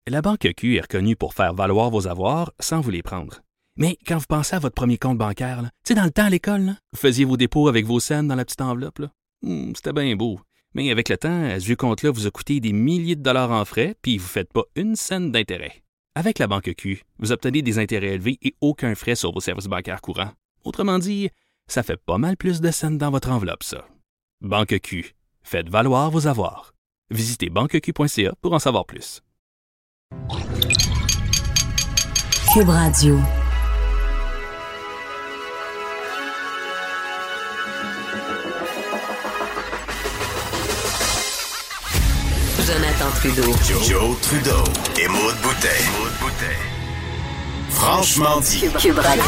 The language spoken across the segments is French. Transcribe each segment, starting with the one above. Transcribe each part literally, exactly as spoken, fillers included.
La Banque Q est reconnue pour faire valoir vos avoirs sans vous les prendre. Mais quand vous pensez à votre premier compte bancaire, tu sais, dans le temps à l'école, là, vous faisiez vos dépôts avec vos scènes dans la petite enveloppe. Là. Hum, c'était bien beau. Mais avec le temps, ce vieux compte-là vous a coûté des milliers de dollars en frais, puis vous ne faites pas une scène d'intérêt. Avec la Banque Q, vous obtenez des intérêts élevés et aucun frais sur vos services bancaires courants. Autrement dit, ça fait pas mal plus de scènes dans votre enveloppe, ça. Banque Q. Faites valoir vos avoirs. Visitez banque q point c a pour en savoir plus. Cube Radio. Jonathan Trudeau. Joe, Joe Trudeau et Maude Boutet. Maude Boutet. Franchement dit. Cube, Cube Radio.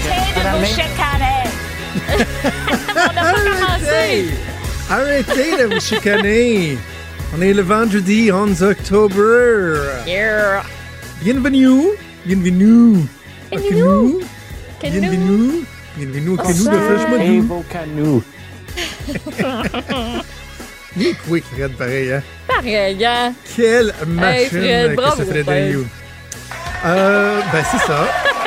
On n'a pas commencé. Arrêtez de vous chicaner. On est le vendredi onze octobre. Yeah. Bienvenue. Bienvenue. Bienvenue. Bienvenue. Bienvenue au canoë de Freshman. vos canots. Il est quick, Fred, pareil, hein? Pareil, hein? Quelle machine Hey, Fred, que bravo, ça ferait de Fred. you. Euh, ben, c'est ça.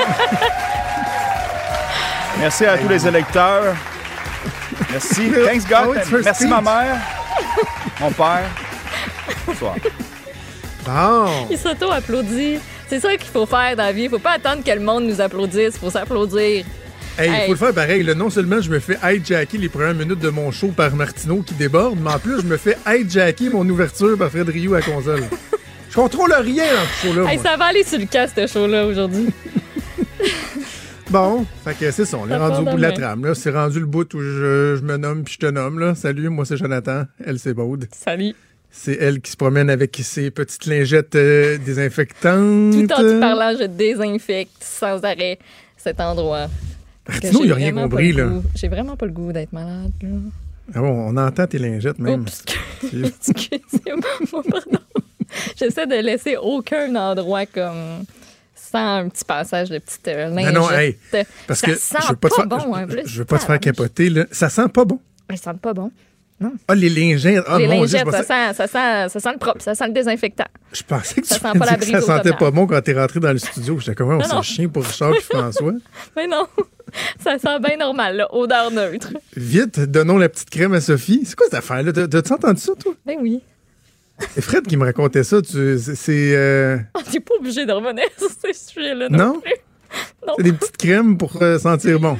Merci à tous les électeurs. Merci. Thanks, Oh, God. it's her Merci, speech. ma mère. Mon père. Bonsoir. Bon. Il s'auto-applaudit. C'est ça qu'il faut faire dans la vie. Il faut pas attendre que le monde nous applaudisse. Il faut s'applaudir. Hey, il Hey. faut le faire pareil. Là. Non seulement je me fais hijacker les premières minutes de mon show par Martineau qui déborde, mais en plus, je me fais hijacker mon ouverture par Fred Rioux à console. Je contrôle rien dans ce show-là. Hey, moi. ça va aller sur le cas, ce show-là, aujourd'hui. Bon, fait que c'est ça. On est Ça rendu part au bout de de la main. trame. Là. C'est rendu le bout où je, je me nomme puis je te nomme. Là. Salut, moi c'est Jonathan. Elle, c'est Maude. Salut. C'est elle qui se promène avec ses petites lingettes euh, désinfectantes. Tout en te parlant, je désinfecte sans arrêt cet endroit. Parce que Martineau, j'ai il a rien vraiment pas compris, le là. goût. J'ai vraiment pas le goût d'être malade, là. Ah bon, on entend tes lingettes même. Oups, excusez-moi, pardon. J'essaie de laisser aucun endroit comme sans un petit passage de petite euh, lingette. Non, non, hey, Parce ça que sent je veux pas, pas te faire, bon, en je, plus. je veux pas te faire Ah, capoter. Là. Ça sent pas bon. Ils sentent pas bon. Ah, les lingettes. Ah, Les mon Dieu, je lingettes, ça pensais, sent, ça, sent, ça sent le propre, ça sent le désinfectant. je pensais que ça tu sent m'as pas la dit que brise ça au sentait total. pas bon quand t'es rentré dans le studio. J'étais comme, on Non, non. s'en chien pour Richard et François. Mais non, ça sent bien normal, là, odeur neutre. Vite, donnons la petite crème à Sophie. C'est quoi cette affaire-là? T'as- T'as-tu entendu ça, toi? Ben oui. C'est Fred qui me racontait ça. Tu, c'est... c'est, euh, On n'est pas obligé de revenir sur ces sujets-là non, Non? plus. Non. c'est des petites crèmes pour euh, sentir bon.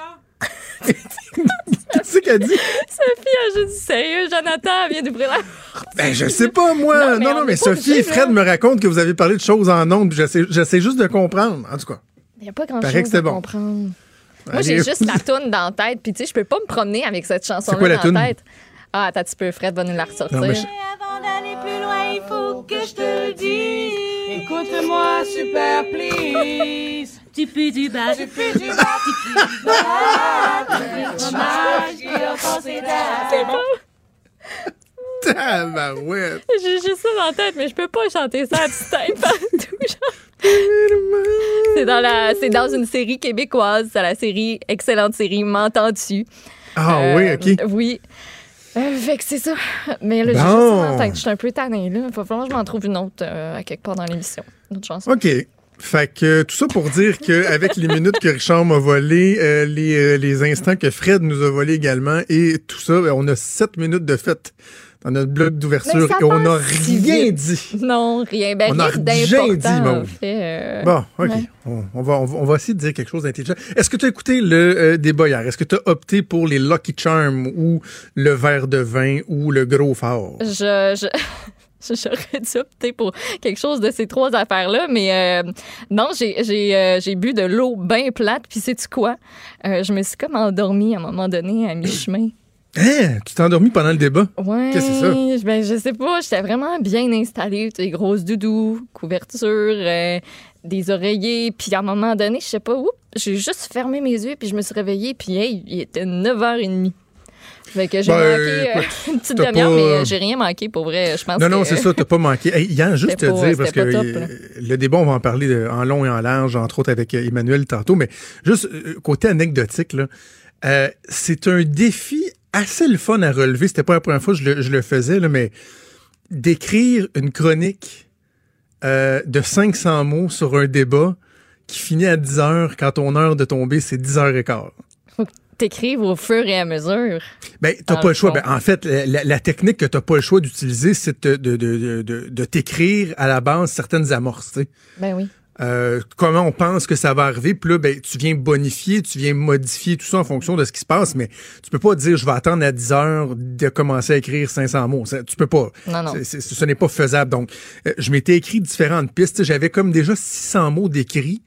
Qu'est-ce qu'elle dit? Sophie a juste dit sérieux, Jonathan vient d'ouvrir la... Ben, je sais pas, moi. Non, Non, mais non, on mais, est pas Sophie obligé, et Fred là. me racontent que vous avez parlé de choses en ondes, puis j'essaie, j'essaie juste de comprendre. En tout cas. Il n'y a pas Paraît grand-chose que c'était à bon. comprendre. Moi, Allez. j'ai juste la toune dans la tête, puis tu sais, je peux pas me promener avec cette C'est quoi chanson-là la dans toune? la tête. Ah, attends un petit peu, Fred va nous la ressortir. Non, mais je- Avant d'aller plus loin, il faut que je te le dise. Écoute-moi, super please. Tipi du bas, tipi du bas, tipi du bas. Tipi fromage, qui a pensé C'est bon. Tabarouette. J'ai juste ça dans la tête, mais je peux pas chanter ça à petite tête partout. genre. C'est dans, la, c'est dans une série québécoise. C'est la série, excellente série, M'entends-tu? Ah Euh, oui, OK. Oui. Euh, fait que c'est ça. Mais là, j'ai Bon. juste ça dans la tête. Je suis un peu tannée, là. Il va falloir que je m'en trouve une autre euh, à quelque part dans l'émission. Une autre chanson. OK. Fait que tout ça pour dire qu'avec les minutes que Richard m'a volées, euh, les, euh, les instants que Fred nous a volés également, et tout ça, ben, on a sept minutes de fête dans notre bloc Mais d'ouverture ça et on n'a passe si rien vite. dit. Non, rien. Ben, On a rien rien dit, d'important, Maude. en fait. euh, Bon, OK. ouais. On, on va, on, va, on va essayer de dire quelque chose d'intelligent. Est-ce que tu as écouté le euh, débat hier? Est-ce que tu as opté pour les Lucky Charms ou le verre de vin ou le gros fort? Je, je, j'aurais dû opter pour quelque chose de ces trois affaires-là, mais euh, non, j'ai, j'ai, euh, j'ai bu de l'eau bien plate, puis sais-tu quoi? Euh, je me suis comme endormie à un moment donné, à mi-chemin. Hein? Tu t'es endormi pendant le débat? Ouais. Qu'est-ce que c'est ça? Ben, je sais pas, j'étais vraiment bien installée, tu sais, grosses doudous, couverture, euh, des oreillers, puis à un moment donné, je sais pas où, j'ai juste fermé mes yeux, puis je me suis réveillée, puis hey, il était neuf heures trente. Fait que j'ai Ben, manqué euh, écoute, une petite t'as demi-heure, pas- mais euh, j'ai rien manqué pour vrai. Je pense Non, non, que- c'est ça, t'as pas manqué. Hey, Yann, juste te C'était pas- dire, parce que c'était pas top, euh, là. le débat, on va en parler de- en long et en large, entre autres avec euh, Emmanuel tantôt, mais juste euh, côté anecdotique, là, euh, c'est un défi assez le fun à relever. C'était pas la première fois que je le, je le faisais, là, mais d'écrire une chronique euh, de cinq cents mots sur un débat qui finit à dix heures quand ton heure de tomber, c'est dix heures quinze. Faut que t'écrives au fur et à mesure. Ben, t'as pas le choix. Ben, en fait, la, la technique que t'as pas le choix d'utiliser, c'est de, de, de, de, de t'écrire à la base certaines amorces, tu sais. Ben oui. Euh, comment on pense que ça va arriver, puis là, ben, tu viens bonifier, tu viens modifier tout ça en fonction de ce qui se passe, mais tu peux pas dire, je vais attendre à dix heures de commencer à écrire cinq cents mots. Ça, tu peux pas. Non, non. C'est, c'est, ce n'est pas faisable. Donc, euh, je m'étais écrit différentes pistes. J'avais comme déjà six cents mots d'écrits,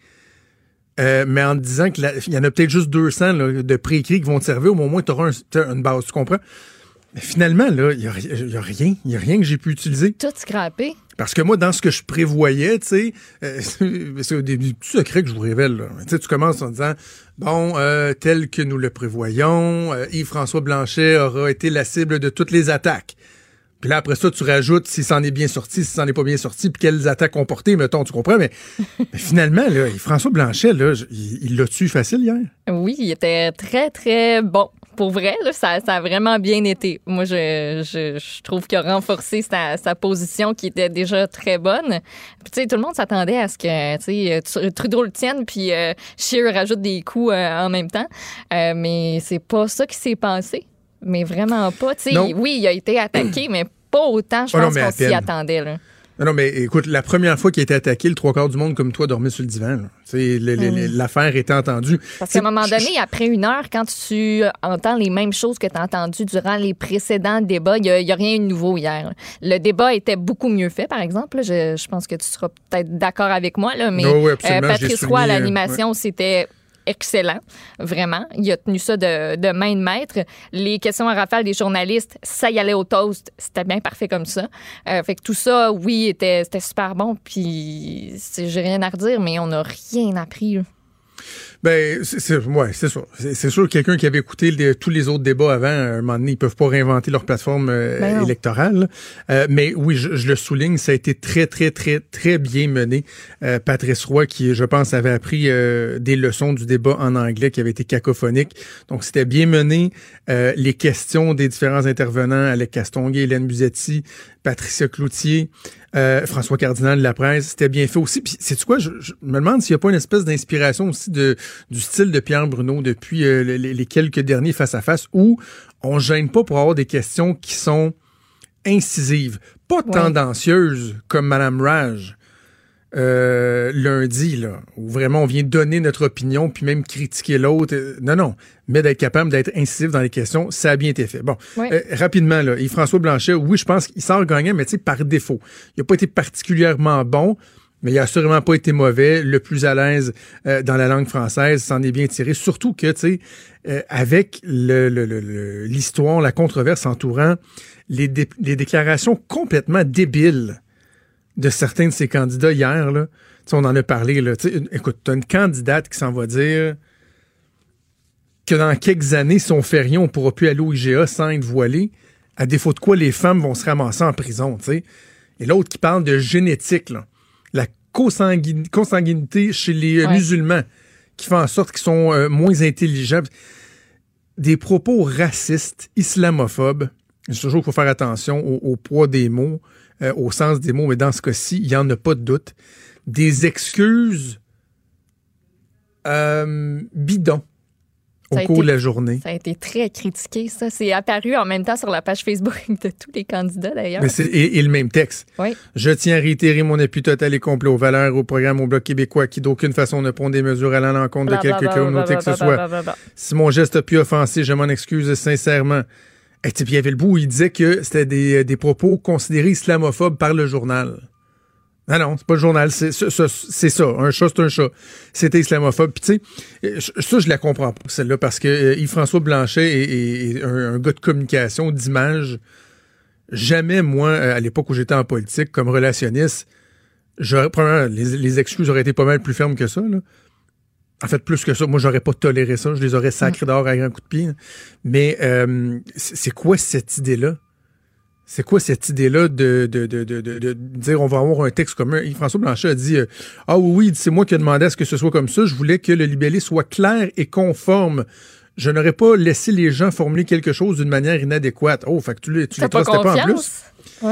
euh, mais en disant qu'il y en a peut-être juste deux cents là, de préécrits qui vont te servir, au moins tu auras un, une base, tu comprends? Mais finalement, là, il n'y a, y a rien. Il n'y a rien que j'ai pu utiliser. Tout scrappé. Parce que moi, dans ce que je prévoyais, tu sais, euh, c'est des petits secrets que je vous révèle. Tu sais, tu commences en disant, bon, euh, tel que nous le prévoyons, euh, Yves-François Blanchet aura été la cible de toutes les attaques. Puis là, après ça, tu rajoutes s'il s'en est bien sorti, s'il s'en est pas bien sorti, puis quelles attaques ont porté, mettons, tu comprends? Mais, mais finalement, là, Yves-François Blanchet, là, il, il l'a tué facile hier. Oui, il était très, très bon. Pour vrai, là, ça, ça a vraiment bien été. Moi, je, je, je trouve qu'il a renforcé sa, sa position qui était déjà très bonne. Puis, tu sais, tout le monde s'attendait à ce que, tu sais, Trudeau le tienne, puis euh, Scheer rajoute des coups euh, en même temps. Euh, mais c'est pas ça qui s'est passé. Mais vraiment pas. Tu sais, oui, il a été attaqué, mais pas autant, je oh pense non, qu'on s'y attendait, là. Non, non, mais écoute, la première fois qu'il a été attaqué, le trois quarts du monde comme toi dormait sur le divan. Le, le, mm. L'affaire était entendue. Parce qu'à un moment donné, je... après une heure, quand tu entends les mêmes choses que tu as entendues durant les précédents débats, il n'y a, a rien eu de nouveau hier. Le débat était beaucoup mieux fait, par exemple. Je, je pense que tu seras peut-être d'accord avec moi, là, mais oh, oui, euh, Patrice Roy à l'animation, ouais. C'était... excellent, vraiment. Il a tenu ça de, de main de maître. Les questions à rafale des journalistes, ça y allait au toast. C'était bien parfait comme ça. Euh, fait que tout ça, oui, était, c'était super bon. Puis, j'ai rien à redire, mais on n'a rien appris, là. Ben, c'est, c'est, ouais, c'est ça. C'est, c'est sûr que quelqu'un qui avait écouté les, tous les autres débats avant, à un moment donné, ils peuvent pas réinventer leur plateforme euh, ben électorale. Euh, mais oui, je, je le souligne, ça a été très, très, très, très bien mené. Euh, Patrice Roy, qui, je pense, avait appris euh, des leçons du débat en anglais qui avait été cacophonique. Donc, c'était bien mené. Euh, les questions des différents intervenants, Alec Castonguay, Hélène Buzetti, Patricia Cloutier, euh, François Cardinal de la presse, c'était bien fait aussi. Puis, sais-tu quoi, je, je me demande s'il n'y a pas une espèce d'inspiration aussi de du style de Pierre Bruno depuis euh, les, les quelques derniers face-à-face où on gêne pas pour avoir des questions qui sont incisives, pas ouais. tendancieuses comme Madame Raj euh, lundi, là, où vraiment on vient donner notre opinion puis même critiquer l'autre. Non, non, mais d'être capable d'être incisif dans les questions, ça a bien été fait. Bon, ouais. euh, rapidement, là, Yves-François Blanchet, oui, je pense qu'il sort gagnant, mais tu sais, par défaut. Il n'a pas été particulièrement bon, mais il a assurément pas été mauvais, le plus à l'aise euh, dans la langue française, s'en est bien tiré. Surtout que, tu sais, euh, avec le, le, le, l'histoire, la controverse entourant les, dé- les déclarations complètement débiles de certains de ces candidats hier, là, tu sais, on en a parlé, là. Tu sais, écoute, t'as une candidate qui s'en va dire que dans quelques années, si on fait rien, on pourra plus aller au I G A sans être voilé, à défaut de quoi les femmes vont se ramasser en prison, tu sais. Et l'autre qui parle de génétique, là. La consanguin- consanguinité chez les ouais. musulmans qui fait en sorte qu'ils sont euh, moins intelligents. Des propos racistes, islamophobes. C'est toujours qu'il faut faire attention au, au poids des mots, euh, au sens des mots, mais dans ce cas-ci, il n'y en a pas de doute. Des excuses euh, bidons au cours été, de la journée. Ça a été très critiqué, ça. C'est apparu en même temps sur la page Facebook de tous les candidats, d'ailleurs. Mais c'est, et, et le même texte. Oui. Je tiens à réitérer mon appui total et complet aux valeurs, au programme, au Bloc québécois qui d'aucune façon ne prend des mesures allant à l'encontre de quelque communauté que ce soit. Si mon geste a pu offenser, je m'en excuse sincèrement. Et puis il y avait le bout où il disait que c'était des, des propos considérés islamophobes par le journal. Ah non, c'est pas le journal, c'est, c'est, c'est ça. Un chat, c'est un chat. C'était islamophobe. Puis tu sais, ça, je la comprends pas, celle-là, parce que euh, Yves-François Blanchet est, est, est un, un gars de communication, d'image. Jamais, moi, à l'époque où j'étais en politique, comme relationniste, j'aurais, premièrement, les, les excuses auraient été pas mal plus fermes que ça, là. En fait, plus que ça, moi, j'aurais pas toléré ça. Je les aurais sacrés dehors à grands coups de pied. Mais euh, c'est quoi cette idée-là? C'est quoi cette idée-là de, de, de, de, de, de dire on va avoir un texte commun? Yves-François Blanchet a dit euh, « Ah oui, oui, c'est moi qui ai demandé à ce que ce soit comme ça. Je voulais que le libellé soit clair et conforme. Je n'aurais pas laissé les gens formuler quelque chose d'une manière inadéquate. » Oh, fait que tu, tu les trustais pas en plus? Ouais.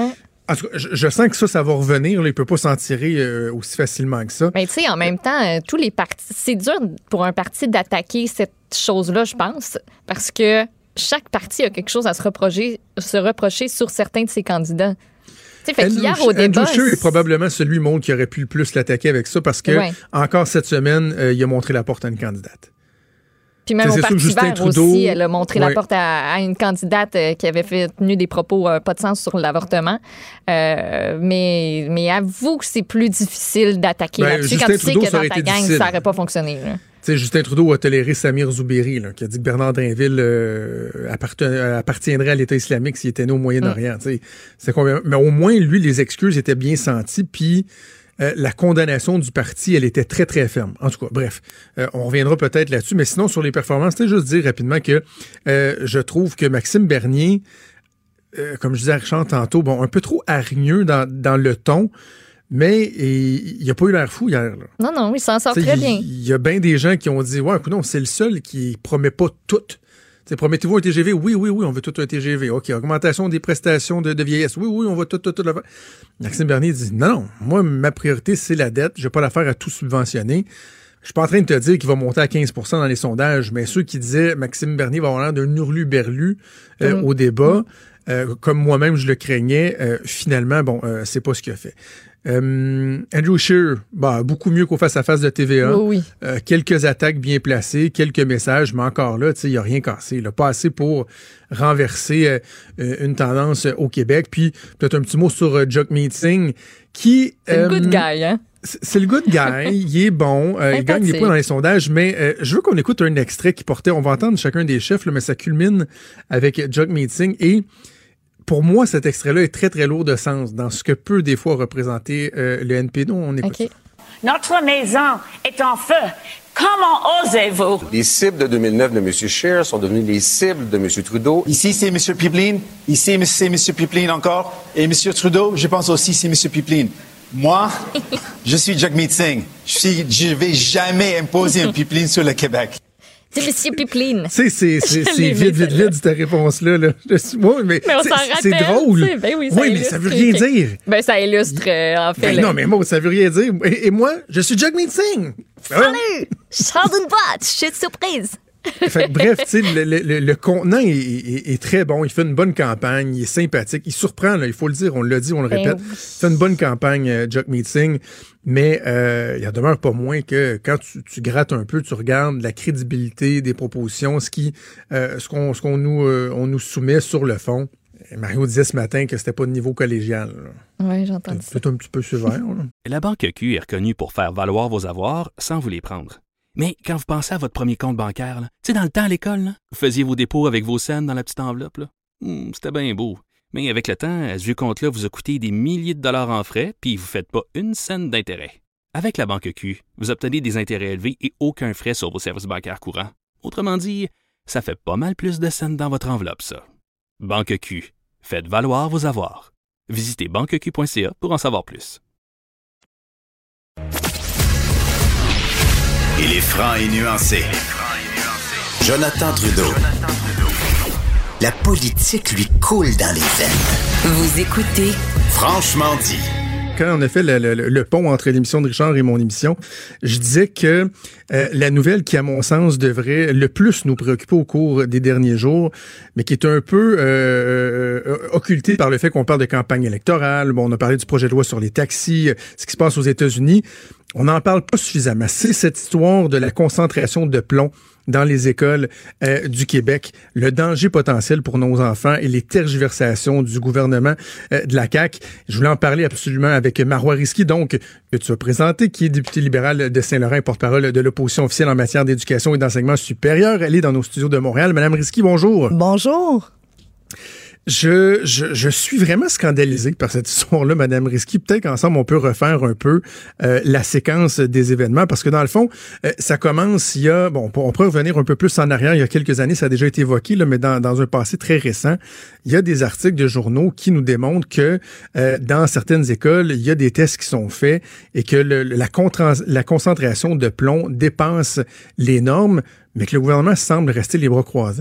En tout cas, je, je sens que ça, ça va revenir. Là, il peut pas s'en tirer euh, aussi facilement que ça. Mais tu sais, en même temps, euh, tous les partis, c'est dur pour un parti d'attaquer cette chose-là, je pense, parce que chaque parti a quelque chose à se reprocher, se reprocher sur certains de ses candidats. T'sais, fait Andrew, qu'hier, au débat, Andrew Scheer est probablement celui monde qui aurait pu le plus l'attaquer avec ça parce que ouais. encore cette semaine, euh, il a montré la porte à une candidate. Puis même c'est au Parti vert Trudeau, aussi, elle a montré ouais. la porte à, à une candidate euh, qui avait fait tenu des propos euh, pas de sens sur l'avortement. Euh, mais, mais avoue que c'est plus difficile d'attaquer ben, là-dessus Justin quand tu Trudeau, sais que dans ta gang, difficile. ça n'aurait pas fonctionné. Là. T'sais, Justin Trudeau a toléré Samir Zouberi, là, qui a dit que Bernard Drinville euh, appart- appartiendrait à l'État islamique s'il était né au Moyen-Orient. Mm. C'est combien... Mais au moins, lui, les excuses étaient bien senties, puis euh, la condamnation du parti, elle était très, très ferme. En tout cas, bref, euh, on reviendra peut-être là-dessus, mais sinon, sur les performances, c'était juste dire rapidement que euh, je trouve que Maxime Bernier, euh, comme je disais à Richard tantôt, bon, un peu trop hargneux dans, dans le ton, mais il n'a pas eu l'air fou hier. Là. Non, non, il s'en sort T'sais, très il, bien. Il y a bien des gens qui ont dit « Ouais, non, c'est le seul qui promet pas tout. » Promettez-vous un T G V? Oui, oui, oui, on veut tout un T G V. OK, augmentation des prestations de, de vieillesse. Oui, oui, on va tout, tout, tout. Le... Maxime Bernier dit « Non, non, moi, ma priorité, c'est la dette. Je n'ai pas l'affaire à tout subventionner. » Je suis pas en train de te dire qu'il va monter à quinze pour cent dans les sondages, mais ceux qui disaient Maxime Bernier va avoir l'air d'un hurlu-berlu euh, mmh. au débat, euh, comme moi-même je le craignais, euh, finalement, bon, euh, c'est pas ce qu'il a fait. Euh, Andrew Scheer, bah, beaucoup mieux qu'au face-à-face de T V A. Oui, oui. Euh, quelques attaques bien placées, quelques messages, mais encore là, il n'y a rien cassé. Là, pas assez pour renverser euh, une tendance au Québec. Puis, peut-être un petit mot sur euh, Jagmeet Singh, qui... C'est euh, le good guy, hein? C'est le good guy, il est bon, euh, il gagne des points dans les sondages, mais euh, je veux qu'on écoute un extrait qui portait, on va entendre chacun des chefs, là, mais ça culmine avec Jagmeet Singh et pour moi, cet extrait-là est très, très lourd de sens dans ce que peut des fois représenter euh, le N P. Donc, on écoute. Okay. Notre maison est en feu. Comment osez-vous? Les cibles de deux mille neuf de M. Scheer sont devenues les cibles de M. Trudeau. Ici, c'est M. Pipeline. Ici, c'est M. Pipeline encore. Et M. Trudeau, je pense aussi, c'est M. Pipeline. Moi, je suis Jagmeet Singh. Je ne vais jamais imposer un pipeline sur le Québec. C'est Monsieur Pipeline. Tu sais, c'est, c'est, c'est vite, vite, vite, cette réponse-là. Là. Moi, mais mais on c'est, s'en rappelle. C'est drôle. Ben oui, ça oui mais ça veut rien dire. Ben, ça illustre, euh, en fait. Ben le... non, mais moi, ça veut rien dire. Et, et moi, je suis Jagmeet Singh. Salut! Je sors d'une boîte. Je suis surprise. Fait que, bref, tu sais, le, le, le contenant est, est, est très bon. Il fait une bonne campagne. Il est sympathique. Il surprend, là, il faut le dire. On l'a dit, on le répète. Ben oui. Il fait une bonne campagne, euh, Jagmeet Singh. Mais euh, il en demeure pas moins que quand tu, tu grattes un peu, tu regardes la crédibilité des propositions, ce qui, euh, ce qu'on, ce qu'on nous, euh, on nous soumet sur le fond. Mario disait ce matin que c'était pas de niveau collégial. Oui, j'entends ça. C'est un petit peu sévère. Là. La Banque Q est reconnue pour faire valoir vos avoirs sans vous les prendre. Mais quand vous pensez à votre premier compte bancaire, tu sais, dans le temps à l'école, là, vous faisiez vos dépôts avec vos scènes dans la petite enveloppe. Là. Hum, c'était bien beau. Mais avec le temps, à ce vieux compte-là vous a coûté des milliers de dollars en frais, puis vous ne faites pas une scène d'intérêt. Avec la Banque Q, vous obtenez des intérêts élevés et aucun frais sur vos services bancaires courants. Autrement dit, ça fait pas mal plus de scènes dans votre enveloppe, ça. Banque Q. Faites valoir vos avoirs. Visitez banque q point c a pour en savoir plus. Il est franc et nuancé. Jonathan Trudeau. La politique lui coule dans les veines. Vous écoutez Franchement dit. Quand on a fait le, le, le pont entre l'émission de Richard et mon émission, je disais que euh, la nouvelle qui, à mon sens, devrait le plus nous préoccuper au cours des derniers jours, mais qui est un peu euh, euh, occultée par le fait qu'on parle de campagne électorale. Bon, on a parlé du projet de loi sur les taxis, ce qui se passe aux États-Unis. On n'en parle pas suffisamment. C'est cette histoire de la concentration de plomb dans les écoles euh, du Québec, le danger potentiel pour nos enfants et les tergiversations du gouvernement euh, de la C A Q. Je voulais en parler absolument avec Marois Risky, donc, que tu as présenté, qui est député libéral de Saint-Laurent, porte-parole de l'opposition officielle en matière d'éducation et d'enseignement supérieur. Elle est dans nos studios de Montréal. Madame Risky, bonjour. Bonjour. Je, je, je suis vraiment scandalisé par cette histoire-là, Madame Risky. Peut-être qu'ensemble, on peut refaire un peu euh, la séquence des événements, parce que dans le fond, euh, ça commence il y a... Bon, on peut revenir un peu plus en arrière. Il y a quelques années, ça a déjà été évoqué, là, mais dans, dans un passé très récent, il y a des articles de journaux qui nous démontrent que euh, dans certaines écoles, il y a des tests qui sont faits et que le, la, contra- la concentration de plomb dépasse les normes, mais que le gouvernement semble rester les bras croisés.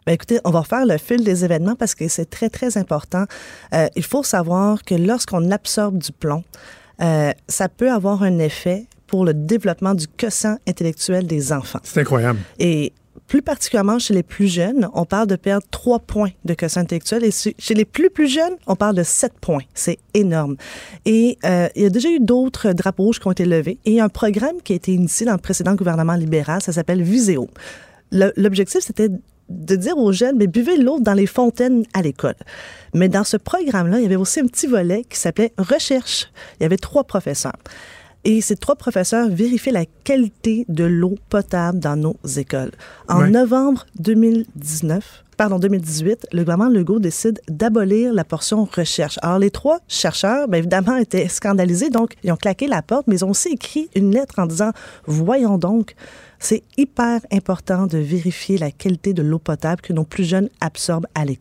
Bien, écoutez, on va faire le fil des événements parce que c'est très, très important. Euh, il faut savoir que lorsqu'on absorbe du plomb, euh, ça peut avoir un effet pour le développement du quotient intellectuel des enfants. C'est incroyable. Et plus particulièrement chez les plus jeunes, on parle de perdre trois points de quotient intellectuel. Et chez les plus, plus jeunes, on parle de sept points. C'est énorme. Et euh, il y a déjà eu d'autres drapeaux rouges qui ont été levés. Et il y a un programme qui a été initié dans le précédent gouvernement libéral, ça s'appelle Viséo. Le, l'objectif, c'était de dire aux jeunes, mais buvez l'eau dans les fontaines à l'école. Mais dans ce programme-là, il y avait aussi un petit volet qui s'appelait Recherche. Il y avait trois professeurs. Et ces trois professeurs vérifiaient la qualité de l'eau potable dans nos écoles. En ouais. novembre deux mille dix-neuf, pardon, deux mille dix-huit, le gouvernement Legault décide d'abolir la portion recherche. Alors, les trois chercheurs, bien évidemment, étaient scandalisés, donc ils ont claqué la porte, mais ils ont aussi écrit une lettre en disant « Voyons donc, c'est hyper important de vérifier la qualité de l'eau potable que nos plus jeunes absorbent à l'école. »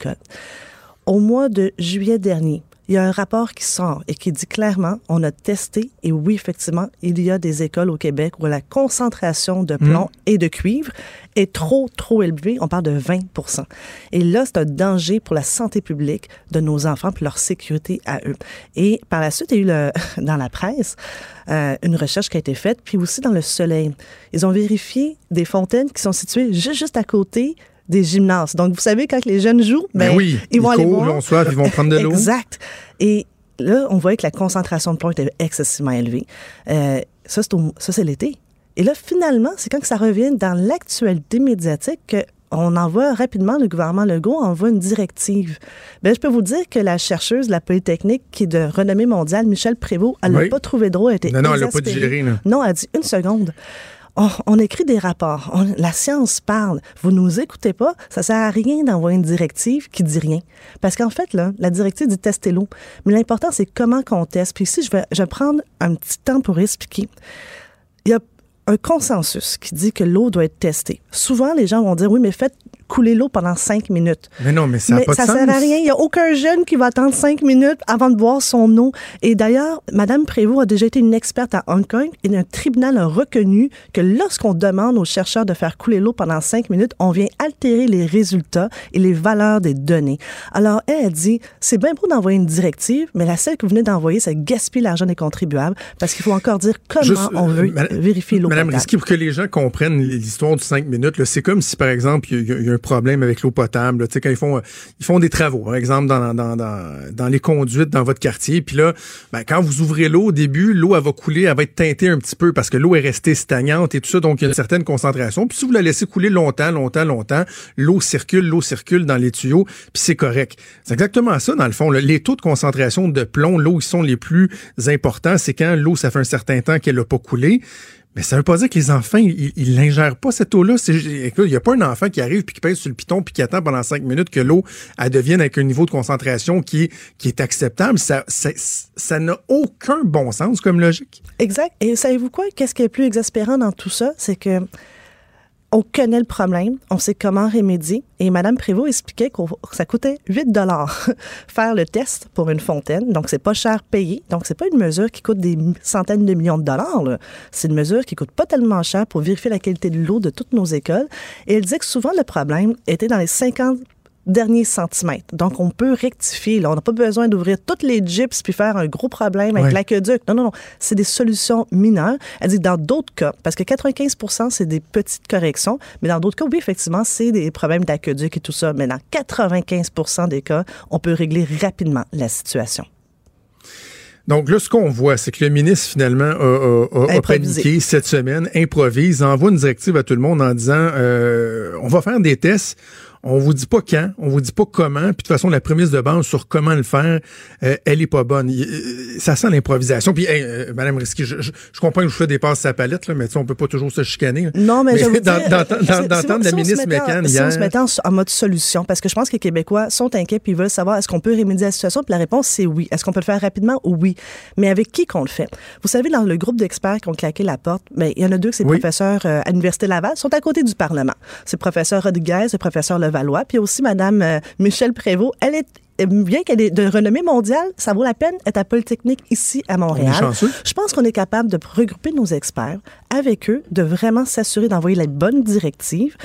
Au mois de juillet dernier, il y a un rapport qui sort et qui dit clairement, on a testé, et oui, effectivement, il y a des écoles au Québec où la concentration de plomb mmh. et de cuivre est trop, trop élevée. On parle de vingt pour cent. Et là, c'est un danger pour la santé publique de nos enfants et leur sécurité à eux. Et par la suite, il y a eu le, dans la presse euh, une recherche qui a été faite, puis aussi dans le Soleil. Ils ont vérifié des fontaines qui sont situées juste, juste à côté des gymnases. Donc, vous savez, quand les jeunes jouent, ben, ben oui, ils vont ils aller courent, boire. Ils vont soif, ils vont prendre de l'eau. Exact. Et là, on voyait que la concentration de plomb était excessivement élevée. Euh, ça, c'est au, ça, c'est l'été. Et là, finalement, c'est quand que ça revient dans l'actualité médiatique qu'on envoie rapidement, le gouvernement Legault envoie une directive. Bien, je peux vous dire que la chercheuse de la Polytechnique, qui est de renommée mondiale, Michel Prévost, elle oui. l'a pas trouvé drôle, elle était Non, non, exaspérée. elle l'a pas digéré. Là. Non, elle a dit une seconde. On, on écrit des rapports, on, la science parle. Vous nous écoutez pas, ça sert à rien d'envoyer une directive qui dit rien. Parce qu'en fait, là, la directive dit tester l'eau. Mais l'important, c'est comment qu'on teste. Puis ici, je vais, je vais prendre un petit temps pour expliquer. Il y a un consensus qui dit que l'eau doit être testée. Souvent, les gens vont dire, oui, mais faites couler l'eau pendant cinq minutes. Mais non, mais ça n'a pas de sens. Ça sert à rien. Il n'y a aucun jeune qui va attendre cinq minutes avant de boire son eau. Et d'ailleurs, Mme Prévost a déjà été une experte à Hong Kong et un tribunal a reconnu que lorsqu'on demande aux chercheurs de faire couler l'eau pendant cinq minutes, on vient altérer les résultats et les valeurs des données. Alors, elle a dit, c'est bien beau d'envoyer une directive, mais la seule que vous venez d'envoyer, ça gaspille l'argent des contribuables parce qu'il faut encore dire comment Juste, on veut euh, Madame, vérifier l'eau Madame potable. Risky, pour que les gens comprennent l'histoire du cinq minutes, là, c'est comme si, par exemple, il y, y a un problème avec l'eau potable. Tu sais, quand ils font, ils font des travaux, par exemple, dans, dans, dans, dans les conduites dans votre quartier. Puis là, ben, quand vous ouvrez l'eau, au début, l'eau, elle va couler, elle va être teintée un petit peu parce que l'eau est restée stagnante et tout ça. Donc, il y a une certaine concentration. Puis si vous la laissez couler longtemps, longtemps, longtemps, l'eau circule, l'eau circule dans les tuyaux, puis c'est correct. C'est exactement ça, dans le fond. Là. Les taux de concentration de plomb, l'eau, ils sont les plus importants. C'est quand l'eau, ça fait un certain temps qu'elle n'a pas coulé. Mais ça veut pas dire que les enfants, ils, ils l'ingèrent pas, cette eau-là. C'est, écoute, il n'y a pas un enfant qui arrive puis qui pèse sur le piton puis qui attend pendant cinq minutes que l'eau, elle devienne avec un niveau de concentration qui, qui est acceptable. Ça, ça, ça n'a aucun bon sens comme logique. Exact. Et savez-vous quoi? Qu'est-ce qui est plus exaspérant dans tout ça? C'est que on connaît le problème, on sait comment remédier. Et Mme Prévost expliquait que ça coûtait huit dollars faire le test pour une fontaine. Donc, c'est pas cher payé. Donc, c'est pas une mesure qui coûte des centaines de millions de dollars. Là. C'est une mesure qui coûte pas tellement cher pour vérifier la qualité de l'eau de toutes nos écoles. Et elle disait que souvent, le problème était dans les cinquante derniers centimètres. Donc, on peut rectifier. Là. On n'a pas besoin d'ouvrir toutes les gyps puis faire un gros problème avec ouais. l'aqueduc. Non, non, non. C'est des solutions mineures. Elle dit que dans d'autres cas, parce que quatre-vingt-quinze pour cent, c'est des petites corrections, mais dans d'autres cas, oui, effectivement, c'est des problèmes d'aqueduc et tout ça. Mais dans quatre-vingt-quinze pour cent des cas, on peut régler rapidement la situation. Donc là, ce qu'on voit, c'est que le ministre, finalement, a, a, a paniqué cette semaine, improvise, envoie une directive à tout le monde en disant euh, on va faire des tests. On vous dit pas quand, on vous dit pas comment, puis de toute façon, la prémisse de base sur comment le faire, euh, elle est pas bonne. Il, euh, ça sent l'improvisation. Puis, hey, euh, Mme Risky, je, je, je comprends que je fais des passes sa palette, là, mais tu sais, on peut pas toujours se chicaner. Non, mais, mais je veux dire, d'entendre la si ministre Mécan hier... Si on se mettait en, en mode solution, parce que je pense que les Québécois sont inquiets puis ils veulent savoir est-ce qu'on peut remédier à la situation, puis la réponse, c'est oui. Est-ce qu'on peut le faire rapidement? Oui. Mais avec qui qu'on le fait? Vous savez, dans le groupe d'experts qui ont claqué la porte, ben, il y en a deux que c'est oui. professeurs euh, à l'Université Laval, sont à côté du Parlement. C'est le professeur Rodriguez, le professeur Levallois, puis aussi Mme euh, Michel Prévost. Elle est, bien qu'elle est de renommée mondiale, ça vaut la peine d'être à Polytechnique ici à Montréal. Je pense qu'on est capable de regrouper nos experts avec eux, de vraiment s'assurer d'envoyer la bonne directive.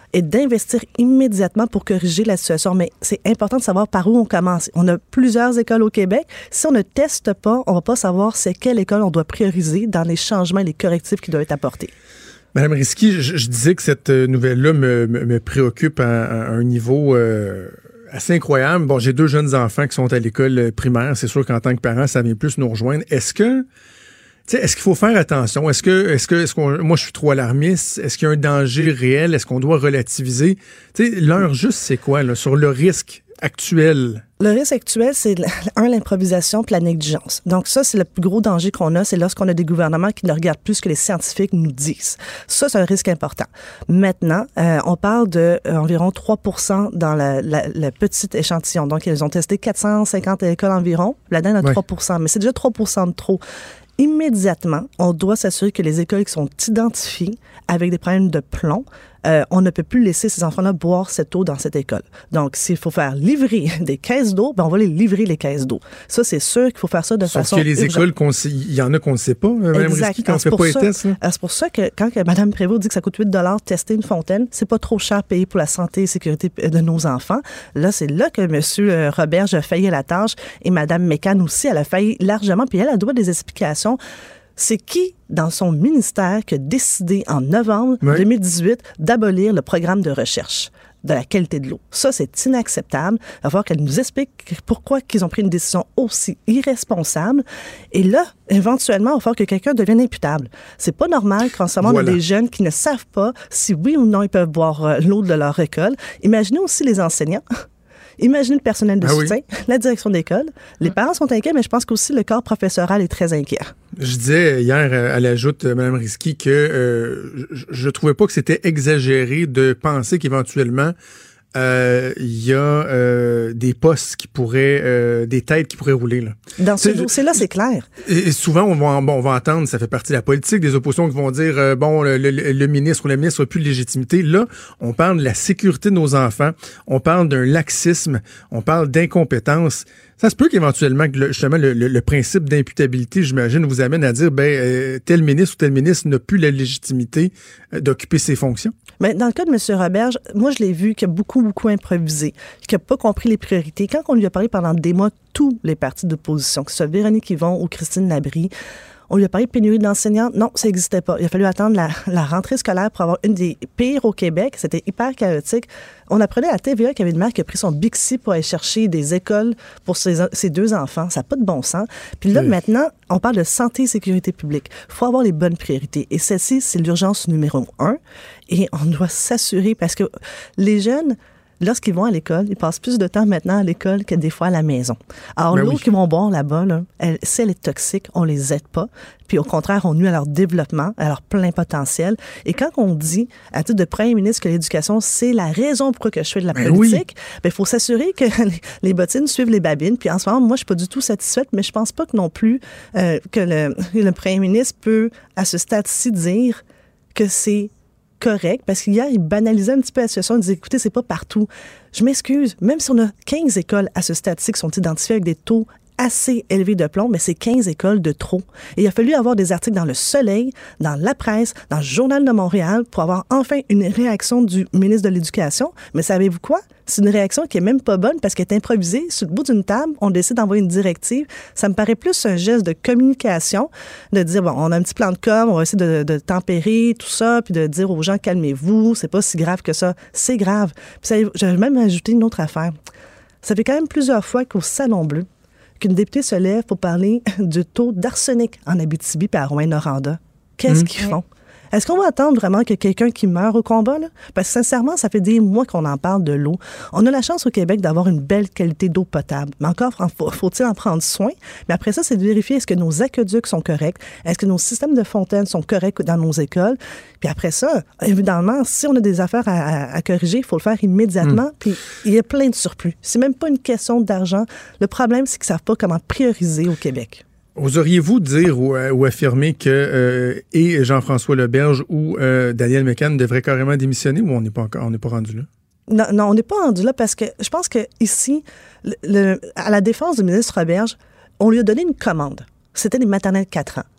et d'investir immédiatement pour corriger la situation. Mais c'est important de savoir par où on commence. On a plusieurs écoles au Québec. Si on ne teste pas, on ne va pas savoir c'est quelle école on doit prioriser dans les changements et les correctifs qui doivent être apportés. Madame Risky, je, je disais que cette nouvelle-là me, me, me préoccupe à, à un niveau euh, assez incroyable. Bon, j'ai deux jeunes enfants qui sont à l'école primaire. C'est sûr qu'en tant que parent, ça vient plus nous rejoindre. Est-ce que Est-ce qu'il faut faire attention? Est-ce que, est-ce que, est-ce qu'on, moi, je suis trop alarmiste. Est-ce qu'il y a un danger réel? Est-ce qu'on doit relativiser? Tu sais, l'heure juste, c'est quoi, là, sur le risque actuel? Le risque actuel, c'est, un, l'improvisation puis la négligence. Donc ça, c'est le plus gros danger qu'on a, c'est lorsqu'on a des gouvernements qui ne regardent plus ce que les scientifiques nous disent. Ça, c'est un risque important. Maintenant, euh, on parle de euh, environ trois pour cent dans la, la, la petite échantillon. Donc, ils ont testé quatre cent cinquante écoles environ. Là-dedans, il y en a ouais. trois pour cent, mais c'est déjà trois pour cent de trop. Immédiatement, on doit s'assurer que les écoles qui sont identifiées avec des problèmes de plomb, euh, on ne peut plus laisser ces enfants-là boire cette eau dans cette école. Donc, s'il faut faire livrer des caisses d'eau, ben on va les livrer les caisses d'eau. Ça, c'est sûr qu'il faut faire ça de Sauf façon que les urgente. écoles, qu'on il y en a qu'on ne sait pas, Mme Risky, quand on ne fait pas les tests. Hein? C'est pour ça que quand que Mme Prévost dit que ça coûte huit dollars tester une fontaine, c'est pas trop cher payé pour la santé et sécurité de nos enfants. Là, c'est là que M. Roberge a failli à la tâche et Mme Mécan aussi, elle a failli largement. Puis elle, elle doit des explications. C'est qui, dans son ministère, qui a décidé en novembre oui. deux mille dix-huit d'abolir le programme de recherche de la qualité de l'eau? Ça, c'est inacceptable. Il va falloir qu'elle nous explique pourquoi ils ont pris une décision aussi irresponsable. Et là, éventuellement, il va falloir que quelqu'un devienne imputable. C'est pas normal qu'en ce moment, voilà. on a des jeunes qui ne savent pas si oui ou non ils peuvent boire l'eau de leur école. Imaginez aussi les enseignants. Imaginez le personnel de ah soutien, oui. la direction d'école. Les parents sont inquiets, mais je pense qu'aussi le corps professoral est très inquiet. Je disais hier à l'ajoute, Mme Risky, que euh, je ne trouvais pas que c'était exagéré de penser qu'éventuellement, il euh, y a euh, des postes qui pourraient, euh, des têtes qui pourraient rouler. Là. Dans ce dossier-là, c'est clair. Et souvent, on va, bon, on va entendre, ça fait partie de la politique, des oppositions qui vont dire, euh, bon, le, le, le ministre ou la ministre n'a plus de légitimité. Là, on parle de la sécurité de nos enfants, on parle d'un laxisme, on parle d'incompétence. Ça se peut qu'éventuellement, que le, justement, le, le, le principe d'imputabilité, j'imagine, vous amène à dire, ben, euh, tel ministre ou tel ministre n'a plus la légitimité euh, d'occuper ses fonctions. Mais dans le cas de M. Roberge, moi, je l'ai vu qui a beaucoup, beaucoup improvisé, qui n'a pas compris les priorités. Quand on lui a parlé pendant des mois, tous les partis d'opposition, que ce soit Véronique Yvon ou Christine Labrie, on lui a parlé de pénurie d'enseignants. Non, ça n'existait pas. Il a fallu attendre la, la rentrée scolaire pour avoir une des pires au Québec. C'était hyper chaotique. On apprenait à la T V A qu'il y avait une mère qui a pris son Bixi pour aller chercher des écoles pour ses, ses deux enfants. Ça n'a pas de bon sens. Puis là, oui. maintenant, on parle de santé et sécurité publique. Il faut avoir les bonnes priorités. Et celle-ci, c'est l'urgence numéro un. Et on doit s'assurer parce que les jeunes... Lorsqu'ils vont à l'école, ils passent plus de temps maintenant à l'école que des fois à la maison. Alors, ben l'eau oui. qu'ils vont boire là-bas, là, elle, si elle est toxique, on les aide pas. Puis au contraire, on nuit à leur développement, à leur plein potentiel. Et quand on dit, à titre de premier ministre, que l'éducation, c'est la raison pourquoi que je fais de la ben politique, il oui. faut s'assurer que les, les bottines suivent les babines. Puis en ce moment, moi, je suis pas du tout satisfaite, mais je pense pas que non plus euh, que le, le premier ministre peut, à ce stade-ci, dire que c'est correct, parce qu'hier, il banalisait un petit peu la situation, il disait, écoutez, c'est pas partout. Je m'excuse, même si on a quinze écoles à ce stade-ci qui sont identifiées avec des taux assez élevés de plomb, mais c'est quinze écoles de trop. Et il a fallu avoir des articles dans Le Soleil, dans La Presse, dans le Journal de Montréal pour avoir enfin une réaction du ministre de l'Éducation. Mais savez-vous quoi? C'est une réaction qui est même pas bonne parce qu'elle est improvisée. Sur le bout d'une table, on décide d'envoyer une directive. Ça me paraît plus un geste de communication, de dire, bon, on a un petit plan de com, on va essayer de, de tempérer tout ça, puis de dire aux gens, calmez-vous, c'est pas si grave que ça. C'est grave. Puis ça, j'ai même ajouté une autre affaire. Ça fait quand même plusieurs fois qu'au Salon Bleu, qu'une députée se lève pour parler du taux d'arsenic en Abitibi et à Rouyn-Noranda. Qu'est-ce mmh. qu'ils font? Est-ce qu'on va attendre vraiment que quelqu'un qui meurt au combat, là? Parce que sincèrement, ça fait des mois qu'on en parle de l'eau. On a la chance au Québec d'avoir une belle qualité d'eau potable. Mais encore, faut-il en prendre soin? Mais après ça, c'est de vérifier est-ce que nos aqueducs sont corrects? Est-ce que nos systèmes de fontaines sont corrects dans nos écoles? Puis après ça, évidemment, si on a des affaires à, à, à corriger, il faut le faire immédiatement. Mmh. Puis il y a plein de surplus. C'est même pas une question d'argent. Le problème, c'est qu'ils savent pas comment prioriser au Québec. Oseriez-vous dire ou, euh, ou affirmer que euh, et Jean-François Leberge ou euh, Daniel Mécan devraient carrément démissionner ou on n'est pas encore, on n'est pas rendu là? Non, non, on n'est pas rendu là parce que je pense que ici, le, le, à la défense du ministre Roberge, on lui a donné une commande. C'était les maternelles quatre ans.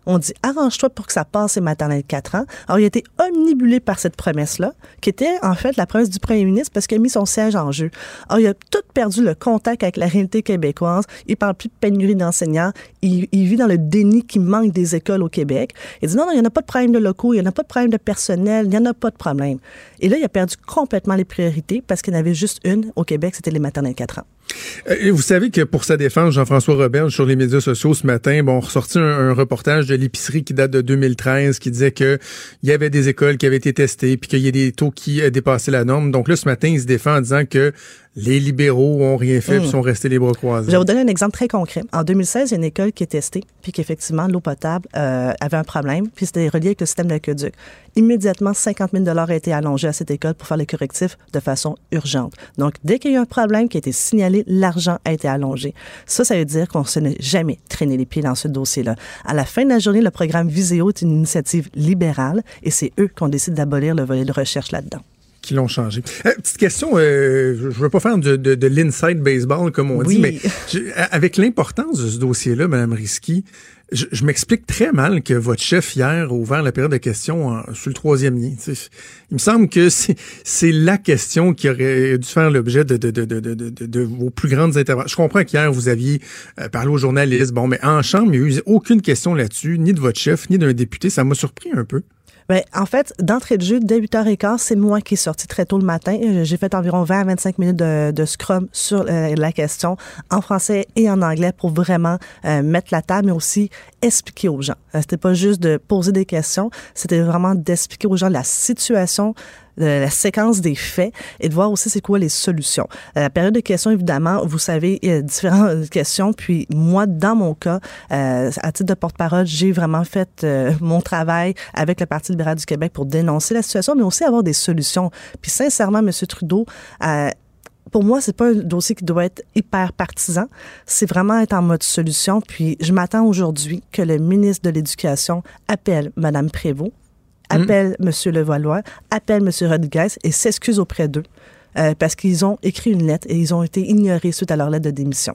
On dit, arrange-toi pour que ça passe les maternelles de quatre ans. Alors, il a été omnibulé par cette promesse-là, qui était en fait la promesse du premier ministre parce qu'il a mis son siège en jeu. Alors, il a tout perdu le contact avec la réalité québécoise. Il parle plus de pénurie d'enseignants. Il, il vit dans le déni qu'il manque des écoles au Québec. Il dit, non, non, il n'y en a pas de problème de locaux, il n'y en a pas de problème de personnel, il n'y en a pas de problème. Et là, il a perdu complètement les priorités parce qu'il y en avait juste une au Québec, c'était les maternelles de quatre ans. Euh, vous savez que pour sa défense, Jean-François Roberge, sur les médias sociaux ce matin, bon, ressorti un, un reportage de l'épicerie qui date de deux mille treize qui disait que il y avait des écoles qui avaient été testées puis qu'il y a des taux qui dépassaient la norme. Donc là, ce matin, il se défend en disant que les libéraux ont rien fait et mmh. sont restés les bras croisés. Je vais vous donner un exemple très concret. En deux mille seize, il y a une école qui est testée puis qu'effectivement, l'eau potable euh, avait un problème puis c'était relié avec le système d'aqueduc. Immédiatement, cinquante mille dollars a été allongé à cette école pour faire les correctifs de façon urgente. Donc, dès qu'il y a eu un problème qui a été signalé, l'argent a été allongé. Ça, ça veut dire qu'on ne se n'est jamais traîné les pieds dans ce dossier-là. À la fin de la journée, le programme Viséo est une initiative libérale et c'est eux qui ont décidé d'abolir le volet de recherche là-dedans. Qui l'ont changé. Euh, petite question, euh, je ne veux pas faire de, de, de l'inside baseball, comme on oui. dit, mais je, avec l'importance de ce dossier-là, Mme Risky, je, je m'explique très mal que votre chef, hier, a ouvert la période de questions en, sur le troisième lien. T'sais. Il me semble que c'est, c'est la question qui aurait dû faire l'objet de, de, de, de, de, de, de vos plus grandes interventions. Je comprends qu'hier, vous aviez euh, parlé aux journalistes, bon, mais en chambre, il n'y a eu aucune question là-dessus, ni de votre chef, ni d'un député. Ça m'a surpris un peu. Bien, en fait, d'entrée de jeu, dès huit heures quinze, c'est moi qui est sorti très tôt le matin. J'ai fait environ vingt à vingt-cinq minutes de, de scrum sur euh, la question en français et en anglais pour vraiment euh, mettre la table, mais aussi expliquer aux gens. Euh, c'était pas juste de poser des questions, c'était vraiment d'expliquer aux gens la situation, de la séquence des faits et de voir aussi c'est quoi les solutions. La période de questions, évidemment, vous savez, il y a différentes questions. Puis moi, dans mon cas, euh, à titre de porte-parole, j'ai vraiment fait euh, mon travail avec le Parti libéral du Québec pour dénoncer la situation, mais aussi avoir des solutions. Puis sincèrement, M. Trudeau, euh, pour moi, c'est pas un dossier qui doit être hyper partisan. C'est vraiment être en mode solution. Puis je m'attends aujourd'hui que le ministre de l'Éducation appelle Mme Prévost, appelle mmh. M. Levallois, appelle M. Rodriguez et s'excuse auprès d'eux euh, parce qu'ils ont écrit une lettre et ils ont été ignorés suite à leur lettre de démission.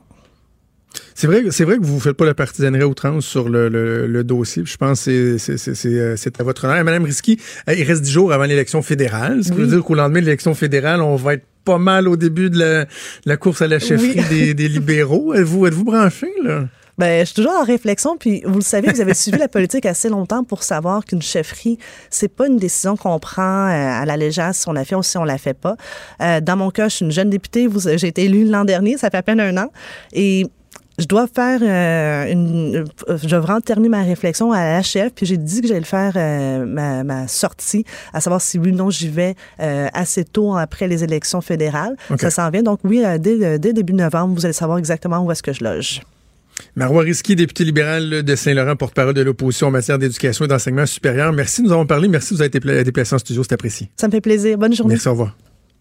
C'est vrai, c'est vrai que vous ne faites pas la partisanerie à outrance sur le, le, le dossier. Je pense que c'est, c'est, c'est, c'est à votre honneur. Madame Risky, il reste dix jours avant l'élection fédérale. Ce qui oui. veut dire qu'au lendemain de l'élection fédérale, on va être pas mal au début de la, la course à la chefferie oui. des, des libéraux. Êtes-vous, êtes-vous branché, là? Ben, je suis toujours en réflexion, puis vous le savez, vous avez suivi la politique assez longtemps pour savoir qu'une chefferie, c'est pas une décision qu'on prend euh, à la légère si on la fait ou si on la fait pas. Euh, dans mon cas, je suis une jeune députée, vous, j'ai été élue l'an dernier, ça fait à peine un an, et je dois faire euh, une, je devrais en terminer ma réflexion à la H F, puis j'ai dit que j'allais le faire euh, ma, ma sortie, à savoir si oui ou non j'y vais euh, assez tôt après les élections fédérales. Okay. Ça s'en vient, donc oui, euh, dès, dès début novembre, vous allez savoir exactement où est-ce que je loge. Marois Risky, député libéral de Saint-Laurent, porte-parole de l'opposition en matière d'éducation et d'enseignement supérieur. Merci, nous avons parlé. Merci de vous avoir été déplacé en studio, c'est apprécié. Ça me fait plaisir. Bonne journée. Merci, au revoir.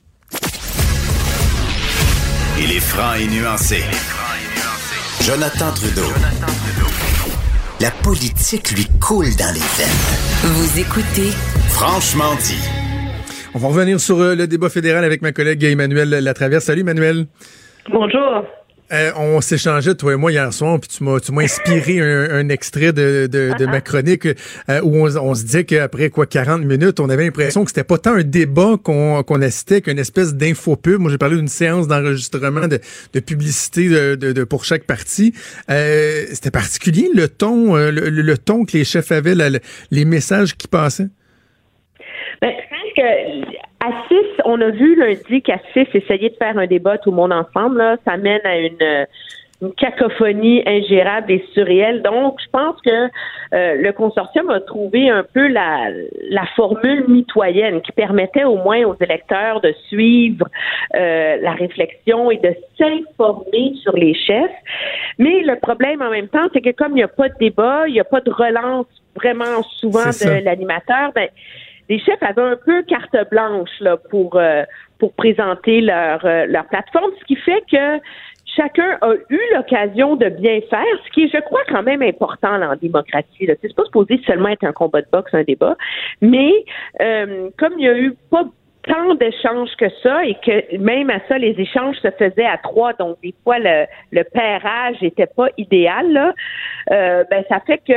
Il est franc et nuancé. Jonathan Trudeau. La politique lui coule dans les veines. Vous écoutez Franchement dit. On va revenir sur le débat fédéral avec ma collègue Emmanuelle Latraverse. Salut, Emmanuelle. Bonjour. Euh, on s'échangeait, toi et moi, hier soir, puis tu m'as, tu m'as inspiré un, un extrait de, de, de ma chronique euh, où on, on se disait qu'après quoi quarante minutes, on avait l'impression que c'était pas tant un débat qu'on, qu'on assistait qu'une espèce d'infopub. Moi, j'ai parlé d'une séance d'enregistrement de, de publicité de, de, de pour chaque parti. Euh, c'était particulier le ton, euh, le, le ton que les chefs avaient, la, les messages qui passaient. Ben, je pense que à six, on a vu lundi qu'à six, essayer de faire un débat tout le monde ensemble, là, ça mène à une, une cacophonie ingérable et surréelle. Donc, je pense que euh, le consortium a trouvé un peu la, la formule mitoyenne qui permettait au moins aux électeurs de suivre euh, la réflexion et de s'informer sur les chefs. Mais le problème en même temps, c'est que comme il n'y a pas de débat, il n'y a pas de relance vraiment souvent de l'animateur, ben les chefs avaient un peu carte blanche là pour euh, pour présenter leur euh, leur plateforme, ce qui fait que chacun a eu l'occasion de bien faire, ce qui est, je crois, quand même important là, en démocratie. Là. C'est pas supposé seulement être un combat de boxe, un débat, mais euh, comme il y a eu pas tant d'échanges que ça et que même à ça, les échanges se faisaient à trois, donc des fois le, le pairage était pas idéal, là, euh, ben ça fait que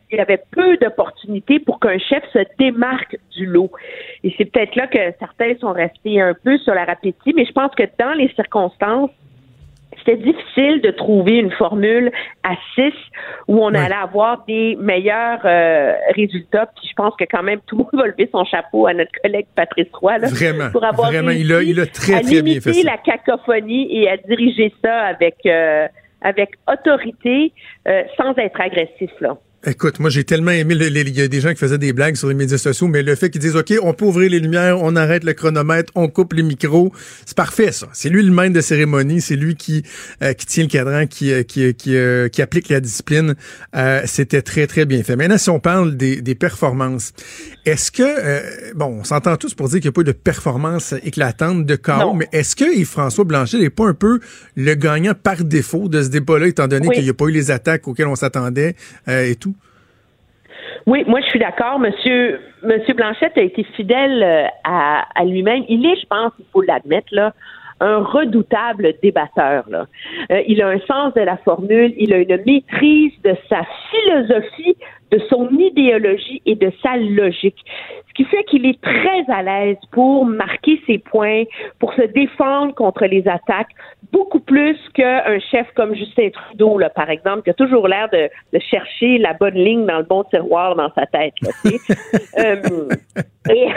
il y avait peu d'opportunités pour qu'un chef se démarque du lot. Et c'est peut-être là que certains sont restés un peu sur la rappétie, mais je pense que dans les circonstances, c'était difficile de trouver une formule à six où on oui. allait avoir des meilleurs euh, résultats. Puis je pense que quand même tout le monde va lever son chapeau à notre collègue Patrice Roy là, vraiment, pour avoir vraiment, il a, il a très, à très bien fait ça. la cacophonie et à diriger ça avec euh, avec autorité euh, sans être agressif là. Écoute, moi, j'ai tellement aimé, le, les, il y a des gens qui faisaient des blagues sur les médias sociaux, mais le fait qu'ils disent, OK, on peut ouvrir les lumières, on arrête le chronomètre, on coupe les micros, c'est parfait, ça. C'est lui le maître de cérémonie, c'est lui qui euh, qui tient le cadran, qui euh, qui qui, euh, qui applique la discipline. Euh, c'était très, très bien fait. Maintenant, si on parle des, des performances, est-ce que, euh, bon, on s'entend tous pour dire qu'il n'y a pas eu de performance éclatante de K O, mais est-ce que Yves-François Blanchet n'est pas un peu le gagnant par défaut de ce débat-là, étant donné oui. qu'il n'y a pas eu les attaques auxquelles on s'attendait euh, et tout? Oui, moi je suis d'accord. Monsieur Monsieur Blanchette a été fidèle à, à lui-même. Il est, je pense, il faut l'admettre, là, un redoutable débatteur. Là. Euh, il a un sens de la formule, il a une maîtrise de sa philosophie, de son idéologie et de sa logique. Ce qui fait qu'il est très à l'aise pour marquer ses points, pour se défendre contre les attaques, beaucoup plus qu'un chef comme Justin Trudeau, là, par exemple, qui a toujours l'air de, de chercher la bonne ligne dans le bon tiroir dans sa tête. Là, euh, et,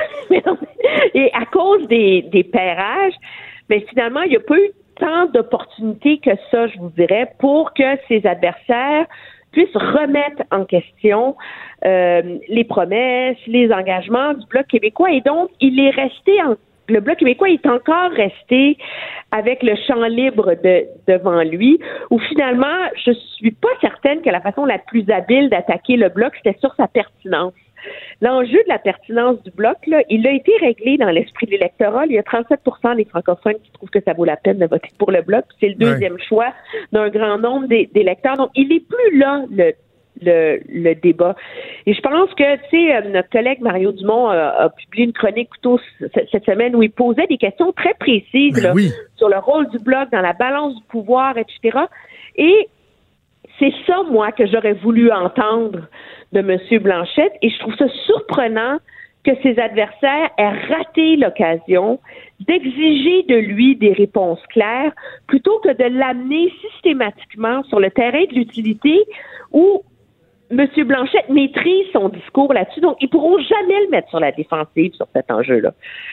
et à cause des, des pairages, mais finalement, il n'y a pas eu tant d'opportunités que ça, je vous dirais, pour que ses adversaires puissent remettre en question euh, les promesses, les engagements du Bloc québécois. Et donc, il est resté en le Bloc québécois est encore resté avec le champ libre de, devant lui, où finalement, je suis pas certaine que la façon la plus habile d'attaquer le Bloc, c'était sur sa pertinence. L'enjeu de la pertinence du Bloc, là, il a été réglé dans l'esprit de l'électorat. Il y a trente-sept pour cent des francophones qui trouvent que ça vaut la peine de voter pour le Bloc. C'est le deuxième ouais. choix d'un grand nombre d'électeurs. Donc, il n'est plus là, le Le, le débat. Et je pense que, tu sais, notre collègue Mario Dumont a, a publié une chronique plutôt cette semaine où il posait des questions très précises ben là, oui. sur le rôle du Bloc dans la balance du pouvoir, et cetera. Et c'est ça, moi, que j'aurais voulu entendre de M. Blanchette. Et je trouve ça surprenant que ses adversaires aient raté l'occasion d'exiger de lui des réponses claires plutôt que de l'amener systématiquement sur le terrain de l'utilité où M. Blanchette maîtrise son discours là-dessus, donc ils pourront jamais le mettre sur la défensive sur cet enjeu-là.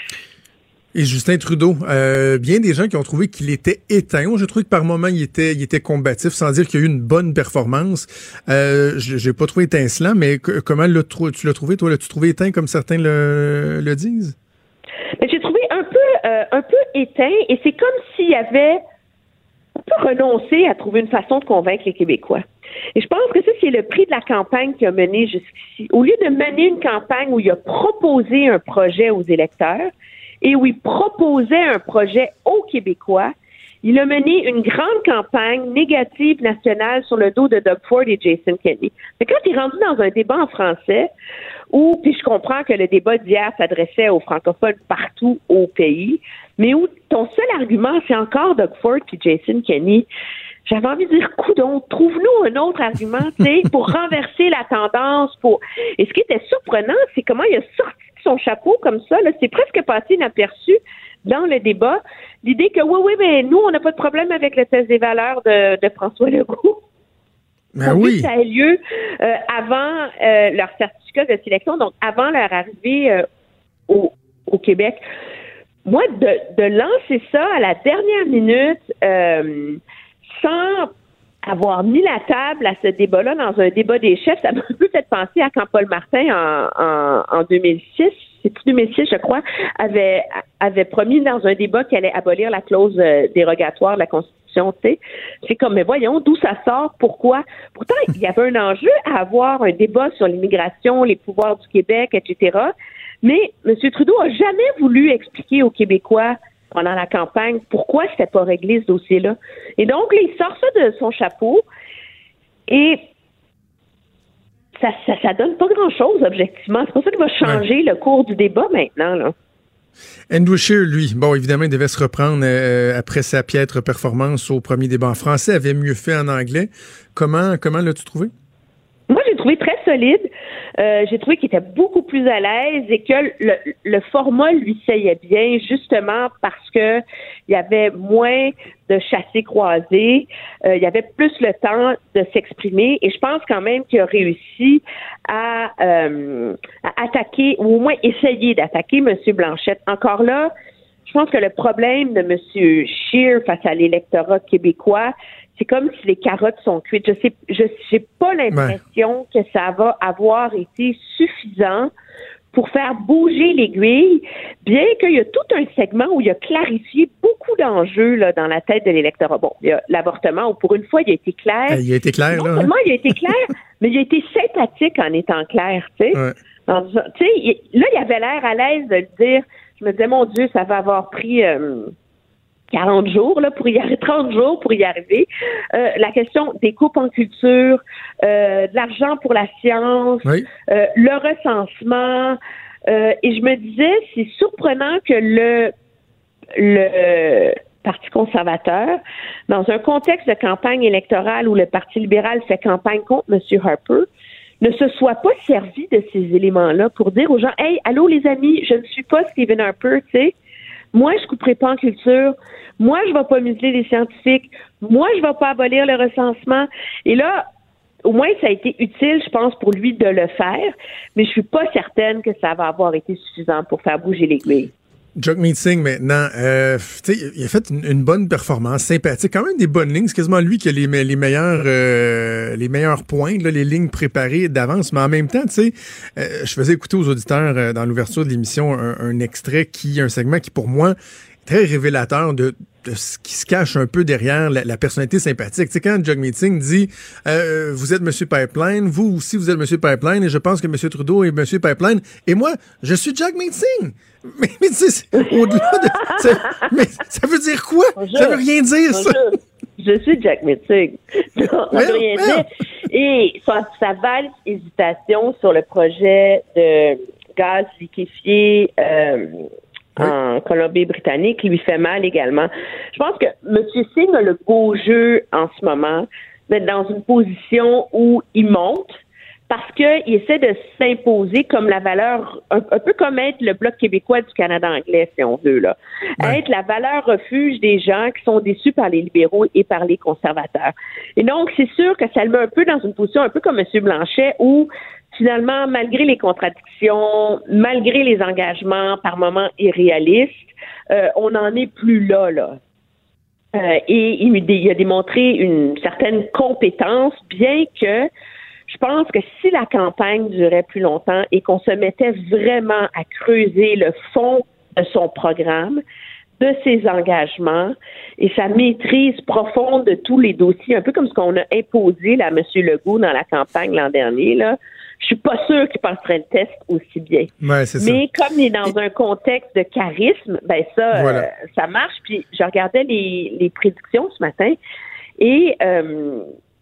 Et Justin Trudeau, euh, bien des gens qui ont trouvé qu'il était éteint. Moi, j'ai trouvé que par moments, il était, il était combatif, sans dire qu'il y a eu une bonne performance. Euh, j'ai pas trouvé étincelant, mais que, comment le, tu l'as trouvé, toi? L'as-tu trouvé éteint, comme certains le, le disent? Mais j'ai trouvé un peu, euh, un peu éteint, et c'est comme s'il y avait un peu renoncé à trouver une façon de convaincre les Québécois. Et je pense que ça, c'est le prix de la campagne qu'il a mené jusqu'ici. Au lieu de mener une campagne où il a proposé un projet aux électeurs et où il proposait un projet aux Québécois, il a mené une grande campagne négative nationale sur le dos de Doug Ford et Jason Kenney. Mais quand il est rendu dans un débat en français, où, puis je comprends que le débat d'hier s'adressait aux francophones partout au pays, mais où ton seul argument, c'est encore Doug Ford et Jason Kenney, j'avais envie de dire, coudonc, trouve-nous un autre argument, tu sais, pour renverser la tendance. Pour. Et ce qui était surprenant, c'est comment il a sorti de son chapeau comme ça. Là, c'est presque passé inaperçu dans le débat. L'idée que, oui, oui, mais nous, on n'a pas de problème avec le test des valeurs de, de François Legault. Ben oui. Ça a lieu euh, avant euh, leur certificat de sélection, donc avant leur arrivée euh, au, au Québec. Moi, de, de lancer ça à la dernière minute, euh, sans avoir mis la table à ce débat-là dans un débat des chefs, ça m'a un peu fait penser à quand Paul Martin, en, en, en deux mille six, c'est deux mille six, je crois, avait, avait promis dans un débat qu'il allait abolir la clause dérogatoire de la Constitution. Tu sais. C'est comme, mais voyons, d'où ça sort, pourquoi? Pourtant, il y avait un enjeu à avoir un débat sur l'immigration, les pouvoirs du Québec, et cetera. Mais M. Trudeau a jamais voulu expliquer aux Québécois pendant la campagne pourquoi c'était pas réglé ce dossier-là. Et donc, là, il sort ça de son chapeau et ça, ça, ça donne pas grand-chose, objectivement. C'est pas ça qui va changer ouais. le cours du débat maintenant, là. Andrew Scheer, lui, bon, évidemment, il devait se reprendre euh, après sa piètre performance au premier débat en français, avait mieux fait en anglais. Comment, comment l'as-tu trouvé? Moi, j'ai trouvé très solide. Euh, j'ai trouvé qu'il était beaucoup plus à l'aise et que le, le format lui seyait bien, justement parce que il y avait moins de chassés-croisés, euh, il y avait plus le temps de s'exprimer et je pense quand même qu'il a réussi à, euh, à attaquer, ou au moins essayer d'attaquer M. Blanchette. Encore là, je pense que le problème de M. Scheer face à l'électorat québécois, c'est comme si les carottes sont cuites. Je sais, je j'ai pas l'impression ouais. que ça va avoir été suffisant pour faire bouger l'aiguille, bien qu'il y a tout un segment où il a clarifié beaucoup d'enjeux là, dans la tête de l'électorat. Bon, il y a l'avortement où pour une fois il a été clair. Il a été clair, non là. Non seulement il a été clair, mais il a été sympathique en étant clair, tu sais. Ouais. Tu sais, là, il avait l'air à l'aise de le dire. Je me disais, mon Dieu, ça va avoir pris euh, quarante jours, là, pour y arriver, trente jours pour y arriver. Euh, la question des coupes en culture, euh, de l'argent pour la science, oui. euh, le recensement. Euh, et je me disais, c'est surprenant que le, le Parti conservateur, dans un contexte de campagne électorale où le Parti libéral fait campagne contre M. Harper, ne se soit pas servi de ces éléments-là pour dire aux gens, « Hey, allô les amis, je ne suis pas Stephen Harper, tu sais. Moi, je couperai pas en culture. Moi, je vais pas museler les scientifiques. Moi, je vais pas abolir le recensement. » Et là, au moins, ça a été utile, je pense, pour lui de le faire, mais je suis pas certaine que ça va avoir été suffisant pour faire bouger l'aiguille. Jagmeet Singh, maintenant, euh, il a fait une, une bonne performance, sympathique, quand même des bonnes lignes. C'est quasiment lui qui a les, les meilleurs euh, les meilleurs points, là, les lignes préparées d'avance. Mais en même temps, tu sais, euh, je faisais écouter aux auditeurs euh, dans l'ouverture de l'émission un, un extrait qui, un segment qui, pour moi, est très révélateur de, de ce qui se cache un peu derrière la, la personnalité sympathique. Tu sais, quand Jagmeet Singh dit euh, « Vous êtes Monsieur Pipeline, vous aussi vous êtes Monsieur Pipeline, et je pense que Monsieur Trudeau est Monsieur Pipeline, et moi, je suis Jagmeet Singh. » Mais, mais tu sais, au-delà de... Ça, mais ça veut dire quoi? Bonjour. Ça veut rien dire, ça. Bonjour. Je suis Jagmeet Singh. Ça veut rien dire. Et sa, sa valse hésitation sur le projet de gaz liquéfié euh, oui. en Colombie-Britannique lui fait mal également. Je pense que M. Singh a le beau jeu en ce moment d'être dans une position où il monte, parce qu'il essaie de s'imposer comme la valeur, un, un peu comme être le Bloc québécois du Canada anglais, si on veut, là. Ouais. Être la valeur refuge des gens qui sont déçus par les libéraux et par les conservateurs. Et donc, c'est sûr que ça le met un peu dans une position un peu comme M. Blanchet, où, finalement, malgré les contradictions, malgré les engagements par moments irréalistes, euh, on n'en est plus là, là. Euh, et il, il a démontré une certaine compétence, bien que je pense que si la campagne durait plus longtemps et qu'on se mettait vraiment à creuser le fond de son programme, de ses engagements et sa maîtrise profonde de tous les dossiers, un peu comme ce qu'on a imposé là, à M. Legault dans la campagne l'an dernier, là, je suis pas sûre qu'il passerait le test aussi bien. Ouais, c'est Mais ça. comme il est dans un contexte de charisme, ben ça, voilà. euh, ça marche. Puis je regardais les, les prédictions ce matin et euh,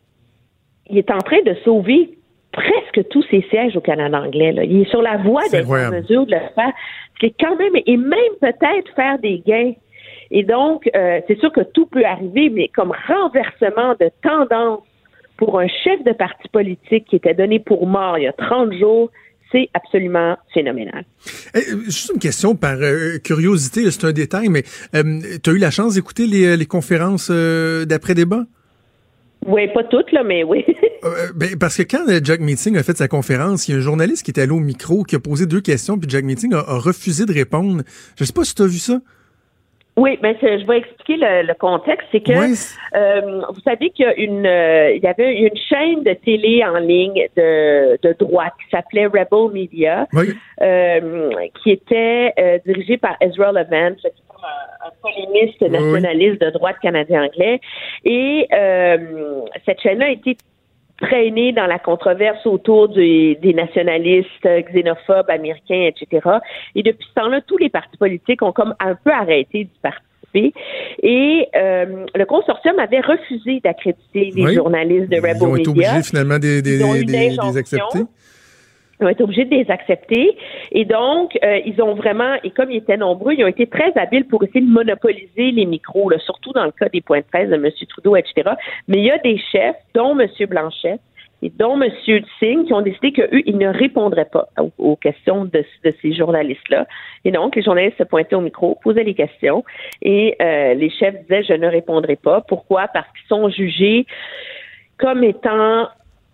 il est en train de sauver presque tous ses sièges au Canada anglais. Là. Il est sur la voie d'être en mesure de le faire. C'est quand même, et même peut-être faire des gains. Et donc, euh, c'est sûr que tout peut arriver, mais comme renversement de tendance pour un chef de parti politique qui était donné pour mort il y a trente jours, c'est absolument phénoménal. Hey, juste une question par euh, curiosité, c'est un détail, mais euh, tu as eu la chance d'écouter les, les conférences euh, d'après-débat? Oui, pas toutes, là, mais oui. euh, ben, parce que quand Jagmeet Singh a fait sa conférence, il y a un journaliste qui était allé au micro, qui a posé deux questions, puis Jagmeet Singh a, a refusé de répondre. Je sais pas si tu as vu ça. Oui, ben je vais expliquer le, le contexte. C'est que oui. euh, vous savez qu'il y a une, euh, il y avait une chaîne de télé en ligne de, de droite qui s'appelait Rebel Media, oui. euh, qui était euh, dirigée par Ezra Levant, qui est un, un polémiste nationaliste oui. de droite canadien-anglais. Et euh, cette chaîne-là a été traînée dans la controverse autour des, des nationalistes xénophobes américains, et cetera. Et depuis ce temps-là, tous les partis politiques ont comme un peu arrêté d'y participer. Et euh, le consortium avait refusé d'accréditer les oui. journalistes de Rebel Media. Ils ont été obligés finalement de les accepter. Ils ont été obligés de les accepter. Et donc, euh, ils ont vraiment, et comme ils étaient nombreux, ils ont été très habiles pour essayer de monopoliser les micros, là, surtout dans le cas des points de presse de M. Trudeau, et cetera. Mais il y a des chefs, dont M. Blanchette, et dont M. Singh, qui ont décidé qu'eux, ils ne répondraient pas aux, aux questions de, de ces journalistes-là. Et donc, les journalistes se pointaient au micro, posaient les questions, et euh, les chefs disaient « je ne répondrai pas ». Pourquoi? Parce qu'ils sont jugés comme étant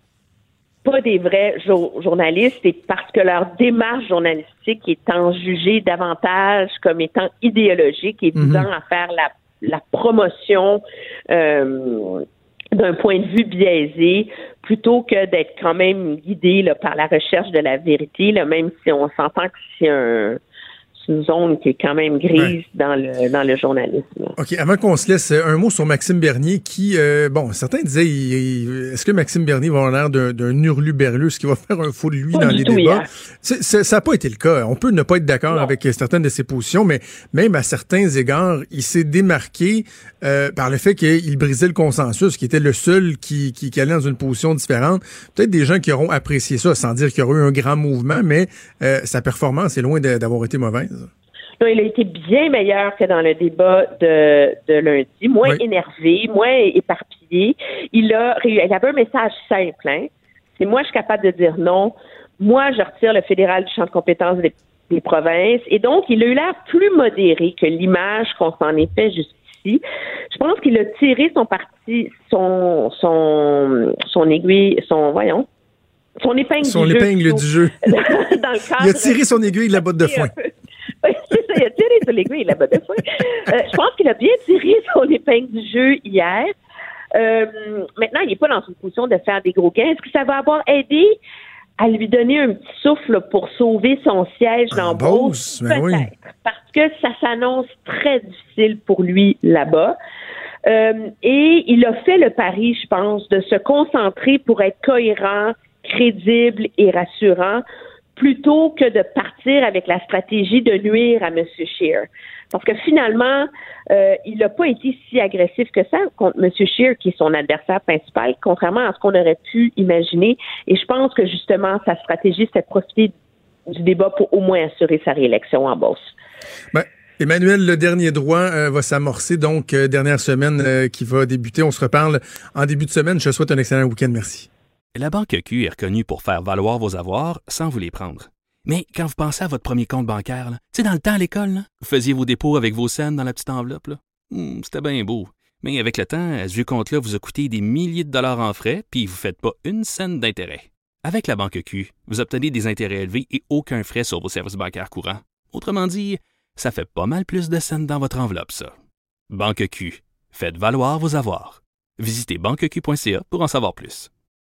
pas des vrais jo- journalistes, et parce que leur démarche journalistique étant jugée davantage comme étant idéologique et visant mm-hmm. à faire la, la promotion euh, d'un point de vue biaisé, plutôt que d'être quand même guidé là, par la recherche de la vérité, là, même si on s'entend que c'est un, c'est une zone qui est quand même grise ouais. dans le dans le journalisme. OK, avant qu'on se laisse, un mot sur Maxime Bernier qui, euh, bon, certains disaient, il, il, est-ce que Maxime Bernier va avoir l'air d'un, d'un hurluberlu, est-ce qu'il va faire un faux de lui pas dans les débats? C'est, c'est, ça n'a pas été le cas. On peut ne pas être d'accord non. avec certaines de ses positions, mais même à certains égards, il s'est démarqué euh, par le fait qu'il brisait le consensus, qu'il était le seul qui, qui, qui allait dans une position différente. Peut-être des gens qui auront apprécié ça, sans dire qu'il y aurait eu un grand mouvement, mais euh, sa performance est loin de, d'avoir été mauvaise. Non, il a été bien meilleur que dans le débat de, de lundi, moins oui. énervé, moins éparpillé. Il a, il avait un message simple, hein. C'est moi, je suis capable de dire non. Moi, je retire le fédéral du champ de compétences des, des provinces. Et donc, il a eu l'air plus modéré que l'image qu'on s'en est fait jusqu'ici. Je pense qu'il a tiré son parti, son, son, son aiguille, son, voyons, son épingle son du épingle jeu. du jeu. Dans le cadre, il a tiré son aiguille de la botte de foin. Oui, c'est ça, il a tiré sur l'aiguille de la botte de foin. Euh, je pense qu'il a bien tiré son épingle du jeu hier. Euh, maintenant, il n'est pas dans une position de faire des gros gains. Est-ce que ça va avoir aidé à lui donner un petit souffle pour sauver son siège dans Beauce? Peut-être. Oui. Parce que ça s'annonce très difficile pour lui là-bas. Euh, et il a fait le pari, je pense, de se concentrer pour être cohérent, crédible et rassurant, plutôt que de partir avec la stratégie de nuire à M. Scheer. Parce que finalement, euh, il n'a pas été si agressif que ça contre M. Scheer, qui est son adversaire principal, contrairement à ce qu'on aurait pu imaginer. Et je pense que justement, sa stratégie, c'était de profiter du débat pour au moins assurer sa réélection en Beauce. Ben. Emmanuel, le dernier droit euh, va s'amorcer, donc euh, dernière semaine euh, qui va débuter. On se reparle en début de semaine. Je te souhaite un excellent week-end. Merci. La Banque Q est reconnue pour faire valoir vos avoirs sans vous les prendre. Mais quand vous pensez à votre premier compte bancaire, tu sais, dans le temps à l'école, là, vous faisiez vos dépôts avec vos scènes dans la petite enveloppe. Là. Hum, c'était bien beau. Mais avec le temps, à ce vieux compte-là vous a coûté des milliers de dollars en frais, puis vous ne faites pas une scène d'intérêt. Avec la Banque Q, vous obtenez des intérêts élevés et aucun frais sur vos services bancaires courants. Autrement dit, ça fait pas mal plus de scènes dans votre enveloppe, ça. Banque Q. Faites valoir vos avoirs. Visitez banque q point c a pour en savoir plus.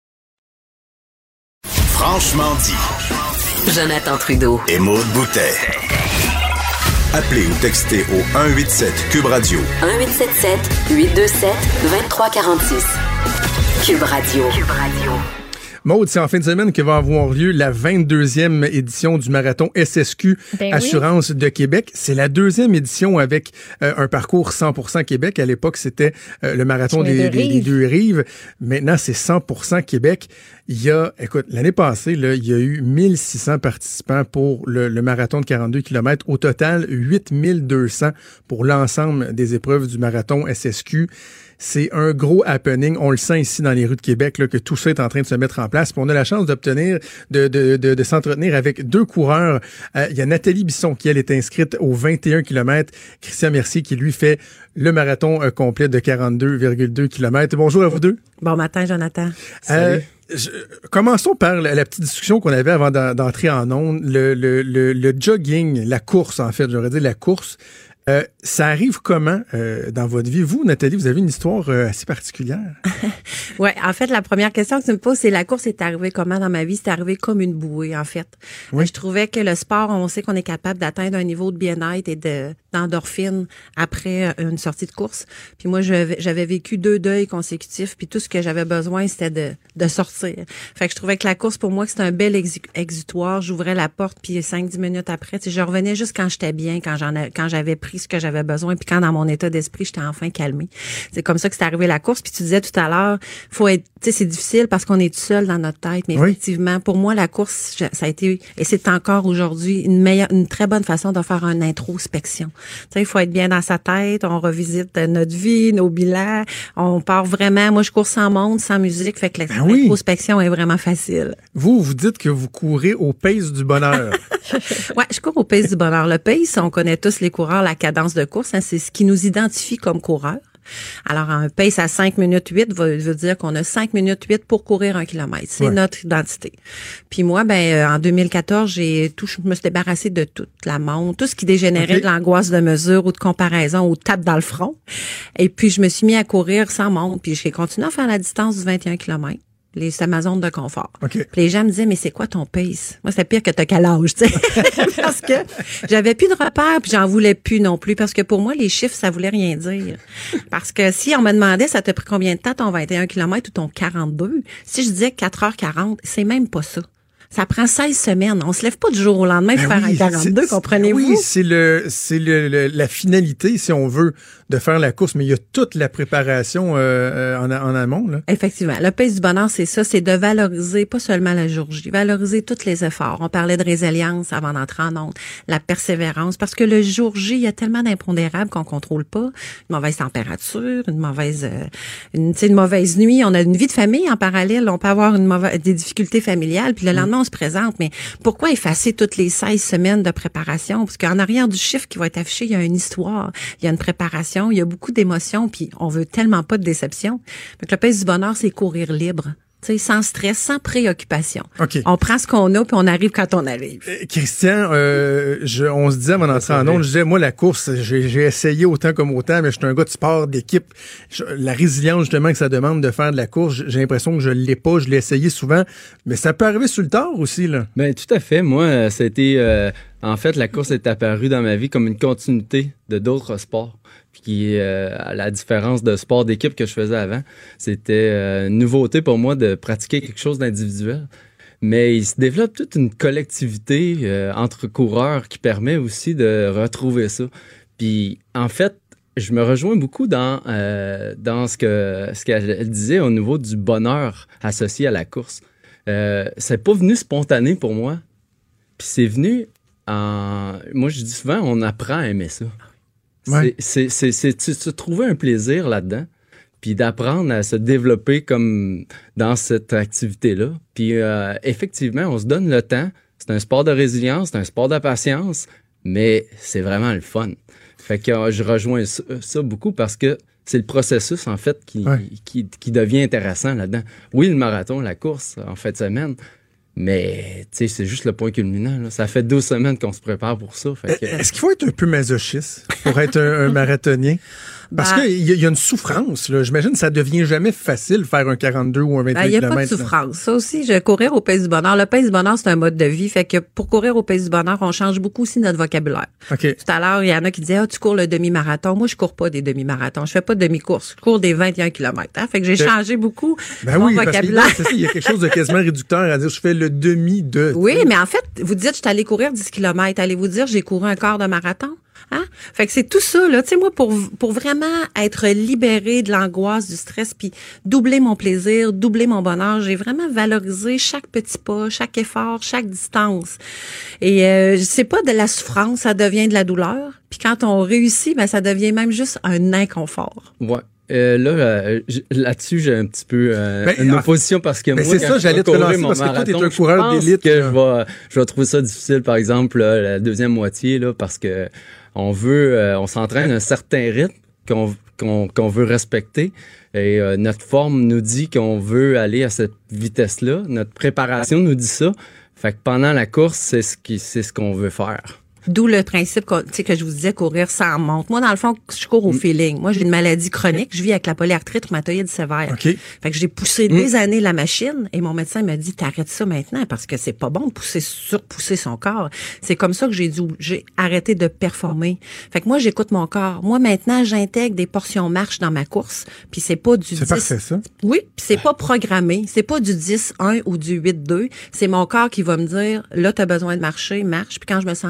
Franchement dit. Jonathan Trudeau. Et Maude Boutet. Appelez ou textez au un huit sept Cube Radio. un huit sept sept huit deux sept deux trois quatre six. Cube Radio. Cube Radio. Maude, c'est en fin de semaine que va avoir lieu la vingt-deuxième édition du marathon S S Q ben Assurance oui. de Québec. C'est la deuxième édition avec euh, un parcours cent pour cent Québec. À l'époque, c'était euh, le marathon des, des, des deux rives. Maintenant, c'est cent pour cent Québec. Il y a, écoute, l'année passée, là, il y a eu mille six cents participants pour le, le marathon de quarante-deux kilomètres. Au total, huit mille deux cents pour l'ensemble des épreuves du marathon S S Q. C'est un gros happening. On le sent ici dans les rues de Québec, là, que tout ça est en train de se mettre en place. Puis on a la chance d'obtenir, de, de, de, de s'entretenir avec deux coureurs. Euh, il y a Nathalie Bisson qui, elle, est inscrite aux vingt et un kilomètres. Christian Mercier qui, lui, fait le marathon euh, complet de quarante-deux virgule deux kilomètres. Bonjour à vous deux. Bon matin, Jonathan. Salut. Euh, Je, commençons par la, la petite discussion qu'on avait avant d'entrer en ondes. Le, le, le, le jogging, la course, en fait, j'aurais dit la course. Euh, ça arrive comment euh, dans votre vie? Vous, Nathalie, vous avez une histoire euh, assez particulière. Oui, en fait, la première question que tu me poses, c'est la course est arrivée comment dans ma vie? C'est arrivé comme une bouée, en fait. Oui. Je trouvais que le sport, on sait qu'on est capable d'atteindre un niveau de bien-être et de d'endorphine après une sortie de course. Puis moi, j'avais vécu deux deuils consécutifs, puis tout ce que j'avais besoin, c'était de, de sortir. Fait que je trouvais que la course, pour moi, c'était un bel exu- exutoire. J'ouvrais la porte, puis cinq dix minutes après, je revenais juste quand j'étais bien, quand j'en a, quand j'avais pris pris ce que j'avais besoin. Puis quand dans mon état d'esprit, j'étais enfin calmée. C'est comme ça que c'est arrivé la course. Puis tu disais tout à l'heure, faut être, tu sais, c'est difficile parce qu'on est tout seul dans notre tête. Mais oui. effectivement, pour moi, la course, ça a été, et c'est encore aujourd'hui, une meilleure, une très bonne façon de faire une introspection. Tu sais, il faut être bien dans sa tête. On revisite notre vie, nos bilans. On part vraiment. Moi, je cours sans monde, sans musique. Fait que l'introspection ben oui. est vraiment facile. Vous, vous dites que vous courez au pace du bonheur. Ouais, je cours au pace du bonheur. Le pace, on connaît tous les coureurs, la cadence de course, hein, c'est ce qui nous identifie comme coureurs. Alors, un pace à cinq minutes huit veut, veut dire qu'on a cinq minutes huit pour courir un kilomètre. C'est ouais. notre identité. Puis moi, ben en deux mille quatorze, j'ai tout, je me suis débarrassée de toute la montre, tout ce qui dégénérait okay. de l'angoisse de mesure ou de comparaison ou de tape dans le front. Et puis, je me suis mis à courir sans montre. Puis, j'ai continué à faire la distance du vingt et un kilomètres. Les Amazones de confort. Okay. Puis les gens me disaient, mais c'est quoi ton pace? Moi, c'est pire que t'as quel âge, tu sais. Parce que j'avais plus de repères, puis j'en voulais plus non plus. Parce que pour moi, les chiffres, ça voulait rien dire. Parce que si on me demandait, ça t'a pris combien de temps ton vingt et un kilomètres ou ton quarante-deux? Si je disais quatre heures quarante, c'est même pas ça. Ça prend seize semaines. On se lève pas du jour au lendemain pour ben faire oui, un quarante-deux, comprenez-vous? Oui, c'est le, c'est le, le, la finalité, si on veut, de faire la course, mais il y a toute la préparation euh, en, en amont. Là. Effectivement. Le pace du bonheur, c'est ça, c'est de valoriser pas seulement la jour J, valoriser tous les efforts. On parlait de résilience avant d'entrer en onde, la persévérance, parce que le jour J, il y a tellement d'impondérables qu'on contrôle pas. Une mauvaise température, une mauvaise, euh, une, une mauvaise nuit. On a une vie de famille en parallèle. On peut avoir une mauvaise, des difficultés familiales, puis le lendemain, on se présente. Mais pourquoi effacer toutes les seize semaines de préparation? Parce qu'en arrière du chiffre qui va être affiché, il y a une histoire, il y a une préparation, il y a beaucoup d'émotions, puis on veut tellement pas de déception. Donc, le pace du bonheur, c'est courir libre. Tu sais, sans stress, sans préoccupation. Okay. On prend ce qu'on a, puis on arrive quand on arrive. Euh, Christian, euh, je, on se disait avant d'entrer en ondes, je disais, moi, la course, j'ai, j'ai essayé autant comme autant, mais je suis un gars de sport, d'équipe. Je, la résilience, justement, que ça demande de faire de la course, j'ai l'impression que je l'ai pas. Je l'ai essayé souvent, mais ça peut arriver sur le tard aussi, là. Ben, tout à fait. Moi, ça a été... Euh, en fait, la course est apparue dans ma vie comme une continuité de d'autres sports. Puis, euh, à la différence de sport d'équipe que je faisais avant, c'était euh, une nouveauté pour moi de pratiquer quelque chose d'individuel. Mais il se développe toute une collectivité euh, entre coureurs qui permet aussi de retrouver ça. Puis, en fait, je me rejoins beaucoup dans euh, dans ce que ce qu'elle disait au niveau du bonheur associé à la course. Euh, c'est pas venu spontané pour moi. Puis c'est venu en... Moi, je dis souvent, on apprend à aimer ça. Ouais. C'est, c'est, c'est, c'est, c'est trouver un plaisir là-dedans, puis d'apprendre à se développer comme dans cette activité-là. Puis euh, effectivement, on se donne le temps. C'est un sport de résilience, c'est un sport de patience, mais c'est vraiment le fun. Fait que euh, je rejoins ça, ça beaucoup parce que c'est le processus, en fait, qui, ouais. qui, qui devient intéressant là-dedans. Oui, le marathon, la course, en fin de semaine, mais, tu sais, c'est juste le point culminant, là. Ça fait douze semaines qu'on se prépare pour ça. Fait que... Est-ce qu'il faut être un peu masochiste pour être un, un marathonien? Parce bah, qu'il y, y a une souffrance, là. J'imagine que ça devient jamais facile faire un quarante-deux ou un vingt-huit kilomètres. Il n'y a pas de souffrance. Là. Ça aussi, je courir au pace du bonheur. Le pace du bonheur, c'est un mode de vie. Fait que pour courir au pace du bonheur, on change beaucoup aussi notre vocabulaire. Okay. Tout à l'heure, il y en a qui disaient, ah, tu cours le demi-marathon. Moi, je cours pas des demi-marathons. Je fais pas de demi-course. Je cours des vingt et un kilomètres. Hein? Fait que j'ai changé beaucoup ben mon oui, vocabulaire. Parce que, c'est ça, il y a quelque chose de quasiment réducteur à dire, je fais le demi de. Oui, mais en fait, vous dites, je suis allé courir dix kilomètres. Allez-vous dire, j'ai couru un quart de marathon? Hein? Fait que c'est tout ça, là. Tu sais, moi, pour, pour vraiment être libérée de l'angoisse, du stress, puis doubler mon plaisir, doubler mon bonheur, j'ai vraiment valorisé chaque petit pas, chaque effort, chaque distance. Et euh, c'est pas de la souffrance, ça devient de la douleur. Puis quand on réussit, ben ça devient même juste un inconfort. Ouais. Euh, là, euh, là-dessus, j'ai un petit peu euh, ben, une opposition parce que ben moi, c'est ça, j'allais te lancer parce que toi, t'es un coureur d'élite. Que je vais, je vais trouver ça difficile, par exemple, là, la deuxième moitié, là, parce que on veut, euh, on s'entraîne à un certain rythme qu'on, qu'on, qu'on veut respecter et euh, notre forme nous dit qu'on veut aller à cette vitesse-là. Notre préparation nous dit ça. Fait que pendant la course, c'est ce qui, c'est ce qu'on veut faire. D'où le principe que, tu sais, que je vous disais, courir sans montre. Moi, dans le fond, je cours au mm. feeling. Moi, j'ai une maladie chronique. Je vis avec la polyarthrite rhumatoïde sévère. Okay. Fait que j'ai poussé mm. des années la machine et mon médecin m'a dit, t'arrêtes ça maintenant parce que c'est pas bon de pousser, surpousser son corps. C'est comme ça que j'ai dû, j'ai arrêté de performer. Fait que moi, j'écoute mon corps. Moi, maintenant, j'intègre des portions marche dans ma course. Puis c'est pas du c'est dix. Parfait, ça. Oui. Puis c'est pas programmé. C'est pas du dix un ou du huit deux. C'est mon corps qui va me dire, là, t'as besoin de marcher, marche. Puis quand je me sens bien, je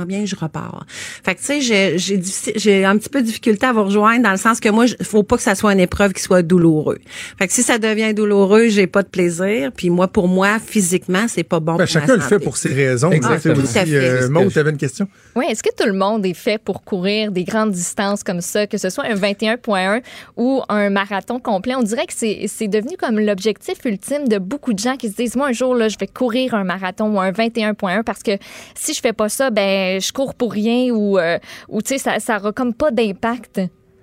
repart. Fait que, tu sais, j'ai, j'ai, j'ai un petit peu de difficulté à vous rejoindre dans le sens que moi, il faut pas que ça soit une épreuve qui soit douloureuse. Fait que si ça devient douloureux, j'ai pas de plaisir. Puis moi, pour moi, physiquement, c'est pas bon ben, pour chacun ma le santé. fait pour ses raisons. Exactement. Tout à fait. Euh, Maud, tu avais une question? Oui, est-ce que tout le monde est fait pour courir des grandes distances comme ça, que ce soit un vingt et un virgule un ou un marathon complet? On dirait que c'est, c'est devenu comme l'objectif ultime de beaucoup de gens qui se disent, moi, un jour, là, je vais courir un marathon ou un vingt et un virgule un parce que si je fais pas ça, ben, je cours pour rien ou, euh, ou tu sais, ça, ça aura comme pas d'impact.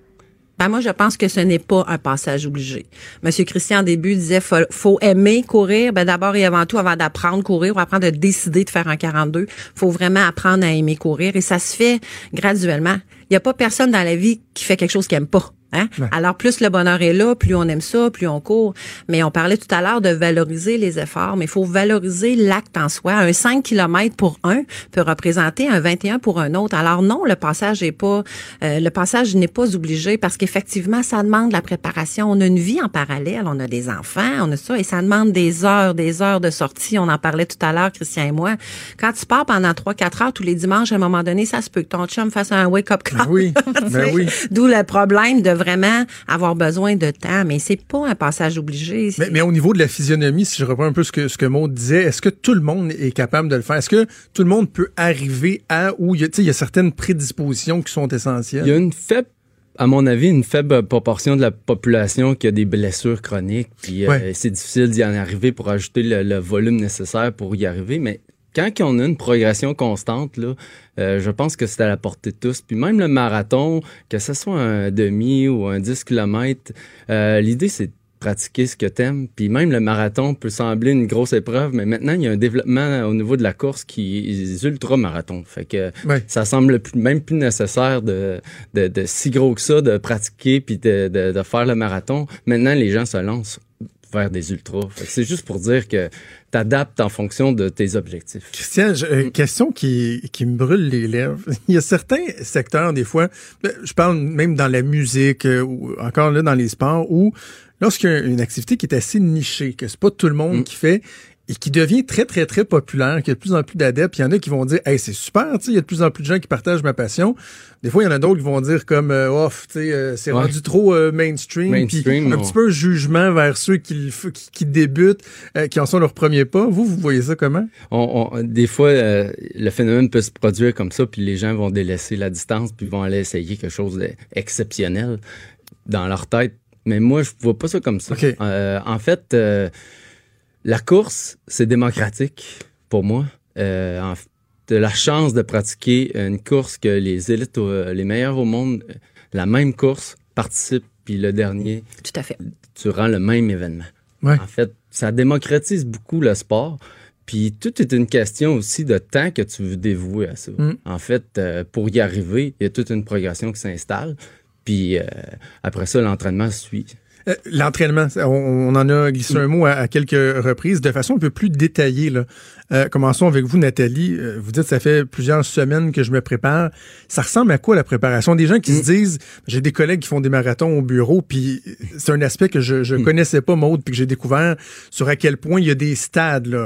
Ben moi, je pense que ce n'est pas un passage obligé. Monsieur Christian, au début, disait faut, faut aimer courir. Ben d'abord et avant tout, avant d'apprendre à courir, ou apprendre à décider de faire un quarante-deux, faut vraiment apprendre à aimer courir. Et ça se fait graduellement. Il n'y a pas personne dans la vie qui fait quelque chose qu'il n'aime pas. Hein? Ouais. Alors, plus le bonheur est là, plus on aime ça, plus on court. Mais on parlait tout à l'heure de valoriser les efforts, mais il faut valoriser l'acte en soi. Un cinq kilomètres pour un peut représenter un vingt et un pour un autre. Alors non, le passage est pas, euh, le passage n'est pas obligé parce qu'effectivement, ça demande la préparation. On a une vie en parallèle, on a des enfants, on a ça, et ça demande des heures, des heures de sortie. On en parlait tout à l'heure, Christian et moi. Quand tu pars pendant trois quatre heures tous les dimanches, à un moment donné, ça se peut que ton chum fasse un wake-up call. Ben oui, ben oui. D'où le problème de vraiment avoir besoin de temps, mais c'est pas un passage obligé. Mais, mais au niveau de la physionomie, si je reprends un peu ce que ce que Maud disait, est-ce que tout le monde est capable de le faire? Est-ce que tout le monde peut arriver à où il y a, il y a certaines prédispositions qui sont essentielles? Il y a une faible, à mon avis, une faible proportion de la population qui a des blessures chroniques. Puis ouais. euh, c'est difficile d'y en arriver pour ajouter le, le volume nécessaire pour y arriver, mais quand on a une progression constante, là, euh, je pense que c'est à la portée de tous. Puis même le marathon, que ce soit un demi ou un dix kilomètres, euh, l'idée, c'est de pratiquer ce que t'aimes. Puis même le marathon peut sembler une grosse épreuve, mais maintenant, il y a un développement au niveau de la course qui est ultra-marathon. Fait que ouais. ça semble plus, même plus nécessaire de, de, de si gros que ça, de pratiquer puis de, de, de faire le marathon. Maintenant, les gens se lancent vers des ultras. Fait que c'est juste pour dire que t'adaptes en fonction de tes objectifs. Christian, une question qui, qui me brûle les lèvres. Il y a certains secteurs, des fois, je parle même dans la musique ou encore là dans les sports, où lorsqu'il y a une activité qui est assez nichée, que c'est pas tout le monde mm. qui fait, et qui devient très, très, très populaire, qu'il y a de plus en plus d'adeptes. Il y en a qui vont dire « Hey, c'est super, tu sais, il y a de plus en plus de gens qui partagent ma passion. » Des fois, il y en a d'autres qui vont dire comme euh, « Off, tu sais, euh, c'est ouais. rendu trop euh, mainstream. » Puis un petit peu un jugement vers ceux qui, qui, qui débutent, euh, qui en sont leurs premiers pas. Vous, vous voyez ça comment? On, on, des fois, euh, le phénomène peut se produire comme ça, puis les gens vont délaisser la distance, puis vont aller essayer quelque chose d'exceptionnel dans leur tête. Mais moi, je vois pas ça comme ça. Okay. Euh, en fait... Euh, La course, c'est démocratique pour moi. Euh, en, t'as la chance de pratiquer une course que les élites, euh, les meilleurs au monde, la même course, participent, puis le dernier, tout à fait, durant le même événement. Ouais. En fait, ça démocratise beaucoup le sport. Puis tout est une question aussi de temps que tu veux dévouer à ça. Mm. En fait, euh, pour y arriver, il y a toute une progression qui s'installe. Puis euh, après ça, l'entraînement suit. Euh, l'entraînement, on, on en a glissé un mot à, à quelques reprises, de façon un peu plus détaillée, là. Euh, commençons avec vous, Nathalie. Euh, vous dites, ça fait plusieurs semaines que je me prépare. Ça ressemble à quoi, la préparation? Des gens qui mmh. se disent, j'ai des collègues qui font des marathons au bureau, puis c'est un aspect que je, je mmh. connaissais pas, Maud, puis que j'ai découvert sur à quel point il y a des stades, là.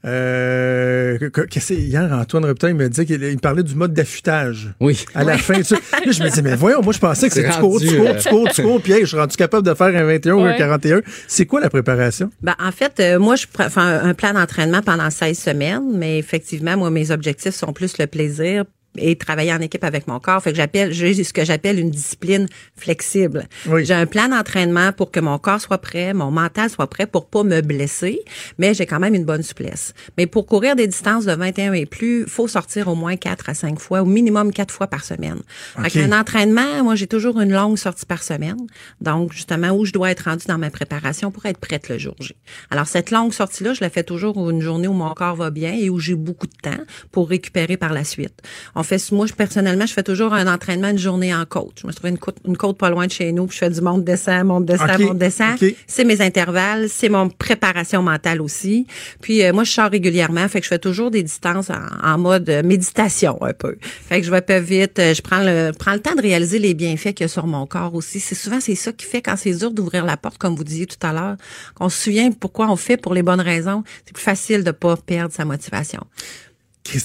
Euh, qu'est-ce que hier, Antoine Reptin, il me disait qu'il il parlait du mode d'affûtage. Oui. À la fin, tu sais. Là, je me disais, mais voyons, moi, je pensais que c'est tu cours, tu cours, tu cours, tu cours, puis hey, je suis rendu capable de faire un vingt et un ouais. ou un quarante et un. C'est quoi la préparation? Ben, en fait, euh, moi, je fais un, un plan d'entraînement pendant seize semaines, mais effectivement, moi, mes objectifs sont plus le plaisir et travailler en équipe avec mon corps. Fait que j'appelle, j'ai ce que j'appelle une discipline flexible. Oui. J'ai un plan d'entraînement pour que mon corps soit prêt, mon mental soit prêt pour pas me blesser, mais j'ai quand même une bonne souplesse. Mais pour courir des distances de vingt et un et plus, faut sortir au moins quatre à cinq fois, au minimum quatre fois par semaine. Okay. Fait qu'un entraînement, moi, j'ai toujours une longue sortie par semaine. Donc, justement, où je dois être rendue dans ma préparation pour être prête le jour J. Alors, cette longue sortie-là, je la fais toujours une journée où mon corps va bien et où j'ai beaucoup de temps pour récupérer par la suite. On fait, moi, je, personnellement, je fais toujours un entraînement une journée en côte. Je me suis trouvé une côte, une côte pas loin de chez nous, puis je fais du monte-descend, monte-descend, okay. monte-descend. Okay. C'est mes intervalles, c'est mon préparation mentale aussi. Puis, euh, moi, je sors régulièrement, fait que je fais toujours des distances en, en mode méditation un peu. Fait que je vais pas vite, je prends le, prends le temps de réaliser les bienfaits qu'il y a sur mon corps aussi. C'est souvent, c'est ça qui fait quand c'est dur d'ouvrir la porte, comme vous disiez tout à l'heure, qu'on se souvient pourquoi on fait pour les bonnes raisons. C'est plus facile de pas perdre sa motivation. Christian,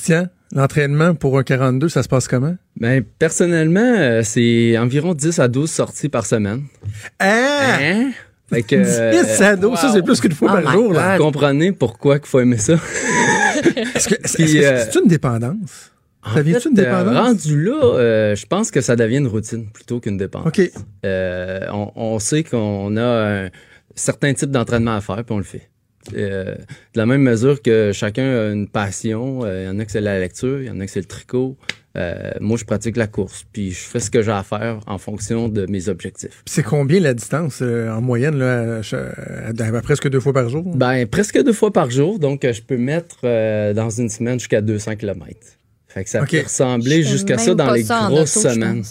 L'entraînement pour un quarante-deux, ça se passe comment? Ben, personnellement, euh, c'est environ dix à douze sorties par semaine. Ah! Hein? Fait que, dix à douze, wow. Ça, c'est plus qu'une fois oh par jour. Là. Vous comprenez pourquoi il faut aimer ça? Est-ce que, est-ce que euh, c'est une dépendance? Ça vient-tu une dépendance? Euh, rendu là, euh, je pense que ça devient une routine plutôt qu'une dépendance. OK. Euh, on, on sait qu'on a un certain type d'entraînement à faire, puis on le fait. Euh, de la même mesure que chacun a une passion, il euh, y en a que c'est la lecture, il y en a que c'est le tricot. Euh, moi, je pratique la course, puis je fais ce que j'ai à faire en fonction de mes objectifs. C'est combien la distance euh, en moyenne, là, à, à, à presque deux fois par jour? Ben, presque deux fois par jour, donc je peux mettre euh, dans une semaine jusqu'à deux cents kilomètres. Fait que ça okay. peut ressembler jusqu'à ça dans les ça grosses auto, semaines.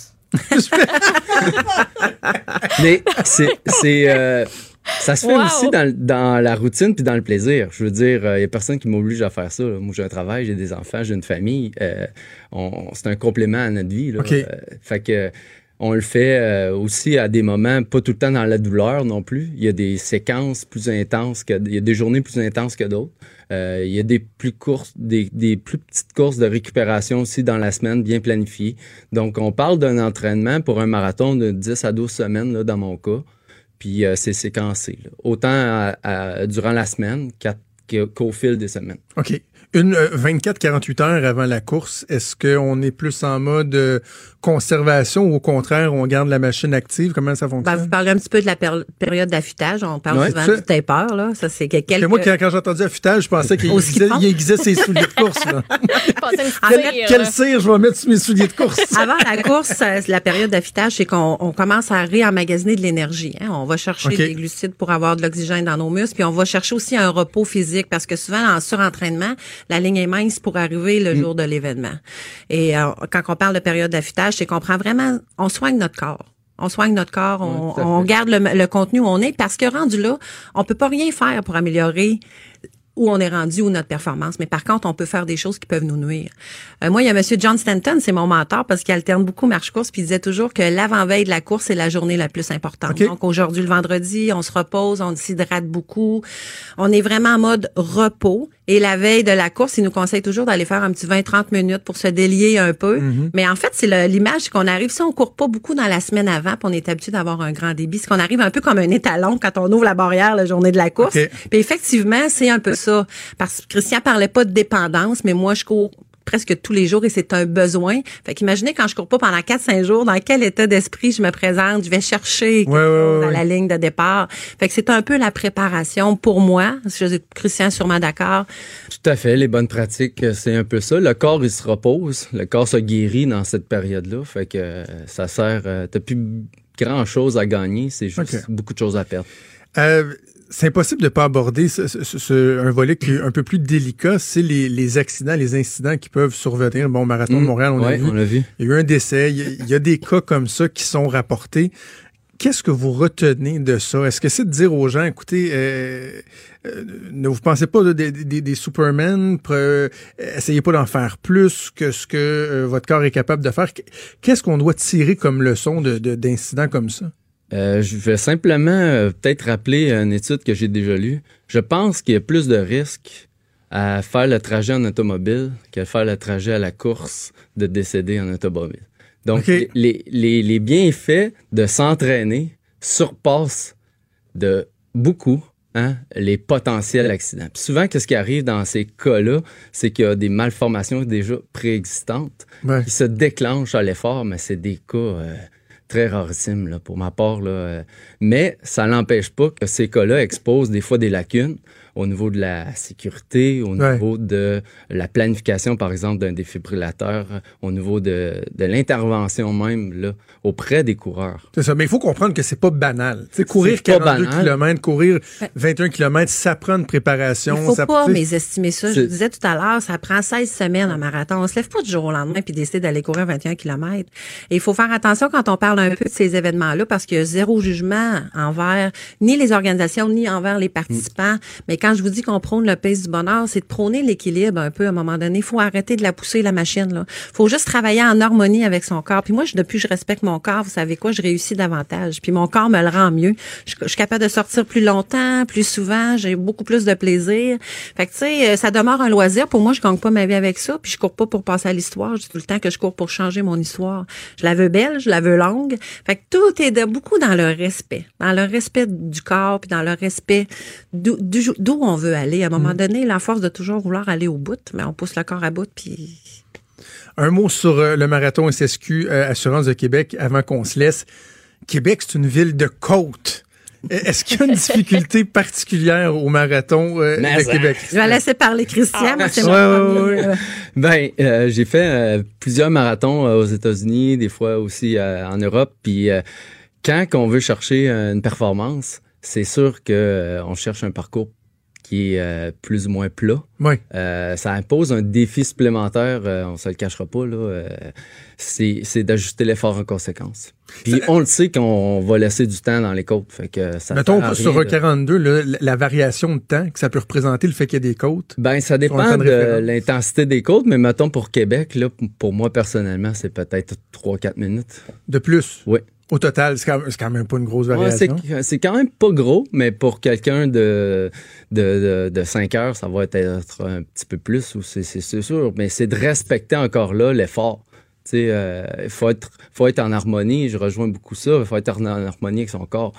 Mais c'est... c'est euh, ça se fait wow. aussi dans, dans la routine puis dans le plaisir. Je veux dire, il euh, n'y a personne qui m'oblige à faire ça. Là. Moi, j'ai un travail, j'ai des enfants, j'ai une famille. Euh, on, c'est un complément à notre vie. Là. Okay. Euh, fait que on le fait euh, aussi à des moments, pas tout le temps dans la douleur non plus. Il y a des séquences plus intenses, que, il y a des journées plus intenses que d'autres. Euh, il y a des plus courtes, des, des plus petites courses de récupération aussi dans la semaine, bien planifiées. Donc, on parle d'un entraînement pour un marathon de dix à douze semaines, là, dans mon cas. Puis euh, c'est séquencé, là. Autant à, à, durant la semaine qu'au fil des semaines. OK. Une euh, vingt-quatre à quarante-huit heures avant la course, est-ce qu'on est plus en mode euh, conservation ou au contraire, on garde la machine active? Comment ça fonctionne? Ben, vous parlez un petit peu de la péri- période d'affûtage. On parle ouais, souvent ça. du taper, là. Ça, c'est quelques... Parce que moi, quand, quand j'ai entendu affûtage, je pensais qu'il aiguisait, il aiguisait ses souliers de course, là. en fait, quel cire je vais mettre sur mes souliers de course? Avant la course, la période d'affûtage, c'est qu'on on commence à réemmagasiner de l'énergie. Hein? On va chercher okay. des glucides pour avoir de l'oxygène dans nos muscles, puis on va chercher aussi un repos physique parce que souvent, en surentraînement, la ligne est mince pour arriver le mmh. jour de l'événement. Et euh, quand on parle de période d'affûtage, c'est qu'on prend vraiment, on soigne notre corps. On soigne notre corps, on, oui, on garde le, le contenu où on est parce que rendu là, on peut pas rien faire pour améliorer où on est rendu ou notre performance. Mais par contre, on peut faire des choses qui peuvent nous nuire. Euh, moi, il y a Monsieur John Stanton, c'est mon mentor parce qu'il alterne beaucoup marche-course, puis il disait toujours que l'avant-veille de la course, c'est la journée la plus importante. Okay. Donc, aujourd'hui, le vendredi, on se repose, on s'hydrate beaucoup. On est vraiment en mode repos. Et la veille de la course, il nous conseille toujours d'aller faire un petit vingt à trente minutes pour se délier un peu. Mm-hmm. Mais en fait, c'est le, l'image qu'on arrive, si on court pas beaucoup dans la semaine avant, puis on est habitué d'avoir un grand débit, c'est qu'on arrive un peu comme un étalon quand on ouvre la barrière la journée de la course. Okay. Puis effectivement, c'est un peu ça. Parce que Christian parlait pas de dépendance, mais moi, je cours presque tous les jours et c'est un besoin. Fait qu'imaginez quand je cours pas pendant quatre à cinq jours, dans quel état d'esprit je me présente, je vais chercher quelque ouais, chose ouais, à la ouais. ligne de départ. Fait que c'est un peu la préparation pour moi. Je sais Christian sûrement d'accord. Tout à fait, les bonnes pratiques, c'est un peu ça. Le corps, il se repose, le corps se guérit dans cette période-là. Fait que ça sert, t'as plus grand-chose à gagner, c'est juste okay. beaucoup de choses à perdre. Euh, c'est impossible de ne pas aborder ce, ce, ce, un volet qui est un peu plus délicat, c'est les, les accidents, les incidents qui peuvent survenir. Bon, Marathon mmh, de Montréal, on, ouais, a vu, on l'a vu. Il y a eu un décès, il y a, il y a des cas comme ça qui sont rapportés. Qu'est-ce que vous retenez de ça? Est-ce que c'est de dire aux gens, écoutez, euh, euh, ne vous pensez pas de, de, de, des Superman, euh, essayez pas d'en faire plus que ce que euh, votre corps est capable de faire. Qu'est-ce qu'on doit tirer comme leçon de, de, d'incidents comme ça? Euh, je vais simplement euh, peut-être rappeler une étude que j'ai déjà lue. Je pense qu'il y a plus de risques à faire le trajet en automobile qu'à faire le trajet à la course de décéder en automobile. Donc, okay. les, les, les bienfaits de s'entraîner surpassent de beaucoup hein, les potentiels accidents. Puis souvent, qu'est-ce qui arrive dans ces cas-là, c'est qu'il y a des malformations déjà préexistantes ouais. qui se déclenchent à l'effort, mais c'est des cas... Euh, très rarissime là, pour ma part. Là. Mais ça n'empêche pas que ces cas-là exposent des fois des lacunes au niveau de la sécurité, au ouais. niveau de la planification, par exemple, d'un défibrillateur, au niveau de, de l'intervention même là, auprès des coureurs. C'est ça, mais il faut comprendre que c'est pas banal. T'sais, courir quarante-deux kilomètres, courir vingt et un kilomètres, ça prend une préparation. Il faut ça, pas mésestimer ça. Je vous disais tout à l'heure, ça prend seize semaines en marathon. On se lève pas du jour au lendemain puis décider d'aller courir vingt et un kilomètres. Et il faut faire attention quand on parle un peu de ces événements-là parce qu'il y a zéro jugement envers ni les organisations ni envers les participants. Mm. Mais quand quand je vous dis qu'on prône le pace du bonheur, c'est de prôner l'équilibre un peu à un moment donné. Il faut arrêter de la pousser, la machine. Il faut juste travailler en harmonie avec son corps. Puis moi, je, depuis que je respecte mon corps, vous savez quoi, je réussis davantage. Puis mon corps me le rend mieux. Je, je suis capable de sortir plus longtemps, plus souvent. J'ai beaucoup plus de plaisir. Fait que tu sais, ça demeure un loisir. Pour moi, je gagne pas ma vie avec ça. Puis je cours pas pour passer à l'histoire. Je dis tout le temps que je cours pour changer mon histoire. Je la veux belle, je la veux longue. Fait que tout est de, beaucoup dans le respect. Dans le respect du corps, puis dans le respect d'où, d'où on veut aller. À un moment mmh. donné, la force de toujours vouloir aller au bout, mais on pousse le corps à bout, puis... Un mot sur euh, le marathon S S Q euh, Assurance de Québec avant qu'on se laisse. Québec, c'est une ville de côte. Est-ce qu'il y a une difficulté particulière au marathon euh, de Québec? Je vais laisser parler Christian. Ah, moi, c'est ouais, ouais, ouais. Ben, euh, j'ai fait euh, plusieurs marathons euh, aux États-Unis, des fois aussi euh, en Europe. Puis euh, quand on veut chercher euh, une performance, c'est sûr que euh, on cherche un parcours qui est euh, plus ou moins plat. Oui. Euh, ça impose un défi supplémentaire, euh, on se le cachera pas, là. Euh, c'est, c'est d'ajuster l'effort en conséquence. Puis on le sait qu'on va laisser du temps dans les côtes. Fait que ça Mettons, rien, sur un là. quarante-deux, là, la variation de temps que ça peut représenter, le fait qu'il y ait des côtes. Ben, ça dépend de, de l'intensité des côtes, mais mettons pour Québec, là, pour moi, personnellement, c'est peut-être trois à quatre minutes. De plus? Oui. Au total, c'est quand, même, c'est quand même pas une grosse variation. Ouais, c'est, c'est quand même pas gros, mais pour quelqu'un de, de, de, de cinq heures, ça va être un petit peu plus, ou c'est, c'est, c'est sûr. Mais c'est de respecter encore là l'effort. Tu sais, euh, il faut être, faut être en harmonie. Je rejoins beaucoup ça. Il faut être en harmonie avec son corps.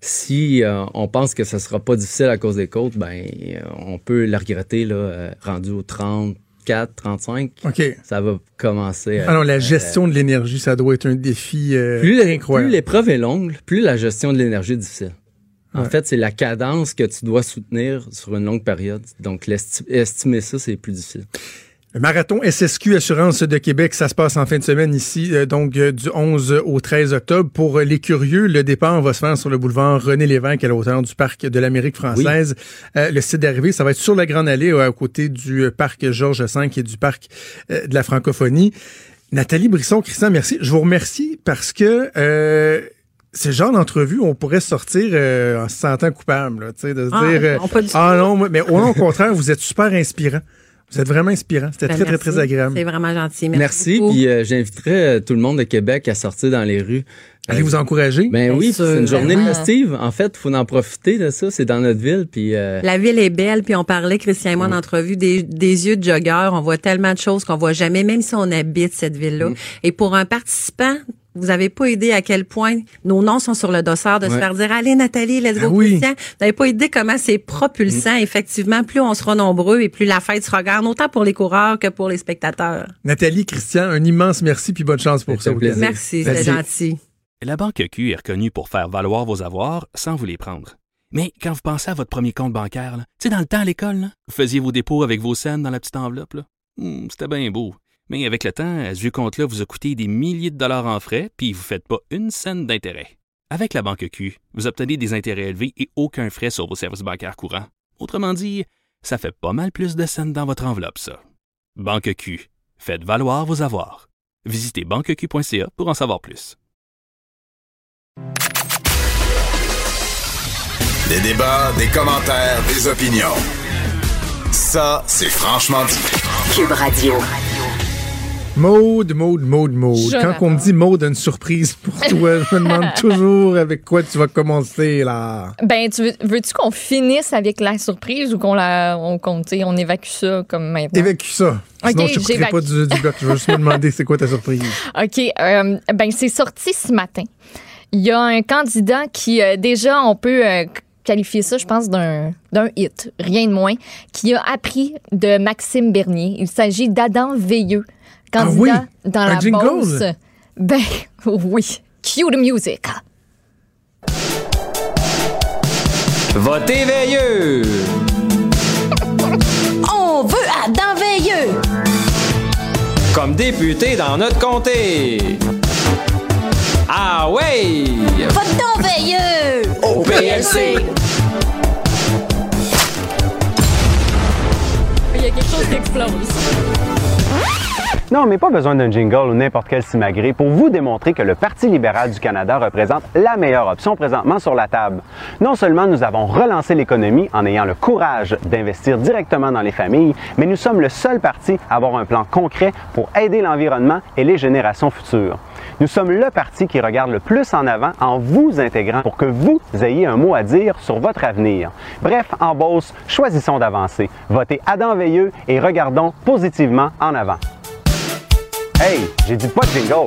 Si euh, on pense que ça sera pas difficile à cause des côtes, ben on peut le regretter là, euh, rendu au trente. trente-cinq, okay. Ça va commencer à... Alors, la gestion euh, de l'énergie, ça doit être un défi euh, plus incroyable. Plus l'épreuve est longue, plus la gestion de l'énergie est difficile. En ouais. fait, c'est la cadence que tu dois soutenir sur une longue période. Donc, estimer ça, c'est plus difficile. Le marathon S S Q Assurance de Québec, ça se passe en fin de semaine ici, euh, donc euh, du onze au treize octobre. Pour euh, les curieux, le départ va se faire sur le boulevard René-Lévesque à la hauteur du parc de l'Amérique française. Oui. Euh, le site d'arrivée, ça va être sur la Grande Allée, euh, à côté du euh, parc Georges cinq et du parc euh, de la francophonie. Nathalie Brisson, Christian, merci. Je vous remercie parce que... Euh, c'est le genre d'entrevue où on pourrait sortir euh, en se sentant coupable, là, tu sais, de se ah, dire euh, ah non, mais au, au contraire, vous êtes super inspirant. Vous êtes vraiment inspirant. C'était ben très, merci. très, très agréable. C'est vraiment gentil. Merci. Merci. Puis euh, j'inviterais tout le monde de Québec à sortir dans les rues. Allez vous encourager? Ben oui, c'est une journée festive. En fait, il faut en profiter de ça. C'est dans notre ville. Puis euh... la ville est belle. Puis on parlait, Christian et moi, oui. d'entrevue, des, des yeux de jogger. On voit tellement de choses qu'on voit jamais, même si on habite cette ville-là. Mm. Et pour un participant, vous avez pas idée à quel point nos noms sont sur le dossard de ouais. se faire dire « Allez, Nathalie, let's go, ah oui. Christian ». Vous n'avez pas idée comment c'est propulsant. Mm. Effectivement, plus on sera nombreux et plus la fête sera grande, autant pour les coureurs que pour les spectateurs. Nathalie, Christian, un immense merci puis bonne chance pour ça. Merci, c'est gentil. La Banque Q est reconnue pour faire valoir vos avoirs sans vous les prendre. Mais quand vous pensez à votre premier compte bancaire, tu sais, dans le temps à l'école, là, vous faisiez vos dépôts avec vos scènes dans la petite enveloppe. Là. Hum, c'était bien beau. Mais avec le temps, ce vieux compte-là vous a coûté des milliers de dollars en frais, puis vous ne faites pas une scène d'intérêt. Avec la Banque Q, vous obtenez des intérêts élevés et aucun frais sur vos services bancaires courants. Autrement dit, ça fait pas mal plus de scènes dans votre enveloppe, ça. Banque Q. Faites valoir vos avoirs. Visitez banque q point c a pour en savoir plus. Des débats, des commentaires, des opinions. Ça, c'est franchement dit. Cube Radio. Maude, Maude, Maude, Maude. Quand on me dit Maude, une surprise pour toi, je me demande toujours avec quoi tu vas commencer, là. Ben, tu veux, veux-tu qu'on finisse avec la surprise ou qu'on la, on, qu'on, on évacue ça comme maintenant? Évacue ça. Okay, sinon, je n'écouterai pas du, du bloc. Je vais juste me demander c'est quoi ta surprise. OK. Euh, ben, c'est sorti ce matin. Il y a un candidat qui, euh, déjà, on peut... Euh, qualifier ça, je pense, d'un, d'un hit, rien de moins, qui a appris de Maxime Bernier. Il s'agit d'Adam Veilleux, candidat ah oui? dans un la jingle? Beauce. Ben, oui. Cue the music. Votez Veilleux! On veut Adam Veilleux! Comme député dans notre comté! Ah ouais! Vote Veilleux! Au P L C! Il y a quelque chose qui explose. Non, mais pas besoin d'un jingle ou n'importe quel simagrée pour vous démontrer que le Parti libéral du Canada représente la meilleure option présentement sur la table. Non seulement nous avons relancé l'économie en ayant le courage d'investir directement dans les familles, mais nous sommes le seul parti à avoir un plan concret pour aider l'environnement et les générations futures. Nous sommes le parti qui regarde le plus en avant en vous intégrant pour que vous ayez un mot à dire sur votre avenir. Bref, en Beauce, choisissons d'avancer. Votez Adam Veilleux et regardons positivement en avant. Hey, j'ai dit pas de jingle!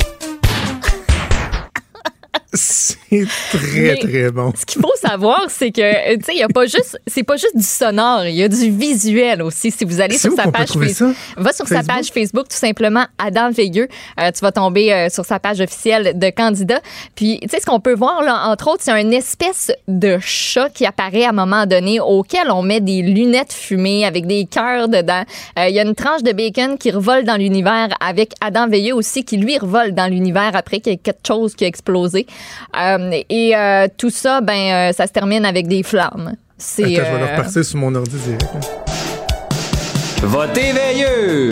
C'est très, Mais très bon. Ce qu'il faut savoir, c'est que, tu sais, il y a pas juste, c'est pas juste du sonore, il y a du visuel aussi. Si vous allez C'est sur où sa qu'on peut page trouver Facebook, ça? va sur Facebook? sa page Facebook, tout simplement, Adam Veilleux. Euh, tu vas tomber euh, sur sa page officielle de candidat. Puis, tu sais, ce qu'on peut voir, là, entre autres, c'est une espèce de chat qui apparaît à un moment donné auquel on met des lunettes fumées avec des cœurs dedans. Euh, Il y a une tranche de bacon qui revole dans l'univers avec Adam Veilleux aussi qui, lui, revole dans l'univers après qu'il y ait quelque chose qui a explosé. Euh, et euh, tout ça, ben, euh, ça se termine avec des flammes. C'est, Attends, je vais euh, le repartir sur mon ordi direct. Votez Veilleux!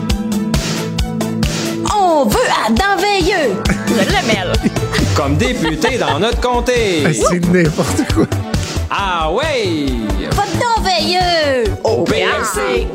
On veut Adam Veilleux! Je le mêle. Comme député dans notre comté! Ah, c'est n'importe quoi. Ah ouais! Vote donc Veilleux! Au P L C!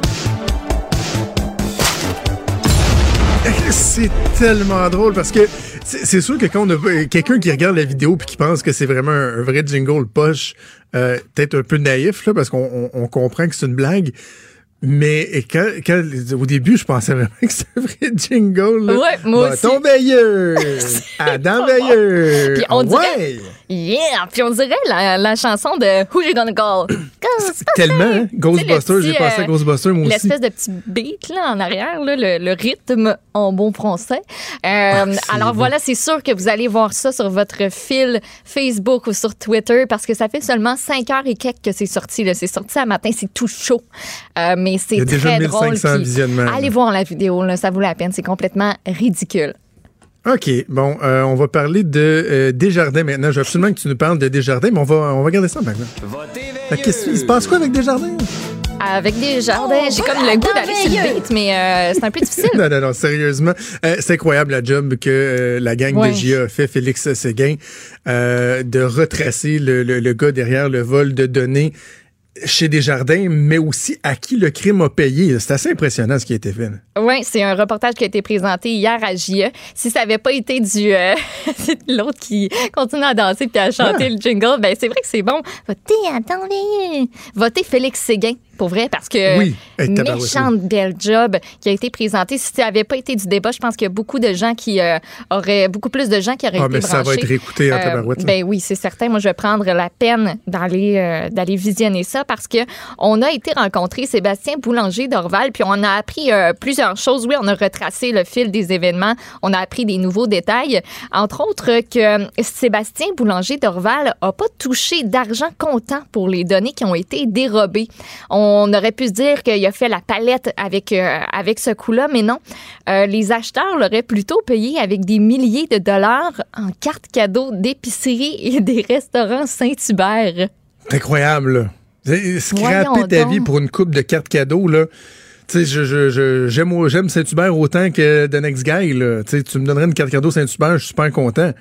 C'est tellement drôle parce que c'est c'est sûr que quand on a quelqu'un qui regarde la vidéo puis qui pense que c'est vraiment un, un vrai jingle poche, euh, peut-être un peu naïf là, parce qu'on on, on comprend que c'est une blague. Mais quand, quand au début, je pensais vraiment que c'était un vrai jingle. Là. Ouais, moi aussi. Ton Veilleux! Adam Veilleux! Puis on dirait, ouais. yeah! Puis on dirait la, la chanson de Who You Gonna Call? Tellement, hein? Ghostbusters, j'ai pensé à Ghostbusters, moi aussi. L'espèce de petit beat là, en arrière, là, le, le rythme en bon français. Euh, ah, alors bon. Voilà, c'est sûr que vous allez voir ça sur votre fil Facebook ou sur Twitter parce que ça fait seulement cinq heures et quelques que c'est sorti. Là. C'est sorti ce matin, c'est tout chaud. Euh, mais c'est Il y a très déjà mille cinq cents drôle. visionnements. Allez voir la vidéo, là, ça vaut la peine. C'est complètement ridicule. OK. Bon, euh, on va parler de euh, Desjardins maintenant. Je veux absolument que tu nous parles de Desjardins, mais on va, on va garder ça maintenant. Qu'est-ce qu'il se passe quoi avec Desjardins? Avec Desjardins, oh, j'ai comme le goût d'aller sur le beat, mais euh, c'est un peu difficile. non, non, non, sérieusement. Euh, c'est incroyable la job que euh, la gang ouais. de J A a fait, Félix Séguin, euh, de retracer le, le, le gars derrière le vol de données chez Desjardins, mais aussi à qui le crime a payé. C'est assez impressionnant ce qui a été fait. Oui, c'est un reportage qui a été présenté hier à J A. Si ça n'avait pas été du euh, l'autre qui continue à danser puis à chanter ouais. le jingle, ben c'est vrai que c'est bon. Votez, attendez, votez Félix Séguin. Pour vrai, parce que oui. hey, méchante belle job qui a été présentée. Si ça n'avait pas été du débat, je pense qu'il y a beaucoup de gens qui euh, auraient, beaucoup plus de gens qui auraient ah, été mais branchés. Ça va être réécouté en euh, tabarouette. Ben oui, c'est certain. Moi, je vais prendre la peine d'aller, euh, d'aller visionner ça parce que on a été rencontrer Sébastien Boulanger d'Orval, puis on a appris euh, plusieurs choses. Oui, on a retracé le fil des événements. On a appris des nouveaux détails. Entre autres, que Sébastien Boulanger d'Orval n'a pas touché d'argent comptant pour les données qui ont été dérobées. On On aurait pu se dire qu'il a fait la palette avec, euh, avec ce coup-là, mais non. Euh, les acheteurs l'auraient plutôt payé avec des milliers de dollars en cartes cadeaux d'épicerie et des restaurants Saint-Hubert. C'est incroyable, là. Scraper ta vie pour une coupe de cartes cadeaux, là. Tu sais, je, je, je, j'aime, j'aime Saint-Hubert autant que The Next Guy, là. Tu sais, tu me donnerais une carte cadeau Saint-Hubert, je suis super content.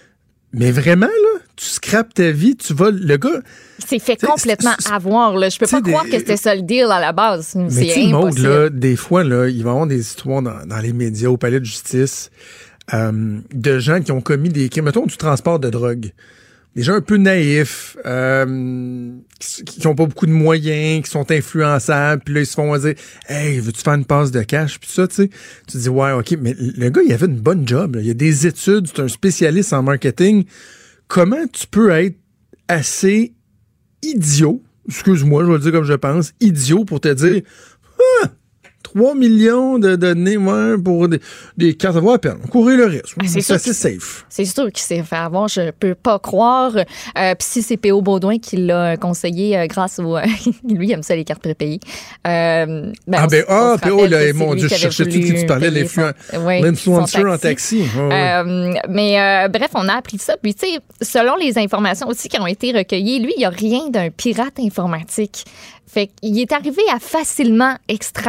Mais vraiment, là, tu scrapes ta vie, tu vas... Le gars... C'est fait complètement c'est, c'est, avoir, là. Je peux pas croire des, que c'était ça le deal à la base. Mais c'est impossible. Maud, là, des fois, là, il va y avoir des histoires dans, dans les médias, au palais de justice, euh, de gens qui ont commis des crimes, mettons, du transport de drogue. Des gens un peu naïfs, euh, qui n'ont pas beaucoup de moyens, qui sont influençables, puis là, ils se font dire « Hey, veux-tu faire une passe de cash? » Puis ça, tu sais, tu te dis « Ouais, OK, mais le gars, il avait une bonne job. Là. Il a des études, c'est un spécialiste en marketing. Comment tu peux être assez idiot, excuse-moi, je vais le dire comme je pense, idiot pour te dire ah, trois millions de données ouais, pour des, des cartes à voir à peine. Courir le risque. Ah, c'est c'est assez safe. C'est sûr qu'il s'est fait avoir, je peux pas croire. Euh, Puis si c'est P O Baudouin qui l'a conseillé euh, grâce au... lui, il aime ça, les cartes prépayées. Euh, ben, ah ben, ah, P O, là, mon Dieu, je cherchais tout que tu parlais, l'influenceur ouais, en taxi. Oh, ouais. euh, mais euh, bref, on a appris ça. Puis tu sais, selon les informations aussi qui ont été recueillies, lui, il n'y a rien d'un pirate informatique. Fait qu'il est arrivé à facilement extraire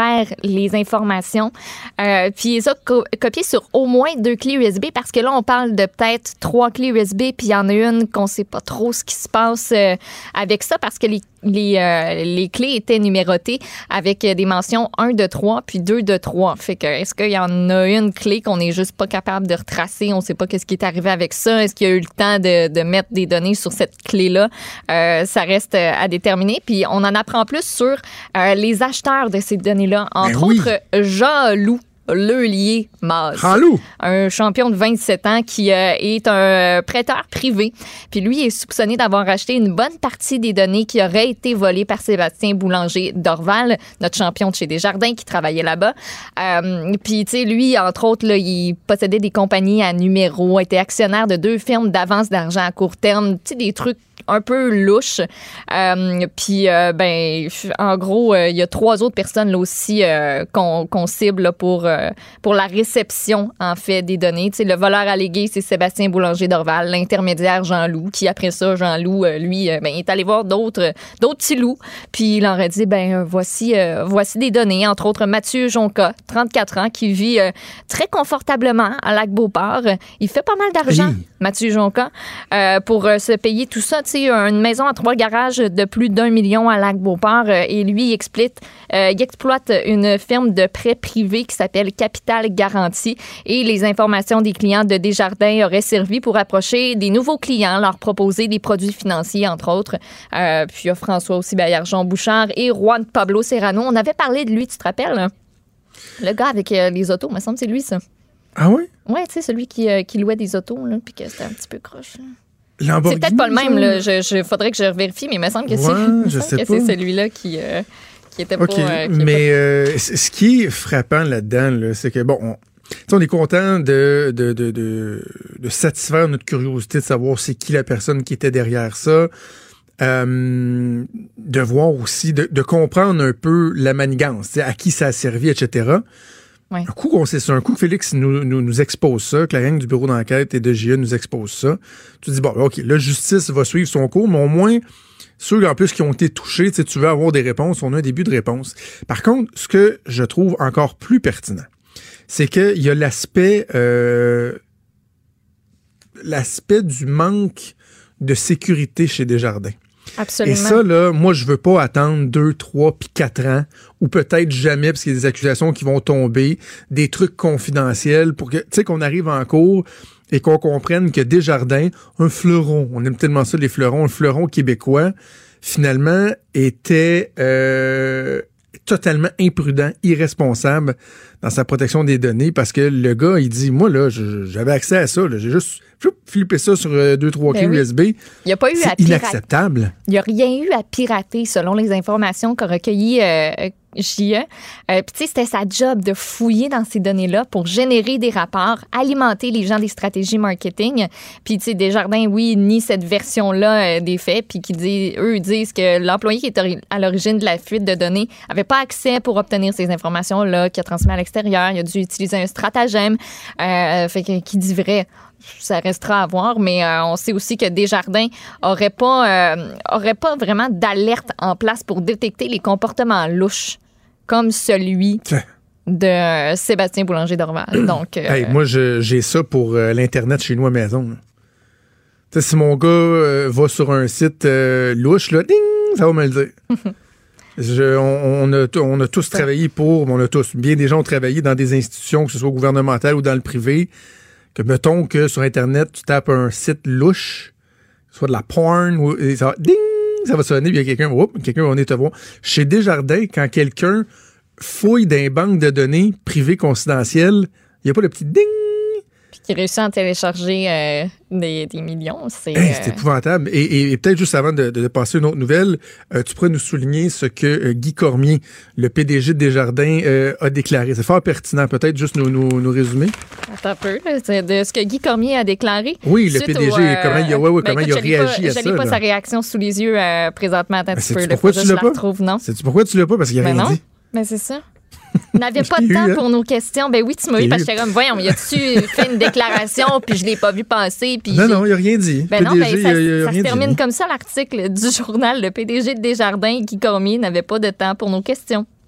les informations. Euh, puis ils ont co- copié sur au moins deux clés U S B parce que là, on parle de peut-être trois clés U S B, puis il y en a une qu'on sait pas trop ce qui se passe euh, avec ça parce que les Les, euh, les clés étaient numérotées avec des mentions un de trois puis deux de trois. Fait que est-ce qu'il y en a une clé qu'on n'est juste pas capable de retracer? On ne sait pas qu'est-ce qui est arrivé avec ça. Est-ce qu'il y a eu le temps de, de mettre des données sur cette clé-là? Euh, ça reste à déterminer. Puis on en apprend plus sur euh, les acheteurs de ces données-là. Entre oui. autres, Jean-Loup Leulier Maz. Jean-Loup. Un champion de vingt-sept ans qui euh, est un prêteur privé. Puis lui est soupçonné d'avoir acheté une bonne partie des données qui auraient été volées par Sébastien Boulanger d'Orval, notre champion de chez Desjardins qui travaillait là-bas. Euh, puis, tu sais, lui, entre autres, là, il possédait des compagnies à numéros, était actionnaire de deux firmes d'avance d'argent à court terme, tu sais, des trucs un peu louche. Euh, puis, euh, ben, en gros, il euh, y a trois autres personnes là aussi euh, qu'on, qu'on cible là, pour, euh, pour la réception, en fait, des données. Tu sais, le voleur allégué, c'est Sébastien Boulanger d'Orval, l'intermédiaire Jean-Loup, qui après ça, Jean-Loup, euh, lui, euh, ben, est allé voir d'autres, d'autres petits loups. Puis, il leur a dit, ben, euh, voici, euh, voici des données, entre autres Mathieu Jonca, trente-quatre ans, qui vit euh, très confortablement à Lac-Beauport. Il fait pas mal d'argent, oui. Mathieu Jonca, euh, pour euh, se payer tout ça. Tu sais, une maison à trois garages de plus d'un million à Lac-Beauport euh, et lui, il explique, euh, il exploite une firme de prêt privé qui s'appelle Capital Garantie et les informations des clients de Desjardins auraient servi pour approcher des nouveaux clients, leur proposer des produits financiers, entre autres. Euh, puis il y a François aussi Baillargeon Bouchard et Juan Pablo Serrano. On avait parlé de lui, tu te rappelles? Hein? Le gars avec euh, les autos, il me semble que c'est lui, ça. Ah oui? Oui, tu sais, celui qui, euh, qui louait des autos, là, puis que c'était un petit peu croche. Là. Lamborghini, c'est peut-être pas le même, là. Je, je, faudrait que je vérifie, mais il me semble que, ouais, c'est, je me sais que pas. c'est celui-là qui, euh, qui était okay, pas... Euh, qui mais pas... Euh, ce qui est frappant là-dedans, là, c'est que, bon, on, on est content de, de, de, de, de satisfaire notre curiosité de savoir c'est qui la personne qui était derrière ça, euh, de voir aussi, de, de comprendre un peu la manigance, à qui ça a servi, et cetera. Ouais. Un coup qu'on sait ça, un coup que Félix nous, nous, nous expose ça, que la gang du bureau d'enquête et de J E nous expose ça, tu te dis, bon, OK, la justice va suivre son cours, mais au moins, ceux en plus qui ont été touchés, tu veux avoir des réponses, on a un début de réponse. Par contre, ce que je trouve encore plus pertinent, c'est qu'il y a l'aspect, euh, l'aspect du manque de sécurité chez Desjardins. Absolument. Et ça, là, moi, je veux pas attendre deux, trois, puis quatre ans, ou peut-être jamais, parce qu'il y a des accusations qui vont tomber, des trucs confidentiels, pour que, tu sais, qu'on arrive en cours et qu'on comprenne que Desjardins, un fleuron, on aime tellement ça, les fleurons, un fleuron québécois, finalement, était euh, totalement imprudent, irresponsable dans sa protection des données, parce que le gars, il dit, moi, là, je, j'avais accès à ça, là, j'ai juste flippé ça sur euh, deux, trois clés ben oui. U S B. Il n'y a pas eu c'est à pirater. inacceptable. Il n'y a rien eu à pirater, selon les informations qu'a recueillies euh, J E. Euh, Puis, tu sais, c'était sa job de fouiller dans ces données-là pour générer des rapports, alimenter les gens des stratégies marketing. Puis, tu sais, Desjardins, oui, nie cette version-là euh, des faits, puis qui dit, eux disent que l'employé qui est à l'origine de la fuite de données n'avait pas accès pour obtenir ces informations-là, qui a transmis à l'extérieur. Il a dû utiliser un stratagème. Euh, fait que, qui dit vrai? Ça restera à voir, mais euh, on sait aussi que Desjardins aurait pas, euh, aurait pas vraiment d'alerte en place pour détecter les comportements louches comme celui de euh, Sébastien Boulanger d'Orval. Donc, euh, hey, moi, je, j'ai ça pour euh, l'Internet chez nous à maison. Si mon gars euh, va sur un site euh, louche, là, ding, ça va me le dire. Je, on, on, a, on a tous travaillé pour, on a tous, bien des gens ont travaillé dans des institutions, que ce soit gouvernementales ou dans le privé, que mettons que sur Internet, tu tapes un site louche, soit de la porn, ou, et ça va, ding, ça va sonner, puis il y a quelqu'un, oups, quelqu'un va venir te voir. Chez Desjardins, quand quelqu'un fouille dans les banques de données privées confidentielles, il n'y a pas le petit ding. Puis qui réussit à télécharger euh, des, des millions. C'est, hey, c'est euh... épouvantable. Et, et, et peut-être juste avant de, de, de passer une autre nouvelle, euh, tu pourrais nous souligner ce que euh, Guy Cormier, le P D G de Desjardins, euh, a déclaré. C'est fort pertinent. Peut-être juste nous, nous, nous résumer. Attends un peu. C'est de ce que Guy Cormier a déclaré. Oui, le P D G, au, euh... comment il a, ouais, ouais, ben, comment écoute, il a réagi pas, à ça. Je n'ai pas sa réaction sous les yeux euh, présentement. Attends un petit peu. Pourquoi tu l'as pas? Retrouve, non? Sais-tu pourquoi tu l'as pas? Parce qu'il n'a ben rien non. dit. Ben c'est ça. On n'avait pas de temps eu, hein? Pour nos questions. Ben oui, tu m'as eu parce que j'étais comme, voyons, y a-tu fait une déclaration puis je l'ai pas vu passer? Puis non, j'ai... non, il n'a rien dit. Ben P D G, non, ben ça, il a, il a ça rien se termine dit. comme ça, l'article du journal. Le P D G de Desjardins, Guy Cormier, n'avait pas de temps pour nos questions.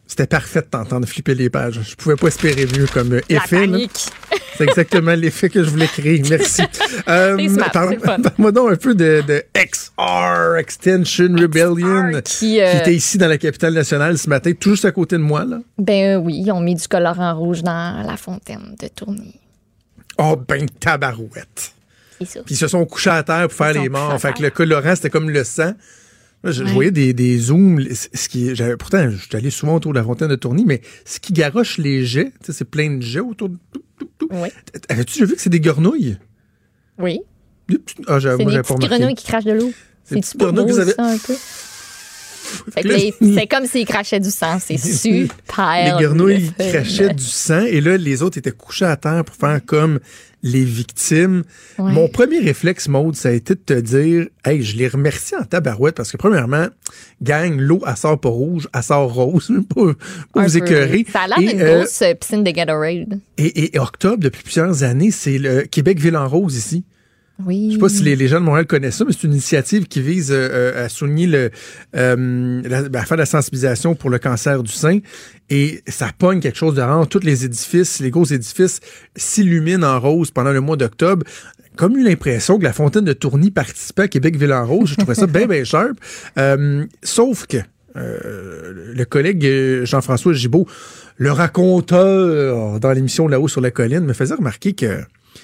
C'était parfait de t'entendre flipper les pages. Je pouvais pas espérer mieux comme La effet. Là. panique. C'est exactement l'effet que je voulais créer. Merci. Euh, C'est smart, parle, c'est le fun. Parle-moi donc un peu de, de X R, Extension Rebellion, X R, qui, euh, qui était ici dans la capitale nationale ce matin, tout juste à côté de moi. Là. Ben euh, oui, ils ont mis du colorant rouge dans la fontaine de Tourny. Oh, ben tabarouette. C'est ça. Puis ils se sont couchés à terre pour faire Ils les sont morts. couchés à Fait que terre. le colorant, c'était comme le sang. Là, je, je Ouais. voyais des, des zooms. Ce qui, j'avais, pourtant, je suis allé souvent autour de la fontaine de Tourny, mais ce qui garoche les jets, tu sais, c'est plein de jets autour de tout, tout, tout. Oui. Avais-tu déjà vu que c'est des grenouilles? Oui. Des petites- Ah, j'avais, C'est moi, des j'avais pas petites remarqué. grenouilles qui crachent de l'eau. Des C'est petites grenouilles que vous avez- ça un peu. Fait que Là, les- c'est comme s'ils crachaient du sang. C'est super. Les grenouilles le fun. crachaient du sang et là, les autres étaient couchés à terre pour faire comme les victimes. Ouais. Mon premier réflexe, Maude, ça a été de te dire, hey, je les remercie en tabarouette parce que premièrement, gang, l'eau, elle sort pas rouge, elle sort rose, pas, pas Un vous peu. écœurer. Ça a l'air Et, d'une euh, grosse euh, piscine de Gatorade. Et, et octobre, depuis plusieurs années, c'est le Québec Ville en Rose ici. Oui. Je sais pas si les, les gens de Montréal connaissent ça, mais c'est une initiative qui vise euh, à souligner le, euh, la, ben, à faire de la sensibilisation pour le cancer du sein. Et ça pogne quelque chose de rare. Tous les édifices, les gros édifices s'illuminent en rose pendant le mois d'octobre. Comme eu l'impression que la fontaine de Tourny participait à Québec Ville en Rose. Je trouvais ça bien, bien sharp. Euh, sauf que euh, le collègue euh, Jean-François Gibault, le raconteur dans l'émission Là-haut sur la colline, me faisait remarquer que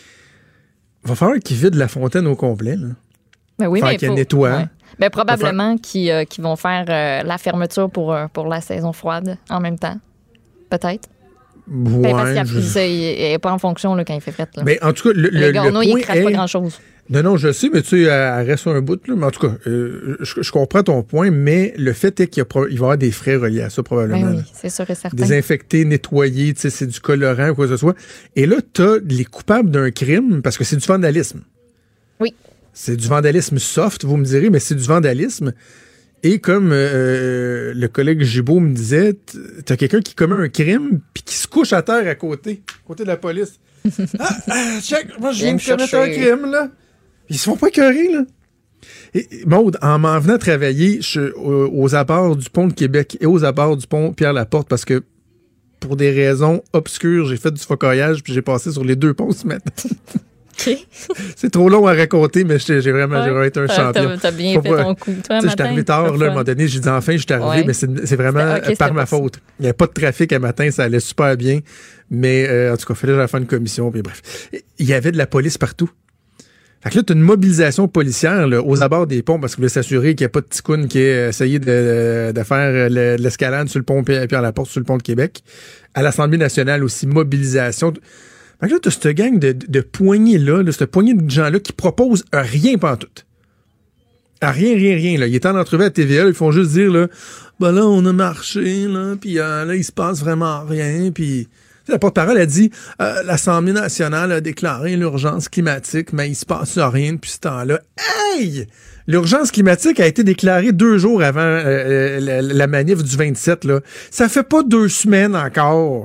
va falloir qu'ils vident la fontaine au complet. Là. Ben oui, Faire mais qu'elle faut- nettoie. ouais. Ben, probablement qu'ils euh, qu'ils vont faire euh, la fermeture pour, euh, pour la saison froide en même temps. Peut-être. Ouais, Ben, parce qu'il je- n'est pas en fonction là, quand il fait fret. Là. Mais en tout cas, le, le, les le garnouilles, point ils crachent est... pas grand-chose. Non, non, je sais, mais tu sais, elle elle reste un bout. Là. Mais en tout cas, euh, je, je comprends ton point, mais le fait est qu'il y a pro- il va y avoir des frais reliés à ça, probablement. Ben oui, là. c'est sûr et certain. Désinfecter, nettoyer, tu sais, c'est du colorant ou quoi que ce soit. Et là, tu as les coupables d'un crime, parce que c'est du vandalisme. Oui. C'est du vandalisme soft, vous me direz, mais c'est du vandalisme. Et comme euh, le collègue Gibault me disait, t- t'as quelqu'un qui commet un crime puis qui se couche à terre à côté, à côté de la police. ah, ah, check, moi je viens Viens de me commettre un chercher. crime, là. Ils se font pas écœurer, là. Et, et, Maude, en m'en venant travailler je- aux, aux abords du pont de Québec et aux abords du pont Pierre-Laporte, parce que pour des raisons obscures, j'ai fait du focoyage puis j'ai passé sur les deux ponts ce matin. OK. C'est trop long à raconter, mais j'ai j'ai vraiment, j'ai Ouais. vraiment été un T'as- champion. t'as- t'as bien Faut fait pas- ton coup. Toi, Tu sais, j'étais matin, arrivé tard, c'est là, à un fun. moment donné, j'ai dit enfin, je suis arrivé, Ouais. mais c'est c'est vraiment C'était- ok, c'était par ma pas ça. faute. Il n'y avait pas de trafic un matin, ça allait super bien. Mais euh, en tout cas, il fallait que j'aille faire une commission, puis bref. Il y avait de la police partout. Fait que là, tu as une mobilisation policière là, aux abords des ponts parce qu'ils voulaient s'assurer qu'il n'y a pas de ticoune qui ait essayé de, de faire le- de l'escalade sur le pont Pierre-Laporte, sur le pont de Québec. À l'Assemblée nationale aussi, mobilisation. Fait que là, tu as cette gang de, de, de poignées-là, là, cette poignée de gens-là qui proposent rien pantoute. À rien, rien, rien. Là. Ils étaient en entrevue à T V A, là, ils font juste dire, là, ben là, on a marché, là, puis euh, là, il se passe vraiment rien, puis... La porte-parole a dit euh, l'Assemblée nationale a déclaré l'urgence climatique, mais il se passe rien depuis ce temps-là. Hey! L'urgence climatique a été déclarée deux jours avant euh, la, la manif du vingt-sept. Là. Ça fait pas deux semaines encore.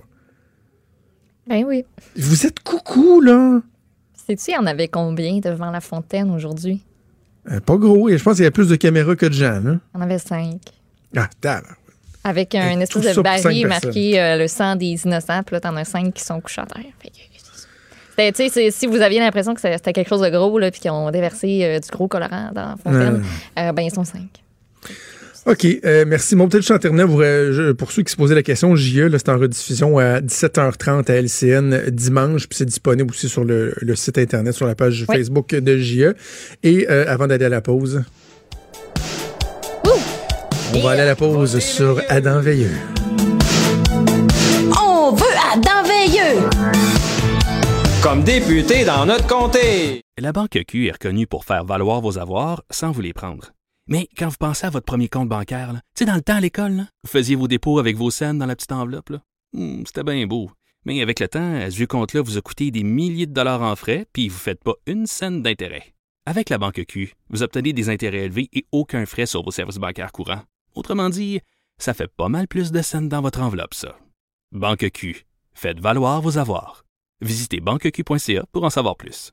Ben oui. Vous êtes coucou, là. Sais-tu, il y en avait combien devant la fontaine aujourd'hui? Euh, pas gros. Et je pense qu'il y a plus de caméras que de gens. Là. Il y en avait cinq. Ah, tabac. Avec un Et espèce tout de ça pour cinq baril personnes. marqué euh, le sang des innocents. Puis là, t'en as cinq qui sont couchés à terre. Fait que, c'était, tu sais, c'est- si vous aviez l'impression que c'était quelque chose de gros, là, puis qu'ils ont déversé euh, du gros colorant dans la fontaine, euh, ben ils sont cinq. OK, euh, merci. Mon petit Chanterneuf, pour, euh, je- pour ceux qui se posaient la question, J E, là, c'est en rediffusion à dix-sept heures trente à L C N dimanche, puis c'est disponible aussi sur le, le site Internet, sur la page Oui. Facebook de J E. Et euh, avant d'aller à la pause, on va aller à la pause sur Adam Veilleux. On veut Adam Veilleux. Comme député dans notre comté. La Banque Q est reconnue pour faire valoir vos avoirs sans vous les prendre. Mais quand vous pensez à votre premier compte bancaire, là, tu sais, dans le temps à l'école, là, vous faisiez vos dépôts avec vos scènes dans la petite enveloppe. Là. Hum, c'était bien beau. Mais avec le temps, ce vieux compte-là vous a coûté des milliers de dollars en frais, puis vous ne faites pas une scène d'intérêt. Avec la Banque Q, vous obtenez des intérêts élevés et aucun frais sur vos services bancaires courants. Autrement dit, ça fait pas mal plus de scènes dans votre enveloppe, ça. Banque Q. Faites valoir vos avoirs. Visitez banque q point c a pour en savoir plus.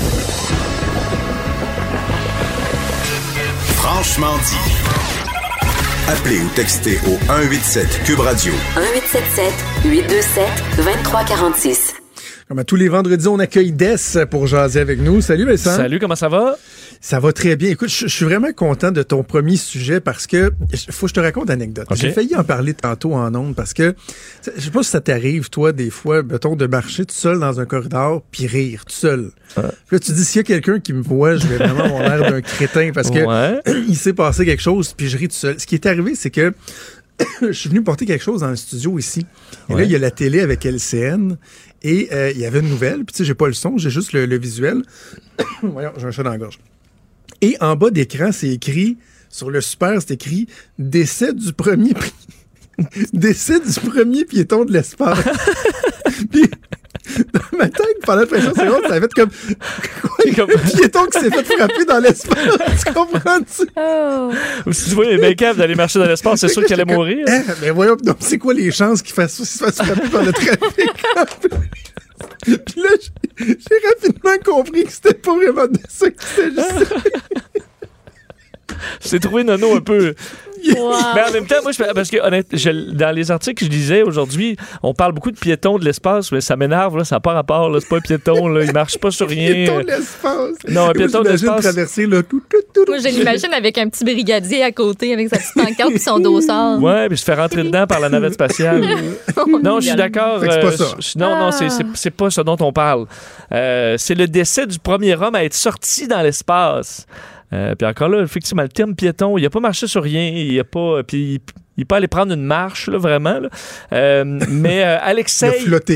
Franchement dit. Appelez ou textez au un huit sept Cube Radio. un huit sept sept huit deux sept deux trois quatre six. Comme à tous les vendredis, on accueille Des pour jaser avec nous. Salut Vincent. Salut, comment ça va? Ça va très bien. Écoute, je suis vraiment content de ton premier sujet parce que faut que je te raconte une anecdote. Okay. J'ai failli en parler tantôt en ondes parce que je sais pas si ça t'arrive, toi, des fois, mettons, de marcher tout seul dans un corridor puis rire tout seul. Ouais. Puis là, tu dis, s'il y a quelqu'un qui me voit, je vais vraiment avoir l'air d'un crétin parce que ouais. il s'est passé quelque chose puis je ris tout seul. Ce qui est arrivé, c'est que je suis venu porter quelque chose dans le studio ici. Et ouais. là, il y a la télé avec L C N. Et euh, il y avait une nouvelle. Puis tu sais, j'ai pas le son, j'ai juste le, le visuel. Voyons, j'ai un chat dans la gorge. Et en bas d'écran, c'est écrit, sur le super, c'est écrit « Décès du premier... Décès du premier piéton de l'espace. » Puis, dans ma tête, pendant la pression seconde, ça avait fait comme... Quoi, comme... un piéton qui s'est fait frapper dans l'espace. Tu comprends-tu? Oh. Si tu vois les mécaves d'aller marcher dans l'espace, c'est sûr qu'il allait mourir. Eh, mais voyons, donc, c'est quoi les chances qu'il fasse, qu'il se fasse frapper par le trafic? Puis là, j'ai, j'ai rapidement compris que c'était pas vraiment de ça qu'il s'agissait. J'ai trouvé Nono un peu... Wow. Mais en même temps, moi, je, parce que honnêtement, je, dans les articles que je lisais aujourd'hui, on parle beaucoup de piétons de l'espace, mais ça m'énerve, là, ça n'a pas rapport, là, c'est pas un piéton, là, il marche pas sur rien. Piéton de l'espace. Non, un piéton de l'espace. Traverser, là, tout, tout, tout, moi, je l'imagine avec un petit brigadier à côté, avec sa petite pancarte et son dossard. Ouais, puis se fait rentrer dedans par la navette spatiale. Non, je suis d'accord. C'est pas ça. Je, non, non, c'est, c'est, c'est pas ce dont on parle. Euh, c'est le décès du premier homme à être sorti dans l'espace. Euh, puis encore là, effectivement, le terme piéton, il n'a pas marché sur rien, il a pas, puis il n'est pas allé prendre une marche, là, vraiment. Là. Euh, mais euh, Alexei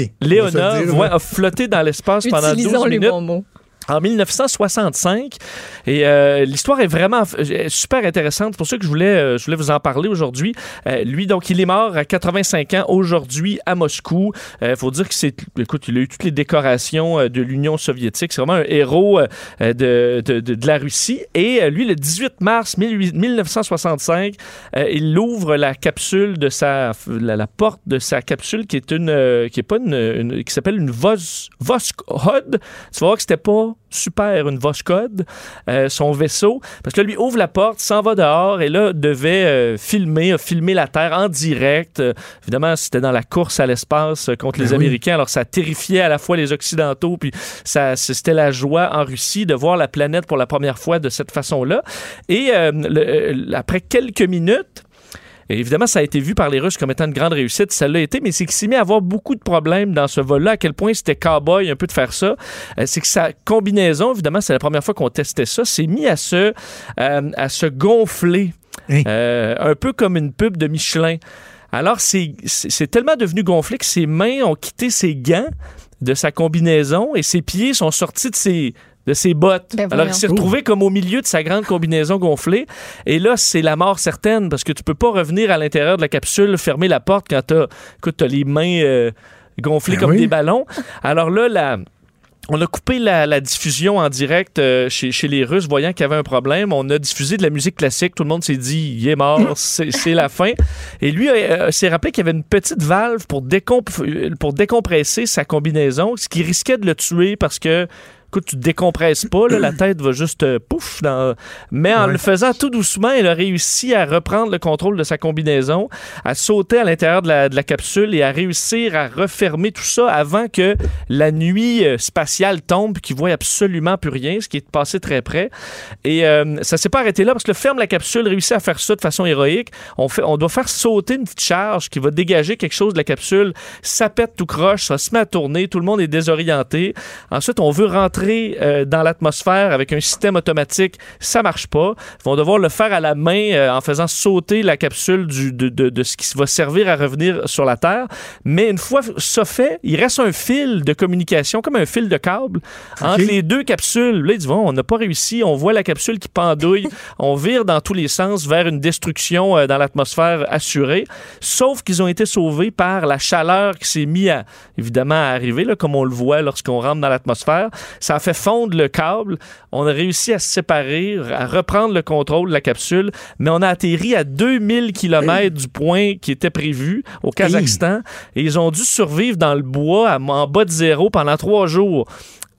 Leonov ouais, a flotté dans l'espace pendant douze minutes. Les bons mots. En dix-neuf cent soixante-cinq. Et euh, l'histoire est vraiment euh, super intéressante. C'est pour ça que je voulais, euh, je voulais vous en parler aujourd'hui. Euh, lui, donc, il est mort à quatre-vingt-cinq ans aujourd'hui à Moscou. Il euh, faut dire que c'est... Écoute, il a eu toutes les décorations euh, de l'Union soviétique. C'est vraiment un héros euh, de, de, de, de la Russie. Et euh, lui, le dix-huit mars dix-neuf cent soixante-cinq, euh, il ouvre la capsule de sa... La, la porte de sa capsule qui est une... Euh, qui est pas une... une qui s'appelle une Vos, Voskhod. Tu vas voir que c'était pas super, une Voskhod, euh, son vaisseau, parce que là, lui ouvre la porte, s'en va dehors et là, devait euh, filmer, filmer la Terre en direct. Euh, évidemment, c'était dans la course à l'espace euh, contre ben les oui. Américains, alors ça terrifiait à la fois les Occidentaux, puis ça, c'était la joie en Russie de voir la planète pour la première fois de cette façon-là. Et euh, le, après quelques minutes, et évidemment, ça a été vu par les Russes comme étant une grande réussite. Ça l'a été, mais c'est qu'il s'est mis à avoir beaucoup de problèmes dans ce vol-là. À quel point c'était cow-boy un peu de faire ça. Euh, c'est que sa combinaison, évidemment, c'est la première fois qu'on testait ça, s'est mis à se, euh, à se gonfler. Hey. Euh, un peu comme une pub de Michelin. Alors, c'est, c'est, c'est tellement devenu gonflé que ses mains ont quitté ses gants de sa combinaison et ses pieds sont sortis de ses... de ses bottes. Ben Alors, il s'est retrouvé comme au milieu de sa grande combinaison gonflée. Et là, c'est la mort certaine parce que tu peux pas revenir à l'intérieur de la capsule, fermer la porte quand t'as, écoute, t'as les mains euh, gonflées ben comme oui. des ballons. Alors là, la... On a coupé la, la diffusion en direct euh, chez, chez les Russes, voyant qu'il y avait un problème. On a diffusé de la musique classique. Tout le monde s'est dit, il est mort, c'est, c'est la fin. Et lui euh, s'est rappelé qu'il y avait une petite valve pour, décomp- pour décompresser sa combinaison, ce qui risquait de le tuer parce que écoute, tu te décompresses pas, là, la tête va juste euh, pouf. Dans... Mais en ouais. le faisant tout doucement, il a réussi à reprendre le contrôle de sa combinaison, à sauter à l'intérieur de la, de la capsule et à réussir à refermer tout ça avant que la nuit euh, spatiale tombe, qu'il voit absolument plus rien, ce qui est passé très près. Et euh, ça s'est pas arrêté là parce que le ferme la capsule réussit à faire ça de façon héroïque. On, fait, on doit faire sauter une petite charge qui va dégager quelque chose de la capsule. Ça pète tout croche, ça se met à tourner, tout le monde est désorienté. Ensuite, on veut rentrer Euh, dans l'atmosphère avec un système automatique, ça marche pas. Ils vont devoir le faire à la main euh, en faisant sauter la capsule du, de, de, de ce qui va servir à revenir sur la Terre. Mais une fois ça fait, il reste un fil de communication, comme un fil de câble, okay. entre les deux capsules. Là, ils disent, bon, on n'a pas réussi, on voit la capsule qui pendouille, on vire dans tous les sens vers une destruction euh, dans l'atmosphère assurée, sauf qu'ils ont été sauvés par la chaleur qui s'est mise à, évidemment, à arriver, là, comme on le voit lorsqu'on rentre dans l'atmosphère. Ça a fait fondre le câble. On a réussi à se séparer, à reprendre le contrôle de la capsule, mais on a atterri à deux mille kilomètres du point qui était prévu au Kazakhstan. Et ils ont dû survivre dans le bois à, en bas de zéro pendant trois jours.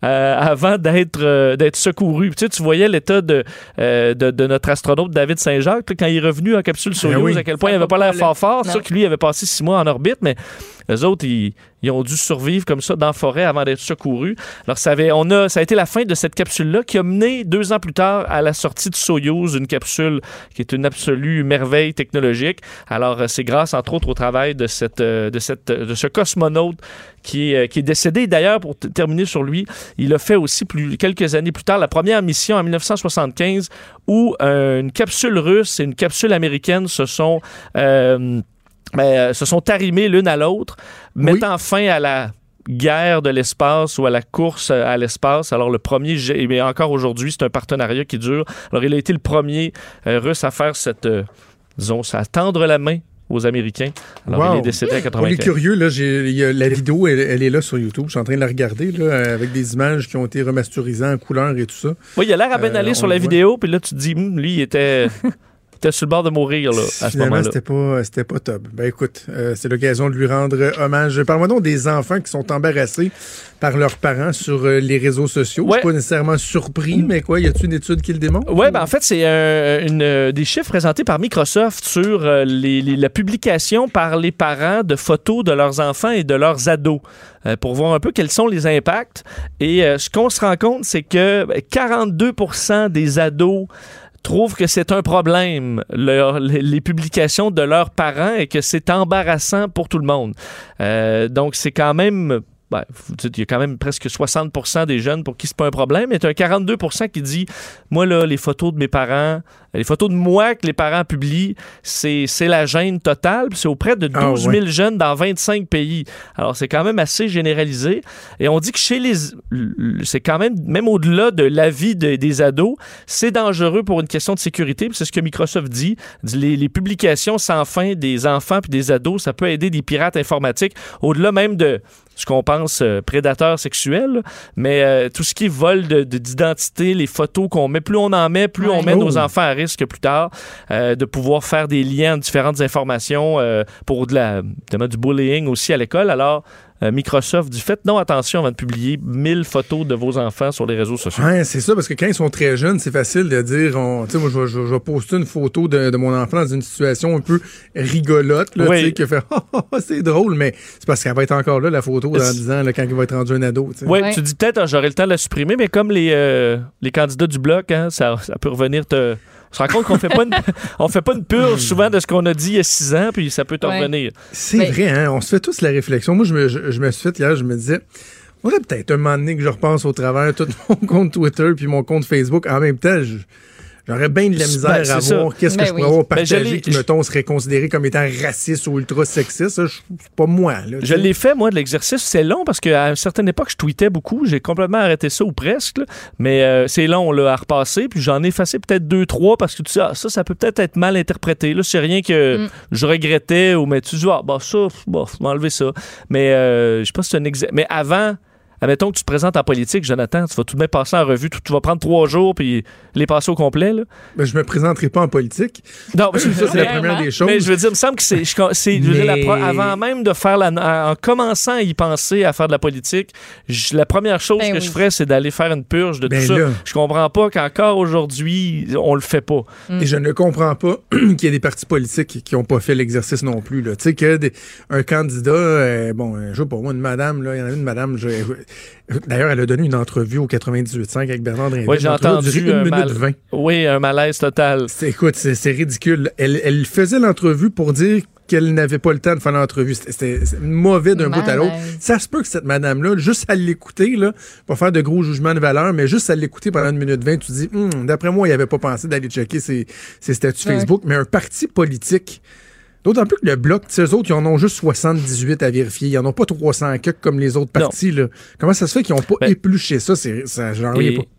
euh, avant d'être euh, d'être secouru. Puis, tu sais, tu voyais l'état de, euh, de, de notre astronaute David Saint-Jacques là, quand il est revenu en capsule Soyuz, oui. à quel point il n'avait pas l'air fort fort. C'est sûr que lui, il avait passé six mois en orbite, mais eux autres, ils, ils ont dû survivre comme ça dans la forêt avant d'être secourus. Alors, ça, avait, on a, ça a été la fin de cette capsule-là qui a mené deux ans plus tard à la sortie de Soyuz, une capsule qui est une absolue merveille technologique. Alors, c'est grâce, entre autres, au travail de, cette, de, cette, de ce cosmonaute qui est, qui est décédé. D'ailleurs, pour t- terminer sur lui, il a fait aussi plus, quelques années plus tard la première mission en dix-neuf cent soixante-quinze où euh, une capsule russe et une capsule américaine se sont... Euh, Ben, se sont arrimés l'une à l'autre, oui. mettant fin à la guerre de l'espace ou à la course à l'espace. Alors, le premier, mais encore aujourd'hui, c'est un partenariat qui dure. Alors, il a été le premier euh, russe à faire cette, euh, disons, à tendre la main aux Américains. Alors, wow. il est décédé à quatre-vingt-quinze. Pour les curieux, là, j'ai, y a, la vidéo, elle, elle est là sur YouTube. Je suis en train de la regarder, là, avec des images qui ont été remasterisées en couleur et tout ça. Oui, il a l'air à ben aller euh, sur la vidéo, puis là, tu te dis, hm, lui, il était... T'es sur le bord de mourir là, à ce moment-là. C'était pas, c'était pas top. Ben écoute, euh, c'est l'occasion de lui rendre hommage. Parle-moi donc des enfants qui sont embarrassés par leurs parents sur euh, les réseaux sociaux. Ouais. Je suis pas nécessairement surpris, mmh. mais quoi, y a-t-il une étude qui le démontre? Oui, ben en fait, c'est euh, une, euh, des chiffres présentés par Microsoft sur euh, les, les, la publication par les parents de photos de leurs enfants et de leurs ados euh, pour voir un peu quels sont les impacts. Et euh, ce qu'on se rend compte, c'est que quarante-deux pour cent des ados trouvent que c'est un problème, leur, les, les publications de leurs parents, et que c'est embarrassant pour tout le monde. Euh, donc, c'est quand même... Ben, il y a quand même presque soixante pour cent des jeunes pour qui c'est pas un problème, mais tu as un quarante-deux pour cent qui dit « Moi, là, les photos de mes parents, les photos de moi que les parents publient, c'est, c'est la gêne totale. » Puis c'est auprès de douze mille ah, ouais. jeunes dans vingt-cinq pays. Alors, c'est quand même assez généralisé. Et on dit que chez les... C'est quand même, même au-delà de l'avis de, des ados, c'est dangereux pour une question de sécurité. Puis c'est ce que Microsoft dit. Les, les publications sans fin des enfants puis des ados, ça peut aider des pirates informatiques, au-delà même de ce qu'on pense euh, prédateurs sexuels, mais euh, tout ce qui est vol de, de, d'identité, les photos qu'on met, plus on en met, plus ouais. on met oh. nos enfants à risque plus tard, euh, de pouvoir faire des liens entre différentes informations euh, pour de la, du bullying aussi à l'école. Alors, euh, Microsoft dit, faites non attention avant de publier mille photos de vos enfants sur les réseaux sociaux. Ouais, c'est ça, parce que quand ils sont très jeunes, c'est facile de dire, tu sais, moi, je vais, je vais poster une photo de, de mon enfant dans une situation un peu rigolote, là, oui. tu sais, qui fait, oh, oh, oh, c'est drôle, mais c'est parce qu'elle va être encore là, la photo, dans dix ans, là, quand il va être rendu un ado. Oui, ouais. tu dis peut-être, hein, j'aurai le temps de la supprimer, mais comme les, euh, les candidats du Bloc, hein, ça, ça peut revenir te... On se rend compte qu'on fait pas une, on fait pas une purge souvent de ce qu'on a dit il y a six ans, puis ça peut te ouais. revenir. C'est mais... vrai, hein? On se fait tous la réflexion. Moi, je me, je, je me suis fait hier, je me disais, on aurait peut-être un moment donné que je repasse au travers tout mon compte Twitter puis mon compte Facebook. En même temps, je... J'aurais bien de la misère ben, à ça. voir qu'est-ce ben que je oui. pourrais avoir partagé ben, qui, mettons, serait considéré comme étant raciste ou ultra sexiste. Ça, je, c'est pas moi. Là, je l'ai fait, moi, de l'exercice. C'est long parce qu'à une certaine époque, je tweetais beaucoup. J'ai complètement arrêté ça ou presque. Là. Mais euh, c'est long là, à repasser. Puis j'en ai effacé peut-être deux, trois parce que tu dis, ah, ça, ça peut peut-être être mal interprété. Là, c'est rien que mm. je regrettais. Ou mais tu dis, ah, bah, ça, bah, m'enlever ça. Mais euh, je sais pas si c'est un exemple. Mais avant. Admettons que tu te présentes en politique, Jonathan, tu vas tout de même passer en revue, tu, tu vas prendre trois jours puis les passer au complet. Là. Ben, je me présenterai pas en politique. Non, ça, c'est la première des choses. Mais je veux dire, il me semble que c'est, c'est mais... je veux dire, la, avant même de faire la, en commençant à y penser, à faire de la politique, je, la première chose ben que oui. je ferais, c'est d'aller faire une purge de ben tout là. ça. Je comprends pas qu'encore aujourd'hui, on le fait pas. Et je ne comprends pas qu'il y ait des partis politiques qui n'ont pas fait l'exercice non plus. Tu sais, que des, un candidat, euh, bon, je sais pas, moi, une madame, là, il y en a une madame, je, d'ailleurs, elle a donné une entrevue au quatre-vingt-dix-huit cinq avec Bernard Drinville. Oui, j'ai entendu. Une minute mal... vingt. Oui, un malaise total. C'est, écoute, c'est, c'est ridicule. Elle, elle faisait l'entrevue pour dire qu'elle n'avait pas le temps de faire l'entrevue. C'était, c'était, c'était mauvais d'un malaise. bout à l'autre. Ça se peut que cette madame-là, juste à l'écouter, là, pas faire de gros jugements de valeur, mais juste à l'écouter pendant une minute vingt, tu te dis, hm, d'après moi, il n'avait pas pensé d'aller checker ses, ses statuts ouais. Facebook, mais un parti politique. D'autant plus que le Bloc, eux autres, ils en ont juste soixante-dix-huit à vérifier. Ils n'en ont pas trois cents quelques comme les autres partis. Là. Comment ça se fait qu'ils n'ont pas ben, épluché ça? C'est, ça j'en reviens pas.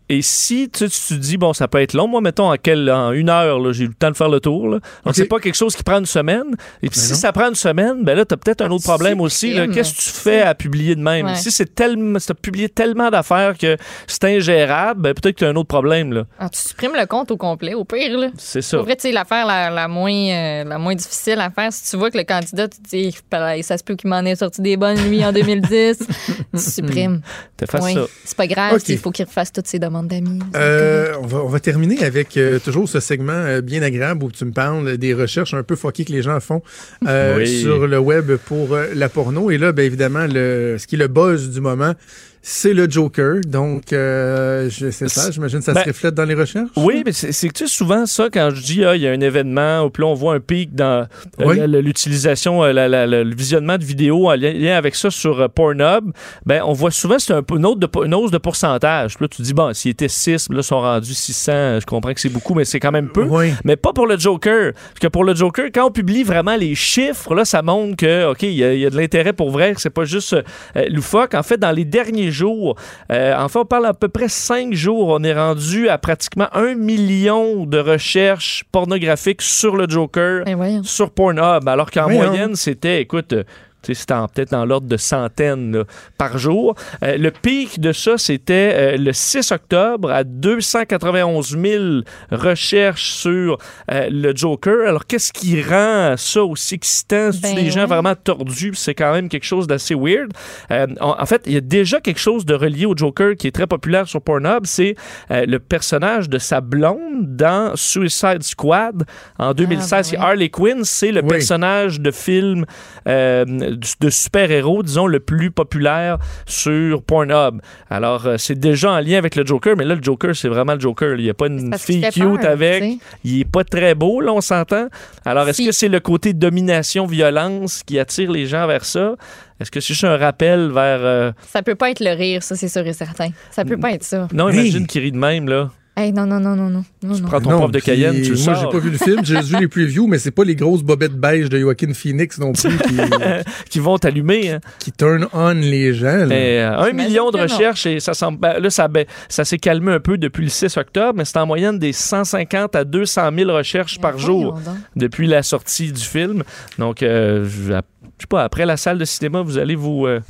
Et si tu, tu te dis, bon, ça peut être long, moi, mettons, en, quel, en une heure, là, j'ai eu le temps de faire le tour. Là. Donc, okay. c'est pas quelque chose qui prend une semaine. Et puis, ben si non. ça prend une semaine, ben là, t'as peut-être un autre problème aussi. Là. Qu'est-ce que tu fais à publier de même? Ouais. Si c'est tellement, si t'as publié tellement d'affaires que c'est ingérable, ben peut-être que t'as un autre problème. Là. Ah, tu supprimes le compte au complet, au pire. Là. C'est ça. Pour vrai, tu sais, l'affaire la, la, moins, euh, la moins difficile à faire, si tu vois que le candidat, tu dis, ça se peut qu'il m'en ait sorti des bonnes, lui, en deux mille dix, tu supprimes. Oui. Ça. C'est pas grave, okay. il faut qu'il refasse toutes ses demandes d'amis. Euh, on, va, on va terminer avec euh, toujours ce segment euh, bien agréable où tu me parles des recherches un peu fuckées que les gens font euh, oui. sur le web pour euh, la porno. Et là, bien évidemment, le, ce qui est le buzz du moment, c'est le Joker. Donc, euh, je, c'est ça, j'imagine que ça ben, se reflète dans les recherches. Oui, mais c'est, c'est tu sais, souvent ça, quand je dis, ah, il y a un événement, ou puis là, on voit un pic dans oui. euh, l'utilisation, la, la, la, le visionnement de vidéos en lien avec ça sur euh, Pornhub, ben, on voit souvent c'est un, une, hausse de, une hausse de pourcentage. Puis là, tu dis, bon, s'il était six, là, ils sont rendus six cents, je comprends que c'est beaucoup, mais c'est quand même peu. Oui. Mais pas pour le Joker. Parce que pour le Joker, quand on publie vraiment les chiffres, là, ça montre que, OK, il y, y a de l'intérêt pour vrai, que c'est pas juste euh, loufoque. En fait, dans les derniers jours, euh, en fait, on parle à peu près cinq jours, on est rendu à pratiquement un million de recherches pornographiques sur le Joker, sur Pornhub, alors qu'en oui, moyenne, hein. c'était, écoute... C'était peut-être dans l'ordre de centaines là, par jour. Euh, le pic de ça, c'était euh, le six octobre à deux cent quatre-vingt-onze mille recherches sur euh, le Joker. Alors, qu'est-ce qui rend ça aussi excitant? C'est ben des ouais. gens vraiment tordus, c'est quand même quelque chose d'assez weird. Euh, en, en fait, il y a déjà quelque chose de relié au Joker qui est très populaire sur Pornhub, c'est euh, le personnage de sa blonde dans Suicide Squad en deux mille seize. Ah, ben ouais. Harley Quinn, c'est le oui. personnage de film... Euh, de super-héros, disons, le plus populaire sur Pornhub. Alors, euh, c'est déjà en lien avec le Joker, mais là, le Joker, c'est vraiment le Joker. Il n'y a pas une fille cute peur, avec. T'sais. Il n'est pas très beau, là, on s'entend. Alors, est-ce si. que c'est le côté domination-violence qui attire les gens vers ça? Est-ce que c'est juste un rappel vers... Euh... Ça peut pas être le rire, ça, c'est sûr et certain. Ça peut pas être ça. Non, imagine hey. qu'il rit de même, là. Hey, non, non, non, non, non. Tu non. prends ton non, prof de Cayenne, tu le Moi, sors. j'ai pas vu le film, j'ai vu les previews, mais c'est pas les grosses bobettes beige de Joaquin Phoenix non plus qui, qui vont t'allumer. Hein. Qui turn on les gens. Là. Et, euh, un million de recherches, et ça semble, ben, là, ça, ben, ça s'est calmé un peu depuis le six octobre, mais c'est en moyenne des cent cinquante à deux cent mille recherches par jour depuis la sortie du film. Donc, euh, je sais pas, après la salle de cinéma, vous allez vous, euh,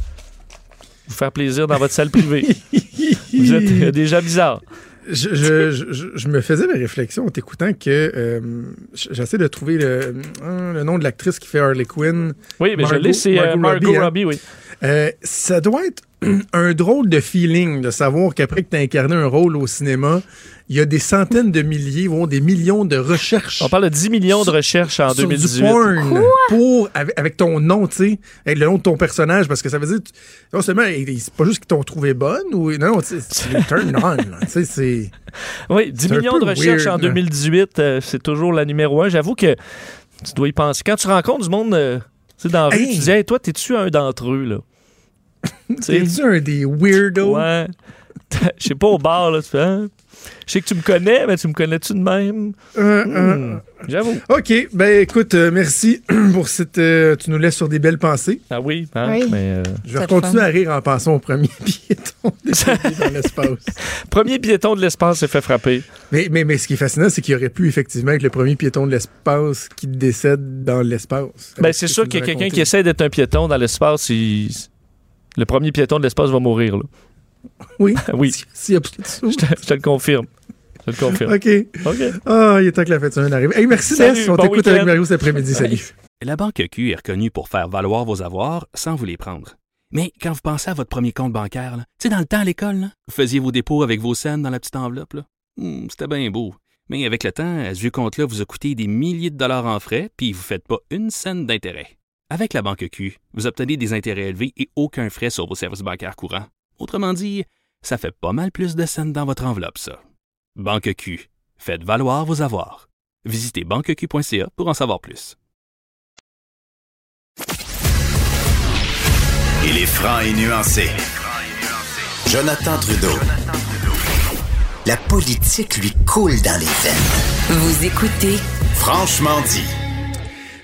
vous faire plaisir dans votre salle privée. Vous êtes euh, déjà bizarre. Je, je, je, je me faisais la réflexion en t'écoutant que euh, j'essaie de trouver le, le nom de l'actrice qui fait Harley Quinn. Oui, mais Margot, je l'ai, c'est Margot, Margot Robbie, Robbie hein. oui. Euh, ça doit être un drôle de feeling de savoir qu'après que tu as incarné un rôle au cinéma, il y a des centaines de milliers, voire des millions de recherches. On parle de dix millions de recherches en deux mille dix-huit. Sur du porn pour, avec, avec ton nom, tu sais, avec le nom de ton personnage, parce que ça veut dire, non seulement, c'est pas juste qu'ils t'ont trouvé bonne, ou non, c'est turn on, tu sais, c'est... Oui, dix millions de recherches weird, en deux mille dix-huit, euh, c'est toujours la numéro un. J'avoue que tu dois y penser. Quand tu rencontres du monde, euh, tu sais, dans la rue, hey. tu dis, hey, toi, t'es-tu un d'entre eux, là? T'es-tu un des weirdos? Ouais. Je sais pas, au bar, là, tu fais, hein? Je sais que tu me connais, mais tu me connais-tu de même? Euh, mmh, euh, j'avoue. OK. Ben, écoute, euh, merci pour cette... Euh, tu nous laisses sur des belles pensées. Ah oui? Hein? Oui. Mais, euh, je vais continuer à rire en pensant au premier piéton dans l'espace. Premier piéton de l'espace s'est fait frapper. Mais, mais, mais ce qui est fascinant, c'est qu'il aurait pu effectivement être le premier piéton de l'espace qui décède dans l'espace. Ben, c'est sûr qu'il y a quelqu'un qui essaie d'être un piéton dans l'espace, il... le premier piéton de l'espace va mourir, là. Oui. oui. Si, si, je, te, je te le confirme. Je te le confirme. OK. OK. Ah, oh, il est temps que la fête de semaine arrive. Hey, merci, Salut, On bon t'écoute week-end. Avec Mario cet après-midi. Salut. La Banque Q est reconnue pour faire valoir vos avoirs sans vous les prendre. Mais quand vous pensez à votre premier compte bancaire, tu sais, dans le temps à l'école, là, vous faisiez vos dépôts avec vos scènes dans la petite enveloppe. Là. Hum, c'était bien beau. Mais avec le temps, ce vieux compte-là vous a coûté des milliers de dollars en frais, puis vous ne faites pas une scène d'intérêt. Avec la Banque Q, vous obtenez des intérêts élevés et aucun frais sur vos services bancaires courants. Autrement dit, ça fait pas mal plus de scènes dans votre enveloppe, ça. Banque Q. Faites valoir vos avoirs. Visitez banque q point c a pour en savoir plus. Il est franc et nuancé. Jonathan Trudeau. La politique lui coule dans les veines. Vous écoutez Franchement dit.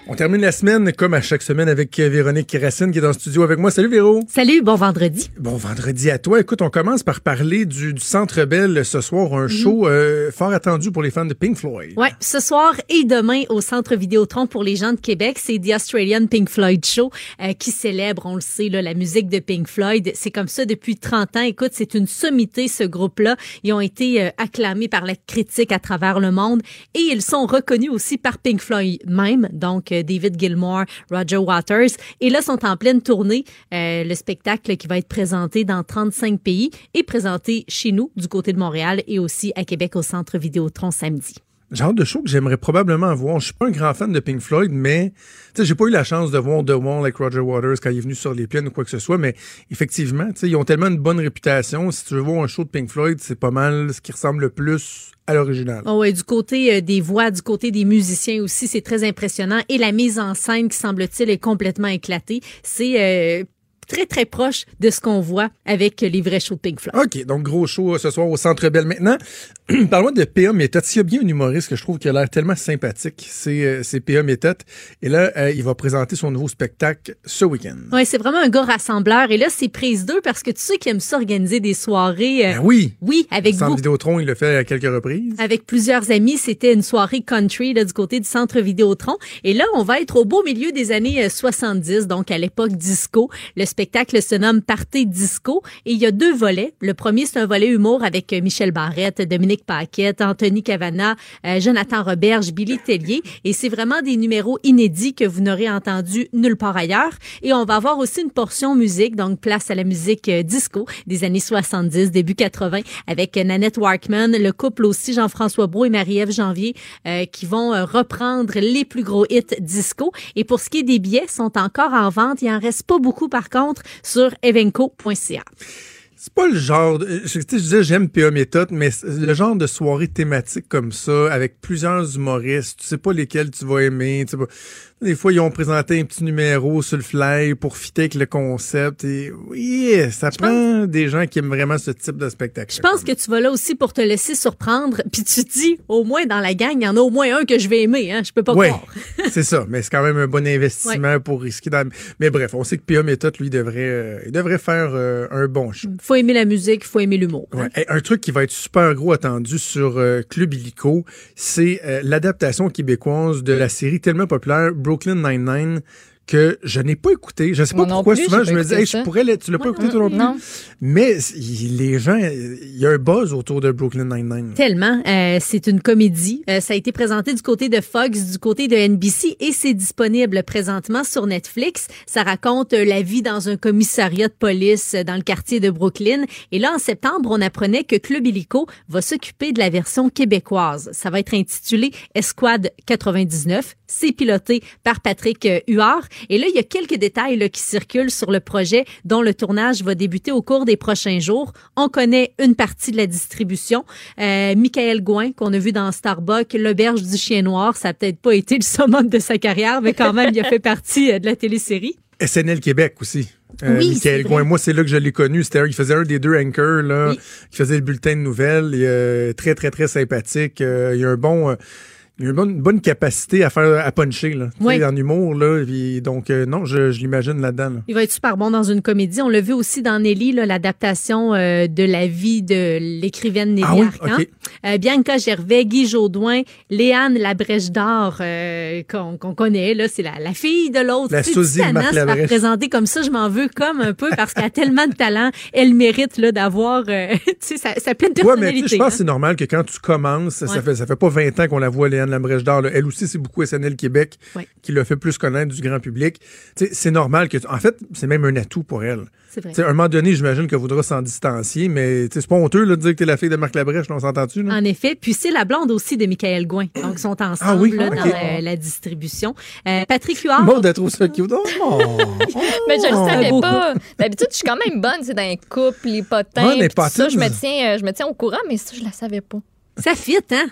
On termine la semaine, comme à chaque semaine, avec Véronique Racine qui est dans le studio avec moi. Salut Véro! Salut, bon vendredi. Bon vendredi à toi. Écoute, on commence par parler du, du Centre Bell ce soir, un show euh, fort attendu pour les fans de Pink Floyd. Ouais, ce soir et demain au Centre Vidéotron pour les gens de Québec, c'est The Australian Pink Floyd Show euh, qui célèbre, on le sait, là, la musique de Pink Floyd. C'est comme ça depuis trente ans. Écoute, c'est une sommité, ce groupe-là. Ils ont été euh, acclamés par la critique à travers le monde et ils sont reconnus aussi par Pink Floyd même, donc euh, David Gilmour, Roger Waters. Et là, sont en pleine tournée. Euh, le spectacle qui va être présenté dans trente-cinq pays est présenté chez nous, du côté de Montréal, et aussi à Québec au Centre Vidéotron samedi. Genre de show que j'aimerais probablement voir. Je suis pas un grand fan de Pink Floyd, mais tu sais, j'ai pas eu la chance de voir The Wall avec Roger Waters quand il est venu sur les plaines ou quoi que ce soit, mais effectivement, tu sais, ils ont tellement une bonne réputation. Si tu veux voir un show de Pink Floyd, c'est pas mal ce qui ressemble le plus à l'original. Oh ouais, du côté euh, des voix, du côté des musiciens aussi, c'est très impressionnant. Et la mise en scène qui, semble-t-il, est complètement éclatée. C'est euh, très, très proche de ce qu'on voit avec les vrais shows de Pink Floyd. OK, donc gros show ce soir au Centre Bell. Maintenant, parle-moi de P A Méthode. S'il y a bien un humoriste que je trouve qui a l'air tellement sympathique, c'est, euh, c'est P A Méthode. Et là, euh, il va présenter son nouveau spectacle ce week-end. Oui, c'est vraiment un gars rassembleur. Et là, c'est prise deux parce que tu sais qu'il aime ça organiser des soirées. Euh, ben oui! Oui, avec vous. Centre Vidéotron, il l'a fait à quelques reprises. Avec plusieurs amis, c'était une soirée country là, du côté du Centre Vidéotron. Et là, on va être au beau milieu des années soixante-dix, donc à l'époque disco. Le spectacle se nomme Party Disco et il y a deux volets. Le premier, c'est un volet humour avec Michel Barrette, Dominique Paquette, Anthony Cavana, euh, Jonathan Roberge, Billy Tellier. Et c'est vraiment des numéros inédits que vous n'aurez entendus nulle part ailleurs. Et on va avoir aussi une portion musique, donc place à la musique euh, disco des années soixante-dix, début quatre-vingts, avec Nanette Workman, le couple aussi Jean-François Brault et Marie-Ève Janvier euh, qui vont euh, reprendre les plus gros hits disco. Et pour ce qui est des billets, sont encore en vente. Il en reste pas beaucoup par contre sur evenco point c a. C'est pas le genre, de, je, je disais j'aime P A Méthode, mais le genre de soirée thématique comme ça, avec plusieurs humoristes, tu sais pas lesquels tu vas aimer, tu sais pas. Des fois, ils ont présenté un petit numéro sur le fly pour fitter avec le concept. Et oui, ça je prend pense... des gens qui aiment vraiment ce type de spectacle. Je pense que tu vas là aussi pour te laisser surprendre. Puis tu te dis, au moins dans la gang, il y en a au moins un que je vais aimer. Hein? Je peux pas ouais, croire. C'est ça. Mais c'est quand même un bon investissement ouais. pour risquer. Dans... Mais bref, on sait que P A Méthode, lui, devrait, euh, il devrait faire euh, un bon show. Faut aimer la musique, faut aimer l'humour. Ouais. Hein? Et un truc qui va être super gros attendu sur euh, Club Illico, c'est euh, l'adaptation québécoise de la série tellement populaire Brooklyn Nine-Nine que je n'ai pas écouté. Je ne sais pas Moi pourquoi. plus, souvent, je me dis, hey, je pourrais le... Tu l'as pas ouais, écouté toi non plus? Non. Mais les gens, il y a un buzz autour de Brooklyn Nine-Nine. Tellement. Euh, c'est une comédie. Euh, ça a été présenté du côté de Fox, du côté de N B C et c'est disponible présentement sur Netflix. Ça raconte euh, la vie dans un commissariat de police euh, dans le quartier de Brooklyn. Et là, en septembre, on apprenait que Club Illico va s'occuper de la version québécoise. Ça va être intitulé Escouade quatre-vingt-dix-neuf. C'est piloté par Patrick euh, Huard. Et là, il y a quelques détails là, qui circulent sur le projet dont le tournage va débuter au cours des prochains jours. On connaît une partie de la distribution. Euh, Michael Gouin, qu'on a vu dans Starbucks, l'auberge du chien noir, ça n'a peut-être pas été le summum de sa carrière, mais quand même, il a fait partie euh, de la télésérie. S N L Québec aussi. Euh, oui, Michael Gouin, moi c'est là que je l'ai connu. C'était il faisait un des deux anchors là, oui. qui faisait le bulletin de nouvelles. Et, euh, très très très sympathique. Euh, il y a un bon. Euh, Il y a une bonne, bonne capacité à faire à puncher là, oui. en humour là, puis donc euh, non, je, je l'imagine là-dedans. Là. Il va être super bon dans une comédie. On l'a vu aussi dans Nelly, là, l'adaptation euh, de la vie de l'écrivaine Nelly ah oui? Arcan. Okay. Euh, Bianca Gervais, Guy Jodoin, Léane Labrèche d'Or euh, qu'on, qu'on connaît là, c'est la, la fille de l'autre. La Suzy Marc Tana se faire présenter comme ça, je m'en veux comme un peu parce qu'elle a tellement de talent, elle mérite là d'avoir, euh, tu sais, sa, sa pleine personnalité. Ouais, mais je pense hein? que c'est normal que quand tu commences, ouais. ça fait ça fait pas vingt ans qu'on la voit Léane Labrèche d'Or. Là. Elle aussi, c'est beaucoup S N L Québec ouais. qui l'a fait plus connaître du grand public. T'sais, c'est normal que... Tu... En fait, c'est même un atout pour elle. C'est vrai. T'sais, à un moment donné, j'imagine qu'elle voudra s'en distancier, mais c'est pas honteux là, de dire que t'es la fille de Marc Labrèche, là, on s'entend-tu? Là? En effet. Puis c'est la blonde aussi de Michael Gouin. Donc, ils sont ensemble ah oui? là, okay. dans la, la distribution. Euh, Patrick Huard... Bon, d'être trop ça cute. Oh, oh, mais je le oh, savais oh. pas. D'habitude, je suis quand même bonne, c'est dans les couples, les potins. Ouais, tout ça, je me, tiens, je me tiens au courant, mais ça, je la savais pas. Ça fit, hein?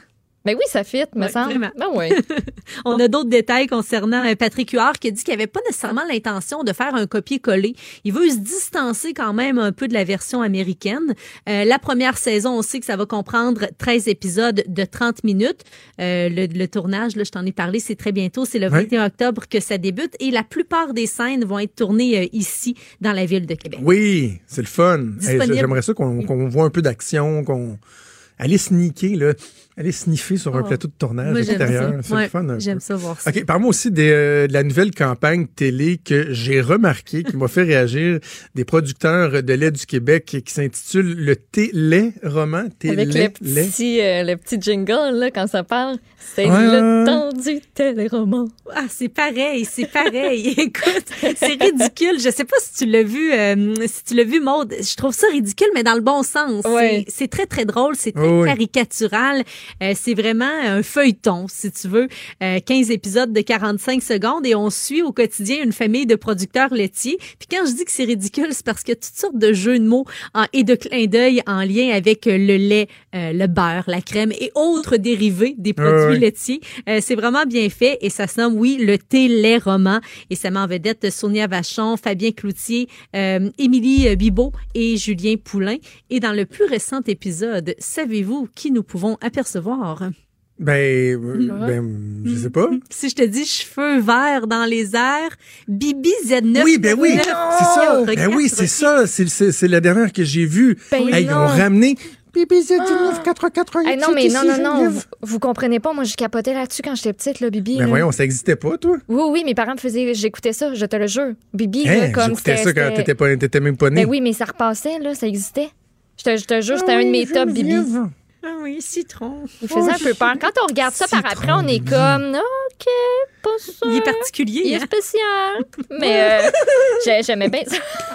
Mais oui, ça fit, me Ouais, semble. vraiment. Ben oui. On a d'autres détails concernant euh, Patrick Huard qui a dit qu'il n'avait pas nécessairement l'intention de faire un copier-coller. Il veut se distancer quand même un peu de la version américaine. Euh, la première saison, on sait que ça va comprendre treize épisodes de trente minutes. Euh, le, le tournage, là, je t'en ai parlé, c'est très bientôt. C'est le vingt et un octobre que ça débute. Et la plupart des scènes vont être tournées euh, ici, dans la ville de Québec. Oui, c'est le fun. Hey, Disponible. j'aimerais ça qu'on qu'on voit un peu d'action, qu'on... Aller sneaker, là. Aller sniffer sur un Oh. plateau de tournage Moi, extérieur. j'aime ça. C'est Ouais, le fun. un j'aime peu. ça voir ça. OK, parle-moi aussi des, euh, de la nouvelle campagne télé que j'ai remarqué, qui m'a fait réagir, des producteurs de lait du Québec qui s'intitule le Thé-lait roman. Avec Thé-lait, le lait. petit, euh, le petit jingle, là, quand ça parle. C'est Ouais. le temps du téléroman. Ah, c'est pareil, c'est pareil. Écoute, c'est ridicule. Je sais pas si tu l'as vu, euh, si tu l'as vu, Maude. Je trouve ça ridicule, mais dans le bon sens. Ouais. C'est, c'est très, très drôle. C'est très Oui. caricatural. Euh, c'est vraiment un feuilleton, si tu veux. Euh, quinze épisodes de quarante-cinq secondes et on suit au quotidien une famille de producteurs laitiers. Puis quand je dis que c'est ridicule, c'est parce qu'il y a toutes sortes de jeux de mots en, et de clins d'œil en lien avec le lait, euh, le beurre, la crème et autres dérivés des produits Ouais, ouais. laitiers. Euh, c'est vraiment bien fait et ça se nomme, oui, le Thé-lait roman. Et ça met en vedette Sonia Vachon, Fabien Cloutier, euh, Émilie Bibeau et Julien Poulain. Et dans le plus récent épisode, savez-vous qui nous pouvons apercevoir? Ben, euh, ben, je sais pas. Si je te dis cheveux verts dans les airs, Bibi Z neuf. Oui, ben oui, c'est ça. Ben Regarde, oui, c'est regarde. ça. C'est, c'est, c'est la dernière que j'ai vue. Ben Hey, ils non. ont ramené B B Z neuf quatre quatre huit. Hey, non, mais non, non, non, vous, vous comprenez pas. Moi, je capotais là-dessus quand j'étais petite, là, Bibi. Ben là. voyons, ça existait pas, toi? Oui, oui, mes parents me faisaient. J'écoutais ça, je te le jure. Bibi, Hein, là, comme j'écoutais c'était. ça quand c'était- t'étais, pas, t'étais même pas né. Ben oui, mais ça repassait, là, ça existait. Je te, je te jure, c'était Ah un de oui, mes top, Bibi. Geneviève. Ah oui, citron. Il faisait un peu peur. Quand on regarde ça par après, on est comme, OK, pas ça. Il est particulier. Il est hein? spécial. Mais euh, j'ai- j'aimais bien ça.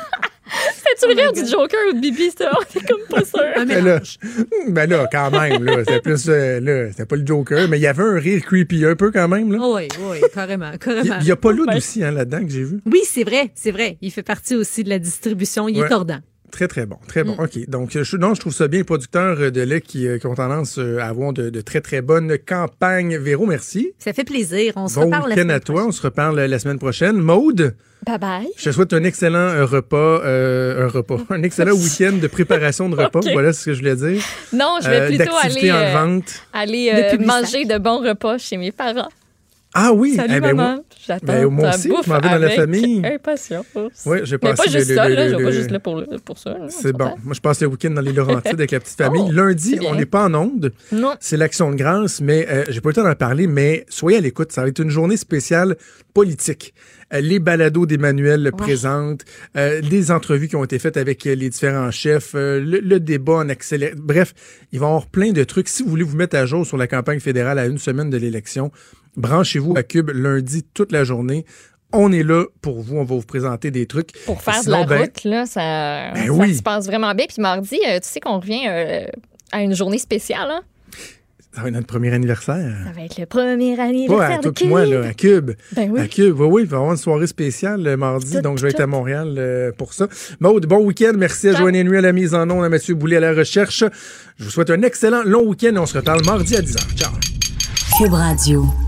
C'était-tu le rire du Joker ou de Bibi, ça? On est comme pas sûr. Un Ben là, mélange. ben là, quand même, là, c'était plus, euh, là, c'était pas le Joker, mais il y avait un rire creepy un peu quand même, là. Oui, oui, carrément, Il carrément. y, y a pas l'autre aussi, hein, là-dedans, que j'ai vu. Oui, c'est vrai, c'est vrai. Il fait partie aussi de la distribution. Il Ouais. est tordant. Très, très bon. Très bon. Mm. OK. Donc, je, non, je trouve ça bien, les producteurs de lait qui, euh, qui ont tendance euh, à avoir de, de très, très bonnes campagnes. Véro, merci. Ça fait plaisir. On se Bon reparle la week-end semaine à toi. On se reparle la semaine prochaine. Maude, Bye bye. je te souhaite un excellent euh, repas, euh, un repas, un excellent week-end de préparation de repas. OK. Voilà ce que je voulais dire. Non, je vais Euh, plutôt d'activité aller, en euh, vente. aller De euh, Publisac. manger de bons repas chez mes parents. Ah oui. Salut, eh ben, maman. moi- J'attends ben, moi ta aussi, bouffe je m'en vais dans la avec famille. impatience. Oui, j'ai Mais passé pas juste le- ça, le- là. le- Je vais pas le- juste là pour, le- pour ça. là, on C'est bon. s'entend? Moi, je passe le week-end dans les Laurentides avec la petite famille. Oh, Lundi, c'est bien. on n'est pas en onde. Non. C'est l'Action de grâce, mais euh, j'ai pas eu le temps d'en parler, mais soyez à l'écoute. Ça va être une journée spéciale politique. Euh, les balados d'Emmanuel le présentent, euh, les entrevues qui ont été faites avec euh, les différents chefs, euh, le, le débat en accéléré. Bref, il va y avoir plein de trucs. Si vous voulez vous mettre à jour sur la campagne fédérale à une semaine de l'élection, branchez-vous à Cube lundi toute la journée. On est là pour vous. On va vous présenter des trucs. Pour faire Sinon, de la ben, route, là, ça, Ben ça oui. se passe vraiment bien. Puis mardi, euh, tu sais qu'on revient euh, à une journée spéciale. Hein? Ça va être notre premier anniversaire. Ça va être le premier Pas anniversaire à de toi Cube. et moi, là, à Cube. Ben oui. À Cube, oui, oui, il va y avoir une soirée spéciale le mardi, Tout, donc je vais tout. être à Montréal euh, pour ça. Maude, bon week-end. Merci à Joanne Nuit à la mise en onde, à Mathieu Boulay à la recherche. Je vous souhaite un excellent long week-end et on se reparle mardi à dix heures. Ciao. Cube Radio.